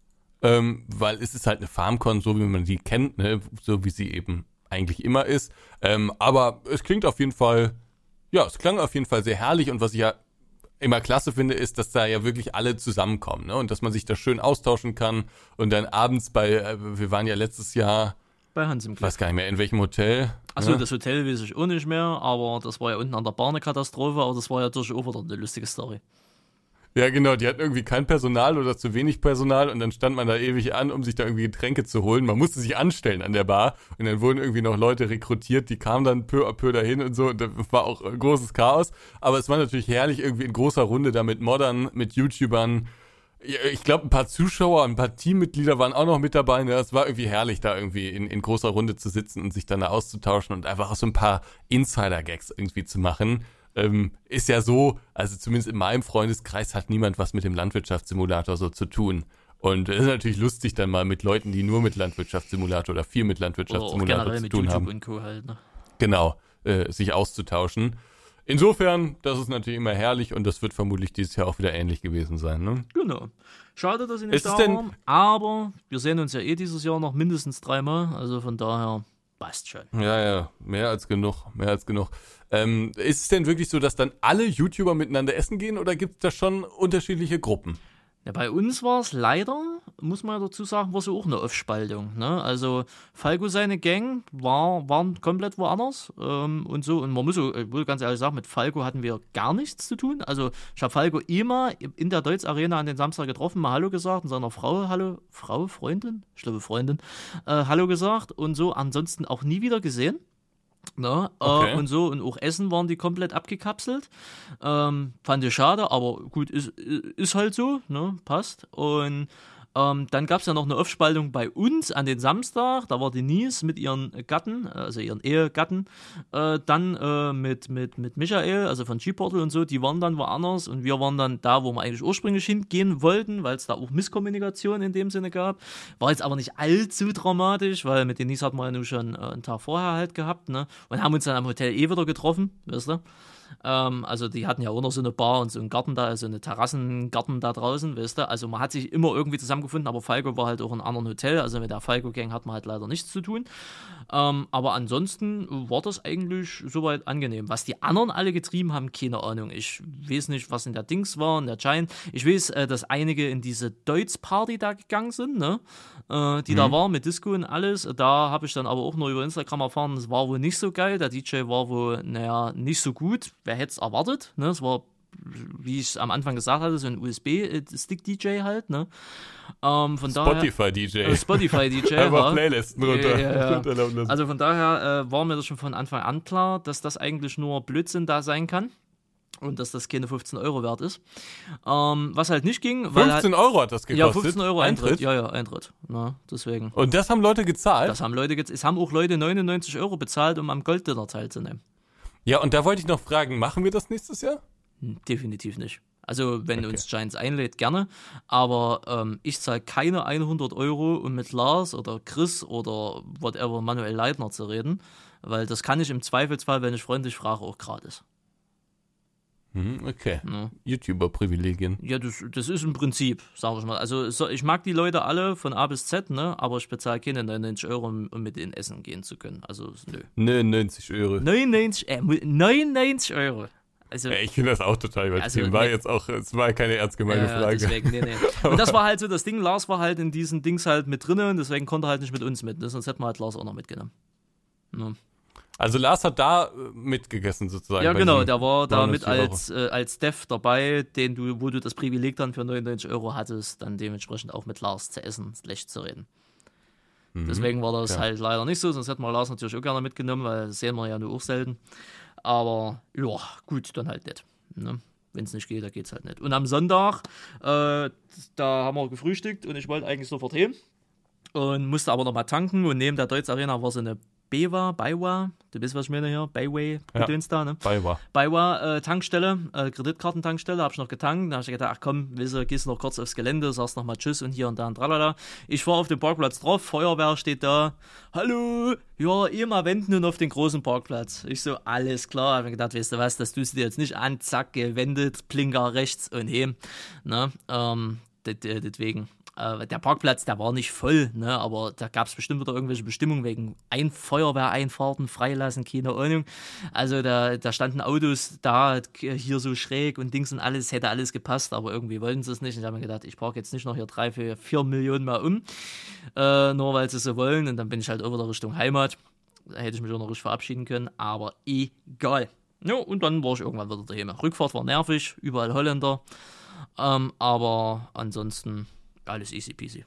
ähm, weil es ist halt eine FarmCon, so wie man die kennt, ne? So wie sie eben eigentlich immer ist. Ähm, aber es klingt auf jeden Fall, ja, es klang auf jeden Fall sehr herrlich. Und was ich ja immer klasse finde, ist, dass da ja wirklich alle zusammenkommen, ne? Und dass man sich da schön austauschen kann. Und dann abends bei, äh, wir waren ja letztes Jahr, Bei Hans im ich Club. weiß gar nicht mehr, in welchem Hotel. Achso, ne? das Hotel weiß ich auch nicht mehr, aber das war ja unten an der Bar eine Katastrophe, aber das war ja durchaus auch wieder eine lustige Story. Ja, genau, die hatten irgendwie kein Personal oder zu wenig Personal und dann stand man da ewig an, um sich da irgendwie Getränke zu holen. Man musste sich anstellen an der Bar und dann wurden irgendwie noch Leute rekrutiert, die kamen dann peu à peu dahin und so und das war auch ein großes Chaos. Aber es war natürlich herrlich, irgendwie in großer Runde da mit Moddern, mit YouTubern. Ja, ich glaube, ein paar Zuschauer, ein paar Teammitglieder waren auch noch mit dabei. Ne? Es war irgendwie herrlich, da irgendwie in, in großer Runde zu sitzen und sich dann da auszutauschen und einfach auch so ein paar Insider-Gags irgendwie zu machen. Ähm, ist ja so, also zumindest in meinem Freundeskreis hat niemand was mit dem Landwirtschaftssimulator so zu tun. Und es ist natürlich lustig dann mal mit Leuten, die nur mit Landwirtschaftssimulator oder viel mit Oder auch Landwirtschaftssimulator generell zu mit tun YouTube haben. und Co. halt, ne? Genau, äh, sich auszutauschen. Insofern, das ist natürlich immer herrlich und das wird vermutlich dieses Jahr auch wieder ähnlich gewesen sein. Ne? Genau. Schade, dass sie nicht Ist es da denn- waren, aber wir sehen uns ja eh dieses Jahr noch mindestens dreimal, also von daher passt schon. Ja, ja, mehr als genug, mehr als genug. Ähm, ist es denn wirklich so, dass dann alle YouTuber miteinander essen gehen oder gibt es da schon unterschiedliche Gruppen? Ja, bei uns war es leider, muss man ja dazu sagen, war so auch eine Aufspaltung. Ne? Also Falco seine Gang war, waren komplett woanders ähm, und so. Und man muss so, ich will ganz ehrlich sagen, mit Falco hatten wir gar nichts zu tun. Also ich habe Falco immer in der Deutz Arena an den Samstag getroffen, mal Hallo gesagt und seiner Frau Hallo, Frau, Freundin, ich glaube Freundin, äh, Hallo gesagt und so. Ansonsten auch nie wieder gesehen. Ne? Okay. Äh, und so, und auch Essen waren die komplett abgekapselt. Ähm, fand ich schade, aber gut, ist, ist halt so, ne? Passt. Und ähm, dann gab es ja noch eine Aufspaltung bei uns an den Samstag. Da war Denise mit ihren Gatten, also ihren Ehegatten, äh, dann äh, mit, mit, mit Michael, also von G-Portal und so, die waren dann woanders und wir waren dann da, wo wir eigentlich ursprünglich hingehen wollten, weil es da auch Misskommunikation in dem Sinne gab. War jetzt aber nicht allzu dramatisch, weil mit Denise hatten wir ja nur schon äh, einen Tag vorher halt gehabt, ne? Und haben uns dann am Hotel eh wieder getroffen, weißt du? Ähm, also die hatten ja auch noch so eine Bar und so einen Garten da, also eine Terrassengarten da draußen, weißt du. Also man hat sich immer irgendwie zusammengefunden, aber Falco war halt auch in einem anderen Hotel, also mit der Falco-Gang hat man halt leider nichts zu tun. Ähm, aber ansonsten war das eigentlich soweit angenehm. Was die anderen alle getrieben haben, keine Ahnung. Ich weiß nicht, was in der Dings war, in der Giant. Ich weiß, äh, dass einige in diese Deutz-Party da gegangen sind, ne? Äh, die mhm. da war mit Disco und alles. Da habe ich dann aber auch nur über Instagram erfahren, das war wohl nicht so geil. Der D J war wohl, naja, nicht so gut. Wer hätte es erwartet? Ne? Es war, wie ich am Anfang gesagt hatte, so ein U S B-Stick-D J halt, ne? Ähm, von Spotify-D J. Äh, Spotify-D J. Einfach ja. Playlisten runter. Ja, ja, ja. Also von daher äh, war mir das schon von Anfang an klar, dass das eigentlich nur Blödsinn da sein kann. Und dass das keine fünfzehn Euro wert ist. Ähm, was halt nicht ging, weil fünfzehn halt, Euro hat das gekostet? Ja, fünfzehn Euro Eintritt. Eintritt? Ja, ja, Eintritt. Na, deswegen. Und das haben Leute gezahlt? Das haben Leute gezahlt. Es haben auch Leute neunundneunzig Euro bezahlt, um am Golddinner teilzunehmen. Ja, und da wollte ich noch fragen, machen wir das nächstes Jahr? Hm, definitiv nicht. Also, wenn okay. uns Giants einlädt, gerne. Aber ähm, ich zahle keine hundert Euro, um mit Lars oder Chris oder whatever Manuel Leitner zu reden. Weil das kann ich im Zweifelsfall, wenn ich freundlich frage, auch gratis. Okay. Ja. YouTuber-Privilegien. Ja, das, das ist ein Prinzip, sag ich mal. Also so, ich mag die Leute alle von A bis Z, ne? Aber ich bezahle keine neunundneunzig Euro, um, um mit ihnen essen gehen zu können. Also, nö. neunundneunzig Euro. neunundneunzig, äh, neunundneunzig Euro. Also, ja, ich finde das auch total übertrieben. Also, war nee. jetzt auch, es war keine ernst gemeine ja, Frage. Deswegen, nee, nee. Und das war halt so das Ding, Lars war halt in diesen Dings halt mit drin und deswegen konnte er halt nicht mit uns mit. Ne? Sonst hätten wir halt Lars auch noch mitgenommen. Ja. Also Lars hat da mitgegessen sozusagen. Ja, genau, der war da mit Euro. als, äh, als Dev dabei, den du, wo du das Privileg dann für neunundneunzig Euro hattest, dann dementsprechend auch mit Lars zu essen, schlecht zu reden. Mhm. Deswegen war das ja. halt leider nicht so, sonst hätten wir Lars natürlich auch gerne mitgenommen, weil das sehen wir ja nur auch selten. Aber ja, gut, dann halt nicht. Ne? Wenn es nicht geht, dann geht es halt nicht. Und am Sonntag, äh, da haben wir gefrühstückt und ich wollte eigentlich sofort hin und musste aber noch mal tanken und neben der Deutz Arena war so eine Bewa, Baywa, du weißt, was ich meine hier, Bayway, Gedöns ja, da, ne? Baywa. Baywa, äh, Tankstelle, äh, Kreditkartentankstelle, hab ich noch getankt, da hab ich gedacht, ach komm, weißt du, gehst noch kurz aufs Gelände, sagst noch mal Tschüss und hier und da und tralala. Ich fahr auf den Parkplatz drauf, Feuerwehr steht da, hallo, ja, immer wenden und auf den großen Parkplatz. Ich so, alles klar, hab mir gedacht, weißt du was, das tust du dir jetzt nicht an, zack, gewendet, Blinker rechts und hin, ne, ähm, deswegen. Der Parkplatz, der war nicht voll, ne, aber da gab es bestimmt wieder irgendwelche Bestimmungen wegen Ein- Feuerwehreinfahrten, freilassen, keine Ahnung. Also da, da standen Autos da, hier so schräg und Dings und alles, hätte alles gepasst, aber irgendwie wollten sie es nicht. Und ich habe mir gedacht, ich parke jetzt nicht noch hier drei, vier, vier Millionen mal um, äh, nur weil sie es so wollen. Und dann bin ich halt auch wieder Richtung Heimat. Da hätte ich mich auch noch richtig verabschieden können, aber egal. Ja, und dann war ich irgendwann wieder daheim. Rückfahrt war nervig, überall Holländer, ähm, aber ansonsten alles easy peasy.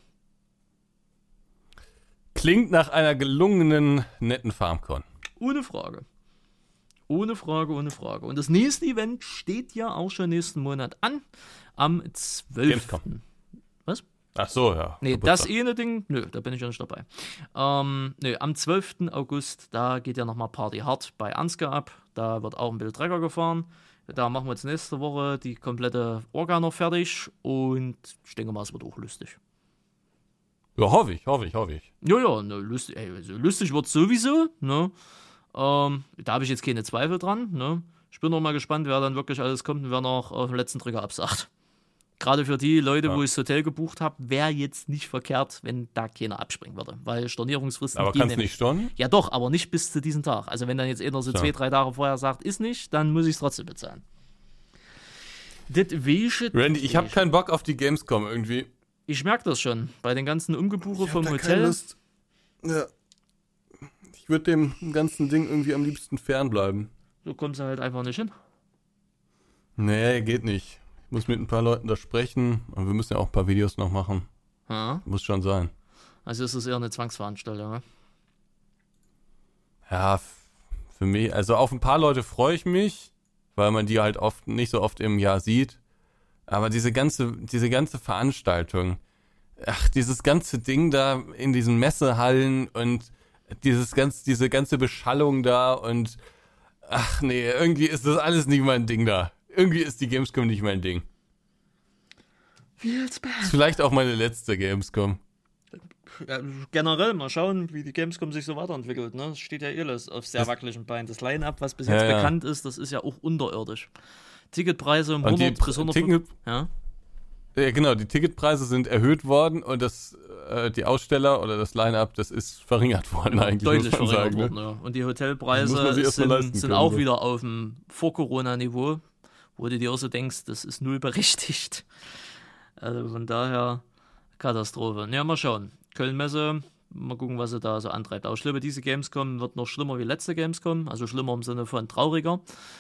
Klingt nach einer gelungenen, netten FarmCon. Ohne Frage. Ohne Frage, ohne Frage. Und das nächste Event steht ja auch schon nächsten Monat an. Am zwölften Was? Ach so, ja. Nee, das eine Ding, nö, da bin ich ja nicht dabei. Ähm, nö, am zwölften August, da geht ja nochmal Party hart bei Ansgar ab. Da wird auch ein bisschen Trecker gefahren. Da machen wir jetzt nächste Woche die komplette Orga noch fertig und ich denke mal, es wird auch lustig. Ja, hoffe ich, hoffe ich, hoffe ich. Ja, ja, ne, lustig, ey, also lustig wird sowieso, ne? Ähm, da habe ich jetzt keine Zweifel dran, ne? Ich bin noch mal gespannt, wer dann wirklich alles kommt und wer noch auf den letzten Drücker absagt. Gerade für die Leute, ja. wo ich das Hotel gebucht habe, wäre jetzt nicht verkehrt, wenn da keiner abspringen würde. Weil Stornierungsfristen aber gehen. Aber kannst du nicht stornieren? Ja doch, aber nicht bis zu diesem Tag. Also wenn dann jetzt einer so ja. zwei, drei Tage vorher sagt, ist nicht, dann muss ich es trotzdem bezahlen. Das Wesche, Randy, ich habe keinen Bock auf die Gamescom irgendwie. Ich merke das schon. Bei den ganzen Umgebuche ich vom da Hotel. Keine Lust. Ja. Ich würde dem ganzen Ding irgendwie am liebsten fernbleiben. Du kommst halt einfach nicht hin. Nee, geht nicht. Ich muss mit ein paar Leuten da sprechen und wir müssen ja auch ein paar Videos noch machen. Ja. Muss schon sein. Also ist es eher eine Zwangsveranstaltung, ne? Ja, für mich, also auf ein paar Leute freue ich mich, weil man die halt oft nicht so oft im Jahr sieht. Aber diese ganze, diese ganze Veranstaltung, ach, dieses ganze Ding da in diesen Messehallen und dieses ganz, diese ganze Beschallung da und ach nee, irgendwie ist das alles nicht mein Ding da. Irgendwie ist die Gamescom nicht mein Ding. Feels bad. Ist vielleicht auch meine letzte Gamescom. Ja, generell mal schauen, wie die Gamescom sich so weiterentwickelt. Ne? Das steht ja eh alles auf sehr wackeligen Beinen. Das Line-Up, was bis jetzt ja, ja. bekannt ist, das ist ja auch unterirdisch. Ticketpreise um Und die hundert bis hundert. Ticket, ja? ja, genau, die Ticketpreise sind erhöht worden und das, äh, die Aussteller oder das Line-Up, das ist verringert worden ja, eigentlich. Deutlich muss man verringert sagen, worden, ne? ja. Und die Hotelpreise sind, sind können, auch so. wieder auf dem Vor-Corona-Niveau, wo du dir auch so denkst, das ist null berechtigt. Also von daher Katastrophe. Ja, mal schauen. Köln-Messe, mal gucken, was sie da so antreibt. Aber ich glaube, diese Gamescom wird noch schlimmer wie letzte Gamescom, also schlimmer im Sinne von trauriger.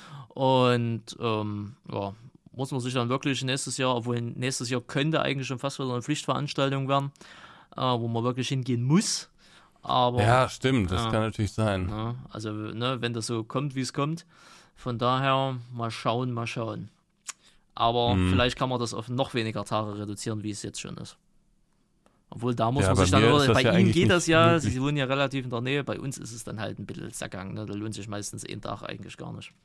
Und ähm, ja, muss man sich dann wirklich nächstes Jahr, obwohl nächstes Jahr könnte eigentlich schon fast wieder eine Pflichtveranstaltung werden, äh, wo man wirklich hingehen muss. Aber, ja, stimmt, das ja, kann natürlich sein. Ja, also, ne, wenn das so kommt, wie es kommt. Von daher, mal schauen, mal schauen. Aber mhm. vielleicht kann man das auf noch weniger Tage reduzieren, wie es jetzt schon ist. Obwohl, da muss ja, man sich dann, oder, bei ja Ihnen geht das ja, möglich. Sie wohnen ja relativ in der Nähe, bei uns ist es dann halt ein bisschen Zergang, ne? Da lohnt sich meistens ein Tag eigentlich gar nicht.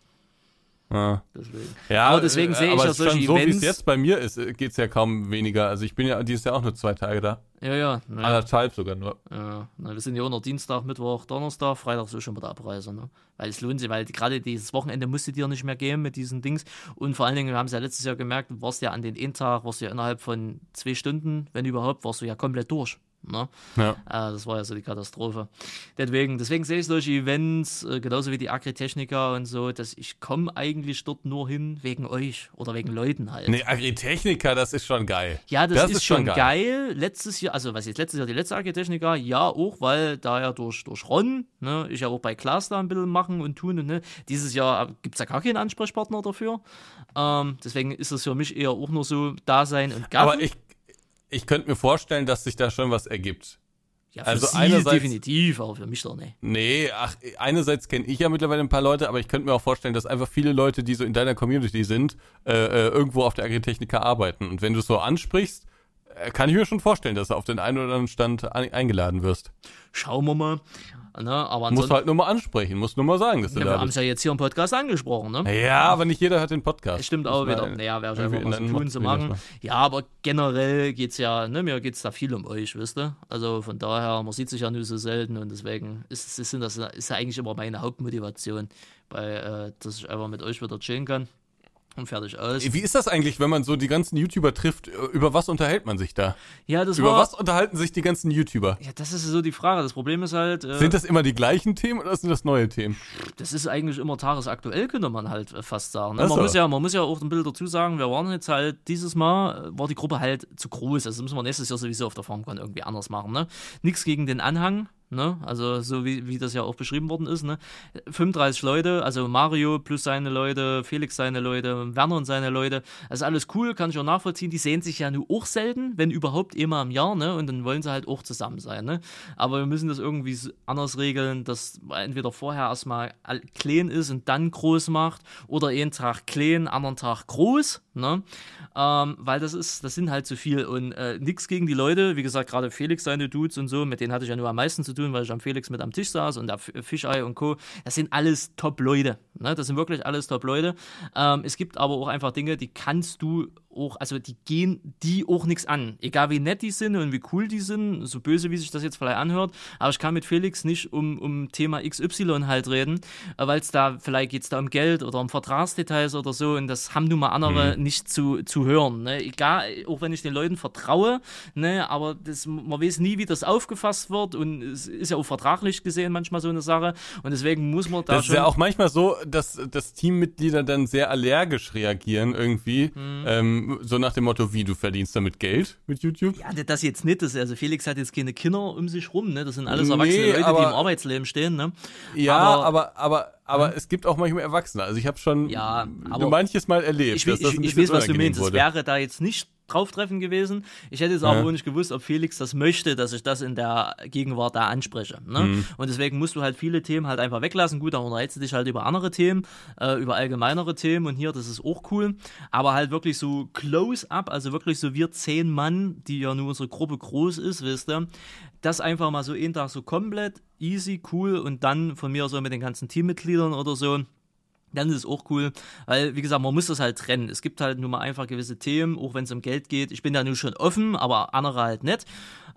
Ja. Deswegen. Ja, aber deswegen sehe ich ja solche so, Events. wie es jetzt bei mir ist, geht es ja kaum weniger. Also ich bin ja dieses Jahr auch nur zwei Tage da. Ja, ja. Ne. Anderthalb sogar nur. Ja, na, wir sind ja auch noch Dienstag, Mittwoch, Donnerstag, Freitag so schon bei der Abreise. Ne? Weil es lohnt sich, weil gerade dieses Wochenende musste dir nicht mehr gehen mit diesen Dings. Und vor allen Dingen, wir haben es ja letztes Jahr gemerkt, du warst ja an den einen Tag, warst du ja innerhalb von zwei Stunden, wenn überhaupt, warst du ja komplett durch. Ne? Ja. Äh, das war ja so die Katastrophe. Deswegen, deswegen sehe ich solche Events, äh, genauso wie die Agritechnica und so, dass ich komme eigentlich dort nur hin wegen euch oder wegen Leuten halt. Nee, Agritechnica, das ist schon geil. Ja, das, das ist, ist schon schon geil. geil. Letztes Jahr, also was jetzt letztes Jahr, die letzte Agritechnica, ja auch, weil da ja durch, durch Ron, ne, ich ja auch bei Klaas da ein bisschen machen und tun und ne, dieses Jahr gibt es ja gar keinen Ansprechpartner dafür. Ähm, deswegen ist es für mich eher auch nur so Dasein und Gaffen. Aber ich Ich könnte mir vorstellen, dass sich da schon was ergibt. Ja, für also Sie einerseits, definitiv, aber für mich doch nicht. Nee, ach, einerseits kenne ich ja mittlerweile ein paar Leute, aber ich könnte mir auch vorstellen, dass einfach viele Leute, die so in deiner Community sind, äh, äh, irgendwo auf der Agritechnica arbeiten. Und wenn du es so ansprichst, äh, kann ich mir schon vorstellen, dass du auf den einen oder anderen Stand ein- eingeladen wirst. Schauen wir mal. Ne, aber musst du halt nur mal ansprechen, musst nur mal sagen, dass du ja, da wir haben bist. es ja jetzt hier im Podcast angesprochen, ne? Ja, aber nicht jeder hat den Podcast. Stimmt auch wieder. Naja, wäre einfach mal so tun zu machen. Ja, aber generell geht's ja, ne, mir geht's da viel um euch, wisst ihr? Also von daher, man sieht sich ja nur so selten und deswegen ist, ist, das ist ja eigentlich immer meine Hauptmotivation, bei, äh, dass ich einfach mit euch wieder chillen kann. Und fertig aus. Wie ist das eigentlich, wenn man so die ganzen YouTuber trifft? Über was unterhält man sich da? Ja, das Über war, was unterhalten sich die ganzen YouTuber? Ja, das ist so die Frage. Das Problem ist halt... Äh, sind das immer die gleichen Themen oder sind das neue Themen? Das ist eigentlich immer tagesaktuell, könnte man halt fast sagen. Ne? Ach so. Man muss ja, man muss ja auch ein bisschen dazu sagen, wir waren jetzt halt, dieses Mal war die Gruppe halt zu groß. Also müssen wir nächstes Jahr sowieso auf der FarmCon irgendwie anders machen. Ne? Nichts gegen den Anhang. Ne? Also so wie, wie das ja auch beschrieben worden ist, ne? fünfunddreißig Leute, also Mario plus seine Leute, Felix seine Leute, Werner und seine Leute, also alles cool, kann ich auch nachvollziehen, die sehen sich ja nur auch selten, wenn überhaupt immer im Jahr, ne? Und dann wollen sie halt auch zusammen sein, ne? Aber wir müssen das irgendwie anders regeln, dass man entweder vorher erstmal klein ist und dann groß macht oder einen Tag klein, anderen Tag groß, ne? Ähm, weil das ist, das sind halt zu viel und äh, nichts gegen die Leute, wie gesagt, gerade Felix seine Dudes und so, mit denen hatte ich ja nur am meisten zu tun, weil ich am Felix mit am Tisch saß und der Fischei und Co. Das sind alles Top-Leute, ne? Das sind wirklich alles Top-Leute. Ähm, es gibt aber auch einfach Dinge, die kannst du auch, also die gehen die auch nichts an. Egal wie nett die sind und wie cool die sind, so böse wie sich das jetzt vielleicht anhört, aber ich kann mit Felix nicht um, um Thema X Y halt reden, weil es da, vielleicht geht es da um Geld oder um Vertragsdetails oder so und das haben nun mal andere mhm. nicht zu, zu hören. Ne? Egal, auch wenn ich den Leuten vertraue, ne? Aber das, man weiß nie, wie das aufgefasst wird und es ist ja auch vertraglich gesehen manchmal so eine Sache und deswegen muss man da das schon... Das ist ja auch manchmal so, dass, dass Teammitglieder dann sehr allergisch reagieren irgendwie, mhm. ähm, so nach dem Motto, wie, du verdienst damit Geld mit YouTube? Ja, das jetzt nicht. Das, also Felix hat jetzt keine Kinder um sich rum, ne? Das sind alles nee, erwachsene Leute, aber, die im Arbeitsleben stehen, ne? Ja, aber, aber, aber, aber hm? es gibt auch manchmal Erwachsene. Also ich habe schon ja, aber manches Mal erlebt, ich, dass das ein ich, ich weiß, was du meinst. wurde. Es wäre da jetzt nicht drauftreffen gewesen. Ich hätte jetzt aber ja. auch nicht gewusst, ob Felix das möchte, dass ich das in der Gegenwart da anspreche. Ne? Mhm. Und deswegen musst du halt viele Themen halt einfach weglassen. Gut, da unterhältst du dich halt über andere Themen, äh, über allgemeinere Themen und hier, das ist auch cool. Aber halt wirklich so close-up, also wirklich so wir zehn Mann, die ja nur unsere Gruppe groß ist, wisst ihr, das einfach mal so einen Tag so komplett easy, cool und dann von mir so mit den ganzen Teammitgliedern oder so. Dann ist es auch cool, weil, wie gesagt, man muss das halt trennen. Es gibt halt nur mal einfach gewisse Themen, auch wenn es um Geld geht. Ich bin da nur schon offen, aber andere halt nicht.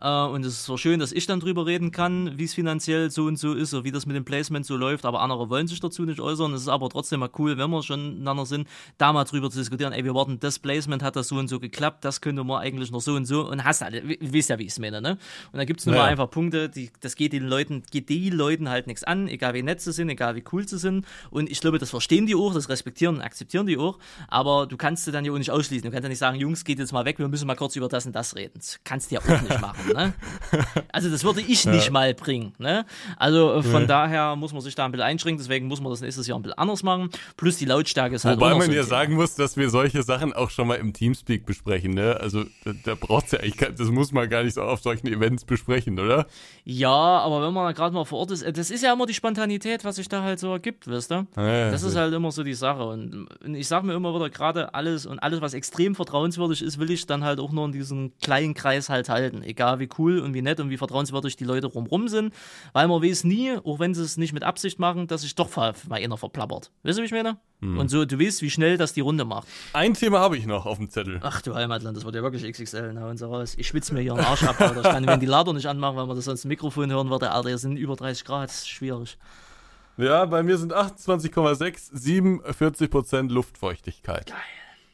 Äh, und es ist zwar schön, dass ich dann drüber reden kann, wie es finanziell so und so ist oder wie das mit dem Placement so läuft, aber andere wollen sich dazu nicht äußern. Es ist aber trotzdem mal cool, wenn wir schon miteinander sind, da mal drüber zu diskutieren, ey, wir warten, das Placement hat das so und so geklappt, das könnte man eigentlich noch so und so und hast alle, du weißt ja, wie ich es meine, ne? Und da gibt es nun Ja. mal einfach Punkte, die, das geht den Leuten, geht die Leuten halt nichts an, egal wie nett sie sind, egal wie cool sie sind. Und ich glaube, das verstehen die auch, das respektieren und akzeptieren die auch, aber du kannst sie dann ja auch nicht ausschließen. Du kannst ja nicht sagen, Jungs, geht jetzt mal weg, wir müssen mal kurz über das und das reden. Das kannst du ja auch nicht machen, ne? Also das würde ich nicht Ja. mal bringen, ne? Also äh, von Nee. daher muss man sich da ein bisschen einschränken, deswegen muss man das nächstes Jahr ein bisschen anders machen. Plus die Lautstärke ist halt Wobei auch noch man so ein ja Thema. sagen muss, dass wir solche Sachen auch schon mal im Teamspeak besprechen, ne? Also da, da braucht's ja eigentlich, kein- das muss man gar nicht so auf solchen Events besprechen, oder? Ja, aber wenn man da gerade mal vor Ort ist, äh, das ist ja immer die Spontanität, was sich da halt so ergibt, wisst ihr? Ja, Das ist ja. halt immer so die Sache. Und, und ich sag mir immer wieder, gerade alles und alles, was extrem vertrauenswürdig ist, will ich dann halt auch nur in diesem kleinen Kreis halt halten. Egal wie cool und wie nett und wie vertrauenswürdig die Leute rumrum sind. Weil man weiß nie, auch wenn sie es nicht mit Absicht machen, dass sich doch mal einer verplappert. Weißt du, wie ich meine? Hm. Und so, du weißt, wie schnell das die Runde macht. Ein Thema habe ich noch auf dem Zettel. Ach du Heimatland, das wird ja wirklich X X L. Na, und so raus. Ich schwitze mir hier den Arsch ab, Alter. Ich kann den Ventilator nicht anmachen, weil man das sonst im Mikrofon hören würde. Alter, hier sind über dreißig Grad. Das ist schwierig. Ja, bei mir sind achtundzwanzig Komma sechs, siebenundvierzig Prozent Luftfeuchtigkeit. Geil.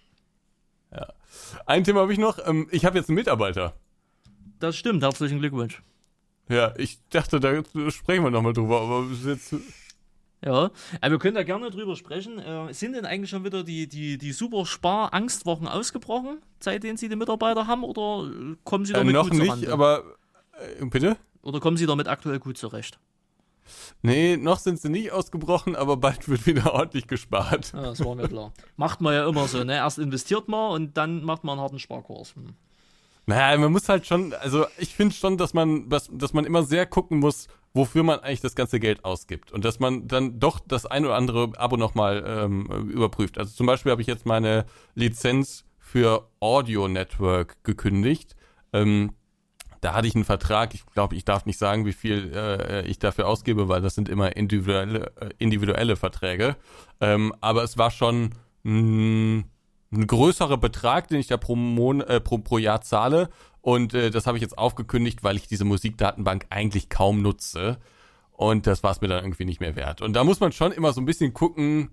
Ja. Ein Thema habe ich noch. Ähm, ich habe jetzt einen Mitarbeiter. Das stimmt. Herzlichen Glückwunsch. Ja, ich dachte, da sprechen wir nochmal drüber, aber bis jetzt. Ja, aber wir können da gerne drüber sprechen. Äh, sind denn eigentlich schon wieder die, die, die super Spar-Angstwochen ausgebrochen, seitdem Sie die Mitarbeiter haben, oder äh, kommen Sie Äh, damit noch gut nicht, zurande? aber. Äh, bitte? Oder kommen Sie damit aktuell gut zurecht? Nee, noch sind sie nicht ausgebrochen, aber bald wird wieder ordentlich gespart. Ja, das war mir klar. Macht man ja immer so, ne? Erst investiert man und dann macht man einen harten Sparkurs. Hm. Naja, man muss halt schon, also ich finde schon, dass man, dass, dass man immer sehr gucken muss, wofür man eigentlich das ganze Geld ausgibt. Und dass man dann doch das ein oder andere Abo nochmal ähm, überprüft. Also zum Beispiel habe ich jetzt meine Lizenz für Audio Network gekündigt. Ähm, da hatte ich einen Vertrag, ich glaube, ich darf nicht sagen, wie viel äh, ich dafür ausgebe, weil das sind immer individuelle, äh, individuelle Verträge. Ähm, aber es war schon mh, ein größerer Betrag, den ich da pro, Mon äh, pro, pro Jahr zahle. Und äh, das habe ich jetzt aufgekündigt, weil ich diese Musikdatenbank eigentlich kaum nutze. Und das war es mir dann irgendwie nicht mehr wert. Und da muss man schon immer so ein bisschen gucken,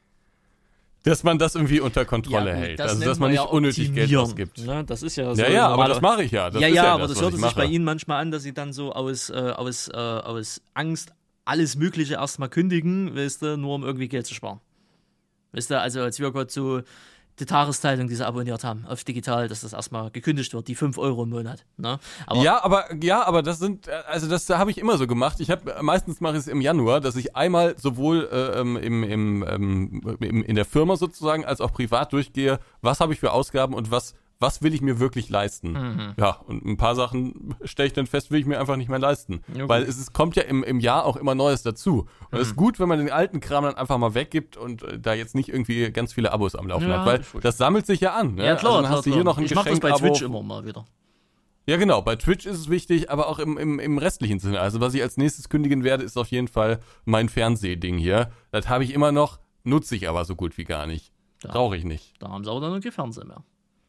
dass man das irgendwie unter Kontrolle Ja, gut, hält. das also, nennt dass man man nicht ja unnötig Geld optimieren, ausgibt. Ne? Das ist ja so. Ja, ja, aber normaler- das mache ich ja. Das ja, ist ja, ja aber das, das was hörte ich sich bei mache. Ihnen manchmal an, dass Sie dann so aus, äh, aus, äh, aus Angst alles Mögliche erstmal kündigen, weißt du, nur um irgendwie Geld zu sparen. Weißt du, also als wir gerade so die Tageszeitung, die sie abonniert haben, auf digital, dass das erstmal gekündigt wird, die fünf Euro im Monat. Ne? Aber Ja, aber ja, aber das sind, also das habe ich immer so gemacht. Ich habe meistens mache ich es im Januar, dass ich einmal sowohl äh, im, im, im, ähm, im in der Firma sozusagen als auch privat durchgehe, was habe ich für Ausgaben und was was will ich mir wirklich leisten. Mhm. Ja, und ein paar Sachen stelle ich dann fest, will ich mir einfach nicht mehr leisten, Ja, weil gut. es ist, kommt ja im, im Jahr auch immer Neues dazu. Und es ist gut, wenn man den alten Kram dann einfach mal weggibt und äh, da jetzt nicht irgendwie ganz viele Abos am Laufen Ja, hat, weil ist gut. das sammelt sich ja an. Ne? ja, klar, also dann klar, hast du klar. hier noch ein Ich mache das bei Geschenk-Abo. Twitch immer mal wieder. Ja, genau. Bei Twitch ist es wichtig, aber auch im, im, im restlichen Sinne. Also was ich als nächstes kündigen werde, ist auf jeden Fall mein Fernsehding hier. Das habe ich immer noch, nutze ich aber so gut wie gar nicht. Ja. Brauche ich nicht. Da haben sie auch dann kein Fernsehen mehr.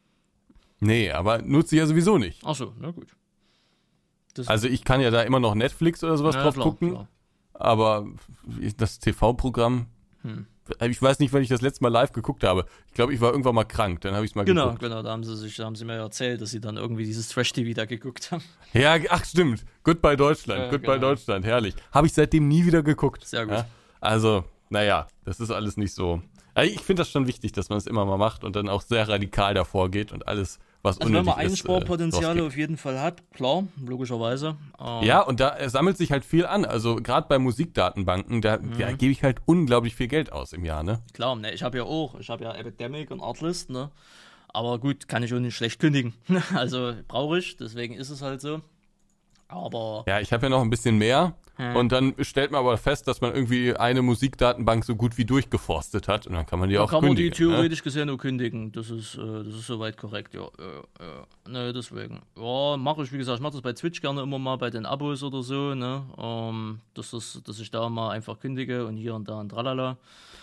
Nee, aber nutze ich ja sowieso nicht. Achso, na gut. Das, Also ich kann ja da immer noch Netflix oder sowas ja, drauf klar, gucken, klar. aber das T V-Programm, Hm. ich weiß nicht, wann ich das letzte Mal live geguckt habe. Ich glaube, ich war irgendwann mal krank, dann habe ich es mal Genau, geguckt. genau, da haben sie sich, da haben sie mir erzählt, dass sie dann irgendwie dieses Trash-T V da geguckt haben. Ja, ach stimmt. Goodbye Deutschland, Ja, Goodbye genau. Deutschland, herrlich. Habe ich seitdem nie wieder geguckt. Sehr gut. Ja? Also, naja, das ist alles nicht so. Also ich finde das schon wichtig, dass man es immer mal macht und dann auch sehr radikal davor geht und alles, was Also wenn unnötig man ist, Einsparpotenziale äh, auf jeden Fall hat, klar, logischerweise. Ähm, ja, und da äh, sammelt sich halt viel an. Also gerade bei Musikdatenbanken, da, Mhm. da gebe ich halt unglaublich viel Geld aus im Jahr, ne? Klar, ne, ich habe ja auch, ich habe ja Epidemic und Artlist, ne? Aber gut, kann ich auch nicht schlecht kündigen. Also brauche ich, deswegen ist es halt so. Aber Ja, ich habe ja noch ein bisschen mehr. Hm. Und dann stellt man aber fest, dass man irgendwie eine Musikdatenbank so gut wie durchgeforstet hat. Und dann kann man die da auch kann man die kündigen. Ne? theoretisch gesehen nur kündigen. Das ist, äh, das ist soweit korrekt, ja. Äh, äh, ne, deswegen. Ja, mache ich, wie gesagt, ich mache das bei Twitch gerne immer mal bei den Abos oder so, ne? Ähm, dass, das, dass ich da mal einfach kündige und hier und da und tralala.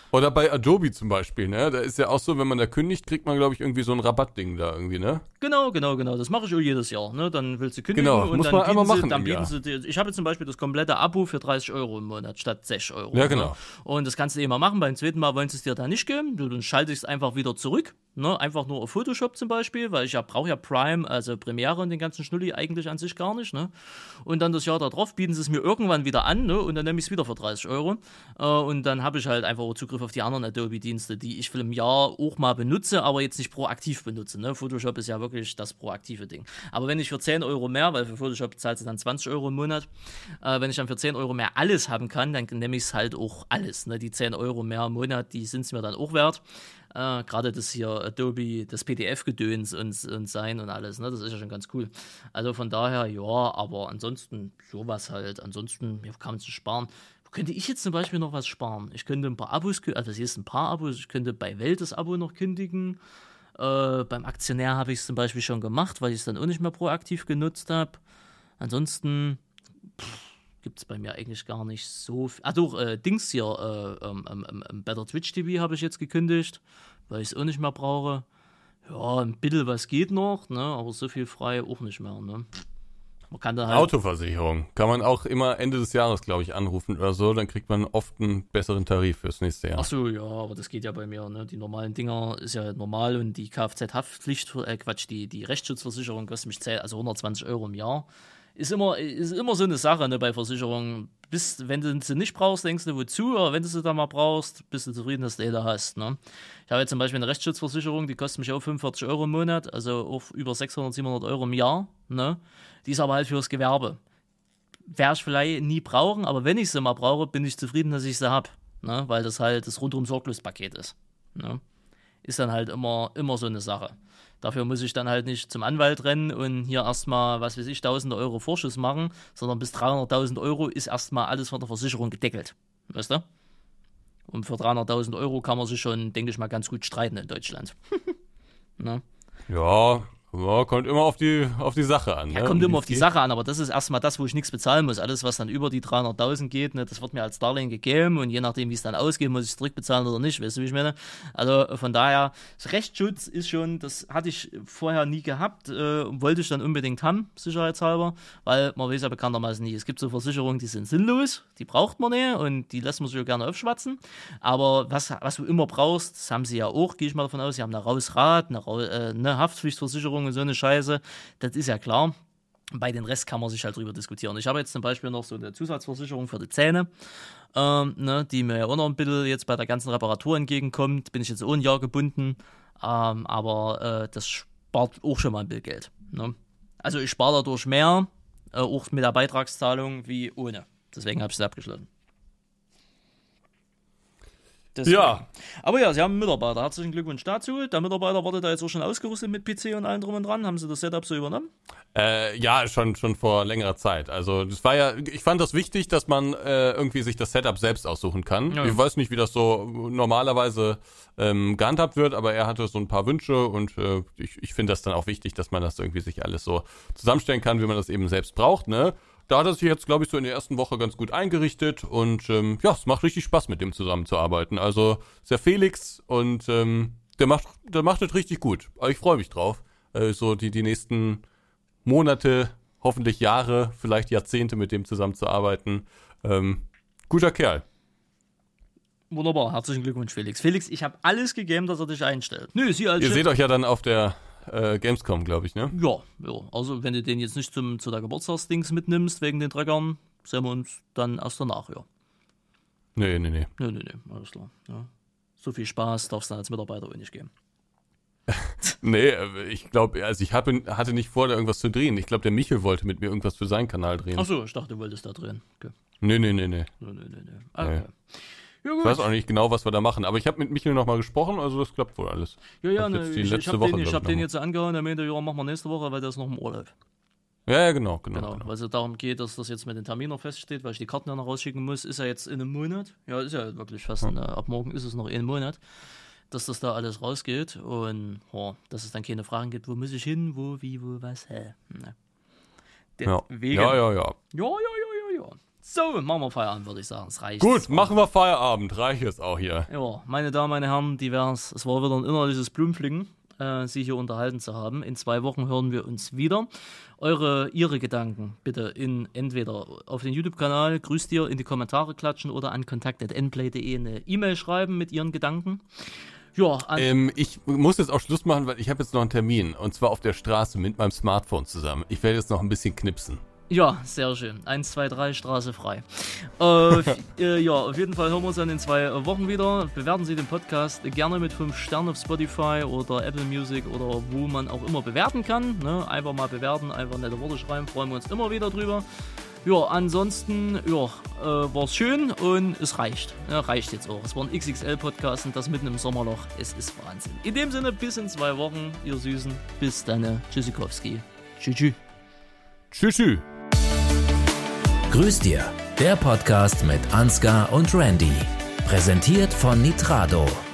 Oder bei Adobe zum Beispiel, ne? Da ist ja auch so, wenn man da kündigt, kriegt man, glaube ich, irgendwie so ein Rabattding da irgendwie, ne? Genau, genau, genau. Das mache ich auch jedes Jahr. Ne? Dann willst du kündigen Genau, und muss dann man bieten, einmal sie, machen dann im bieten Jahr. sie dir. Ich habe jetzt zum Beispiel das komplette Abo für dreißig Euro im Monat statt sechzig Euro. Ja, genau. Ne? Und das kannst du immer machen. Beim zweiten Mal wollen sie es dir dann nicht geben. Du, dann schalte ich es einfach wieder zurück. Ne? Einfach nur auf Photoshop zum Beispiel, weil ich ja brauche ja Prime, also Premiere und den ganzen Schnulli eigentlich an sich gar nicht. Ne? Und dann das Jahr darauf bieten sie es mir irgendwann wieder an, ne? Und dann nehme ich es wieder für dreißig Euro. Äh, und dann habe ich halt einfach auch Zugriff auf die anderen Adobe-Dienste, die ich für im Jahr auch mal benutze, aber jetzt nicht proaktiv benutze. Ne? Photoshop ist ja wirklich das proaktive Ding. Aber wenn ich für zehn Euro mehr, weil für Photoshop zahlst du dann zwanzig Euro im Monat, äh, wenn ich dann für zehn Euro mehr alles haben kann, dann nehme ich es halt auch alles. Ne? Die zehn Euro mehr im Monat, die sind es mir dann auch wert. Äh, Gerade das hier Adobe, das P D F-Gedöns und, und sein und alles, ne? Das ist ja schon ganz cool. Also von daher, ja, aber ansonsten sowas halt. Ansonsten ja, kann man sich sparen. Könnte ich jetzt zum Beispiel noch was sparen? Ich könnte ein paar Abos, also hier ist ein paar Abos, ich könnte bei Welt das Abo noch kündigen. Äh, beim Aktionär habe ich es zum Beispiel schon gemacht, weil ich es dann auch nicht mehr proaktiv genutzt habe. Ansonsten gibt es bei mir eigentlich gar nicht so viel. Ah doch, äh, Dings hier, äh, ähm, ähm, ähm, Better Twitch T V habe ich jetzt gekündigt, weil ich es auch nicht mehr brauche. Ja, ein bisschen was geht noch, ne? Aber so viel frei auch nicht mehr, ne? Man kann da halt Autoversicherung kann man auch immer Ende des Jahres, glaube ich, anrufen oder so. Dann kriegt man oft einen besseren Tarif fürs nächste Jahr. Ach so, ja, aber das geht ja bei mir, ne? Die normalen Dinger ist ja normal und die Kfz-Haftpflicht, äh, Quatsch, die, die Rechtsschutzversicherung kostet mich zäh- also hundertzwanzig Euro im Jahr. Ist immer, ist immer so eine Sache, ne, bei Versicherungen. Bis, wenn du sie nicht brauchst, denkst du, wozu? Aber wenn du sie dann mal brauchst, bist du zufrieden, dass du die da hast. Ne? Ich habe jetzt zum Beispiel eine Rechtsschutzversicherung, die kostet mich auch fünfundvierzig Euro im Monat, also auf über sechshundert, siebenhundert Euro im Jahr. Ne? Die ist aber halt fürs Gewerbe. Werde ich vielleicht nie brauchen, aber wenn ich sie mal brauche, bin ich zufrieden, dass ich sie habe. Ne? Weil das halt das Rundum-Sorglos-Paket ist. Ne? Ist dann halt immer, immer so eine Sache. Dafür muss ich dann halt nicht zum Anwalt rennen und hier erstmal, was weiß ich, tausende Euro Vorschuss machen, sondern bis dreihunderttausend Euro ist erstmal alles von der Versicherung gedeckelt. Weißt du? Und für dreihunderttausend Euro kann man sich schon, denke ich mal, ganz gut streiten in Deutschland. Ne? Ja, ja, kommt immer auf die, auf die Sache an. Ja, ne? kommt Um immer die auf die es Sache an, aber das ist erstmal das, wo ich nichts bezahlen muss. Alles, was dann über die dreihunderttausend geht, ne, das wird mir als Darlehen gegeben und je nachdem, wie es dann ausgeht, muss ich es zurückbezahlen oder nicht. Weißt du, wie ich meine? Also von daher, Rechtsschutz ist schon, das hatte ich vorher nie gehabt, äh, wollte ich dann unbedingt haben, sicherheitshalber, weil man weiß ja bekanntermaßen nie, es gibt so Versicherungen, die sind sinnlos, die braucht man nicht und die lässt man sich auch gerne aufschwatzen, aber was, was du immer brauchst, das haben sie ja auch, gehe ich mal davon aus, sie haben eine Rausrat, eine, Ra- äh, eine Haftpflichtversicherung und so eine Scheiße. Das ist ja klar. Bei den Rest kann man sich halt drüber diskutieren. Ich habe jetzt zum Beispiel noch so eine Zusatzversicherung für die Zähne, ähm, ne, die mir ja auch noch ein bisschen jetzt bei der ganzen Reparatur entgegenkommt. Bin ich jetzt auch ein Jahr gebunden, ähm, aber äh, das spart auch schon mal ein bisschen Geld. Ne? Also ich spare dadurch mehr, äh, auch mit der Beitragszahlung, wie ohne. Deswegen habe ich es abgeschlossen. Deswegen. Ja. Aber ja, Sie haben einen Mitarbeiter. Herzlichen Glückwunsch dazu. Der Mitarbeiter wurde da jetzt auch schon ausgerüstet mit P C und allem drum und dran. Haben Sie das Setup so übernommen? Äh, ja, schon, schon vor längerer Zeit. Also das war ja, ich fand das wichtig, dass man äh, irgendwie sich das Setup selbst aussuchen kann. Ja. Ich weiß nicht, wie das so normalerweise ähm, gehandhabt wird, aber er hatte so ein paar Wünsche und äh, ich, ich finde das dann auch wichtig, dass man das irgendwie sich alles so zusammenstellen kann, wie man das eben selbst braucht, ne? Da hat er sich jetzt, glaube ich, so in der ersten Woche ganz gut eingerichtet und ähm, ja, es macht richtig Spaß, mit dem zusammenzuarbeiten. Also ist der Felix und ähm, der macht, der macht das richtig gut. Aber ich freue mich drauf. Äh, so die, die nächsten Monate, hoffentlich Jahre, vielleicht Jahrzehnte mit dem zusammenzuarbeiten. Ähm, guter Kerl. Wunderbar. Herzlichen Glückwunsch, Felix. Felix, ich habe alles gegeben, dass er dich einstellt. Nö, Sie als Ihr Chef- seht euch ja dann auf der äh, Gamescom, glaube ich, ne? Ja, ja. Also wenn du den jetzt nicht zum, zu der Geburtstagsdings mitnimmst, wegen den Treckern, sehen wir uns dann erst danach, ja. Nee, nee, nee. Nö, nö, nö, alles klar. Ja. So viel Spaß darfst du als Mitarbeiter auch nicht geben. Nee, ich glaube, also ich hab, hatte nicht vor, da irgendwas zu drehen. Ich glaube, der Michel wollte mit mir irgendwas für seinen Kanal drehen. Achso, ich dachte, du wolltest da drehen. Okay. Nee, nee, nee, nee. Nö, nö, nö, nö. Okay. Nee. Ja, Ich gut. weiß auch nicht genau, was wir da machen, aber ich habe mit Michel nochmal gesprochen, also das klappt wohl alles. Ja, ja, Hab ne, jetzt die ich, ich letzte habe Woche, den, ich glaub hab ich, den noch jetzt angehauen, der meinte, ja, machen wir nächste Woche, weil der ist noch im Urlaub. Ja, ja, genau, genau. Genau, genau. weil es ja darum geht, dass das jetzt mit den Terminen noch feststeht, weil ich die Karten ja noch rausschicken muss, ist ja jetzt in einem Monat. Ja, ist ja wirklich fast, Ja. ein, ab morgen ist es noch einen Monat, dass das da alles rausgeht und oh, dass es dann keine Fragen gibt, wo muss ich hin, wo, wie, wo, was, hä. Ne. Ja. Deswegen. ja, ja, ja. Ja, ja, ja, ja, ja. So, machen wir Feierabend, würde ich sagen. Es reicht. Gut, machen wir Feierabend. Reicht es auch hier. Ja, meine Damen, meine Herren, divers. Es war wieder ein innerliches Blumenpflücken, äh, Sie hier unterhalten zu haben. In zwei Wochen hören wir uns wieder. Eure, Ihre Gedanken bitte in entweder auf den YouTube-Kanal, grüßt ihr, in die Kommentare klatschen oder an kontakt at n play punkt de eine E-Mail schreiben mit Ihren Gedanken. Ja, an ähm, ich muss jetzt auch Schluss machen, weil ich habe jetzt noch einen Termin. Und zwar auf der Straße mit meinem Smartphone zusammen. Ich werde jetzt noch ein bisschen knipsen. Ja, sehr schön. eins, zwei, drei, Straße frei. Äh, f- äh, ja, auf jeden Fall hören wir uns dann in zwei Wochen wieder. Bewerten Sie den Podcast gerne mit fünf Sternen auf Spotify oder Apple Music oder wo man auch immer bewerten kann. Ne? Einfach mal bewerten, einfach nette Worte schreiben, freuen wir uns immer wieder drüber. Ja, ansonsten, ja, äh, war es schön und es reicht. Ja, reicht jetzt auch. Es war ein X X L-Podcast und das mitten im Sommerloch. Es ist Wahnsinn. In dem Sinne, bis in zwei Wochen, ihr Süßen. Bis dann, Tschüssikowski. Tschüss, tschüss. Tschüss, tschüss. Grüß dir, der Podcast mit Ansgar und Randy. Präsentiert von Nitrado.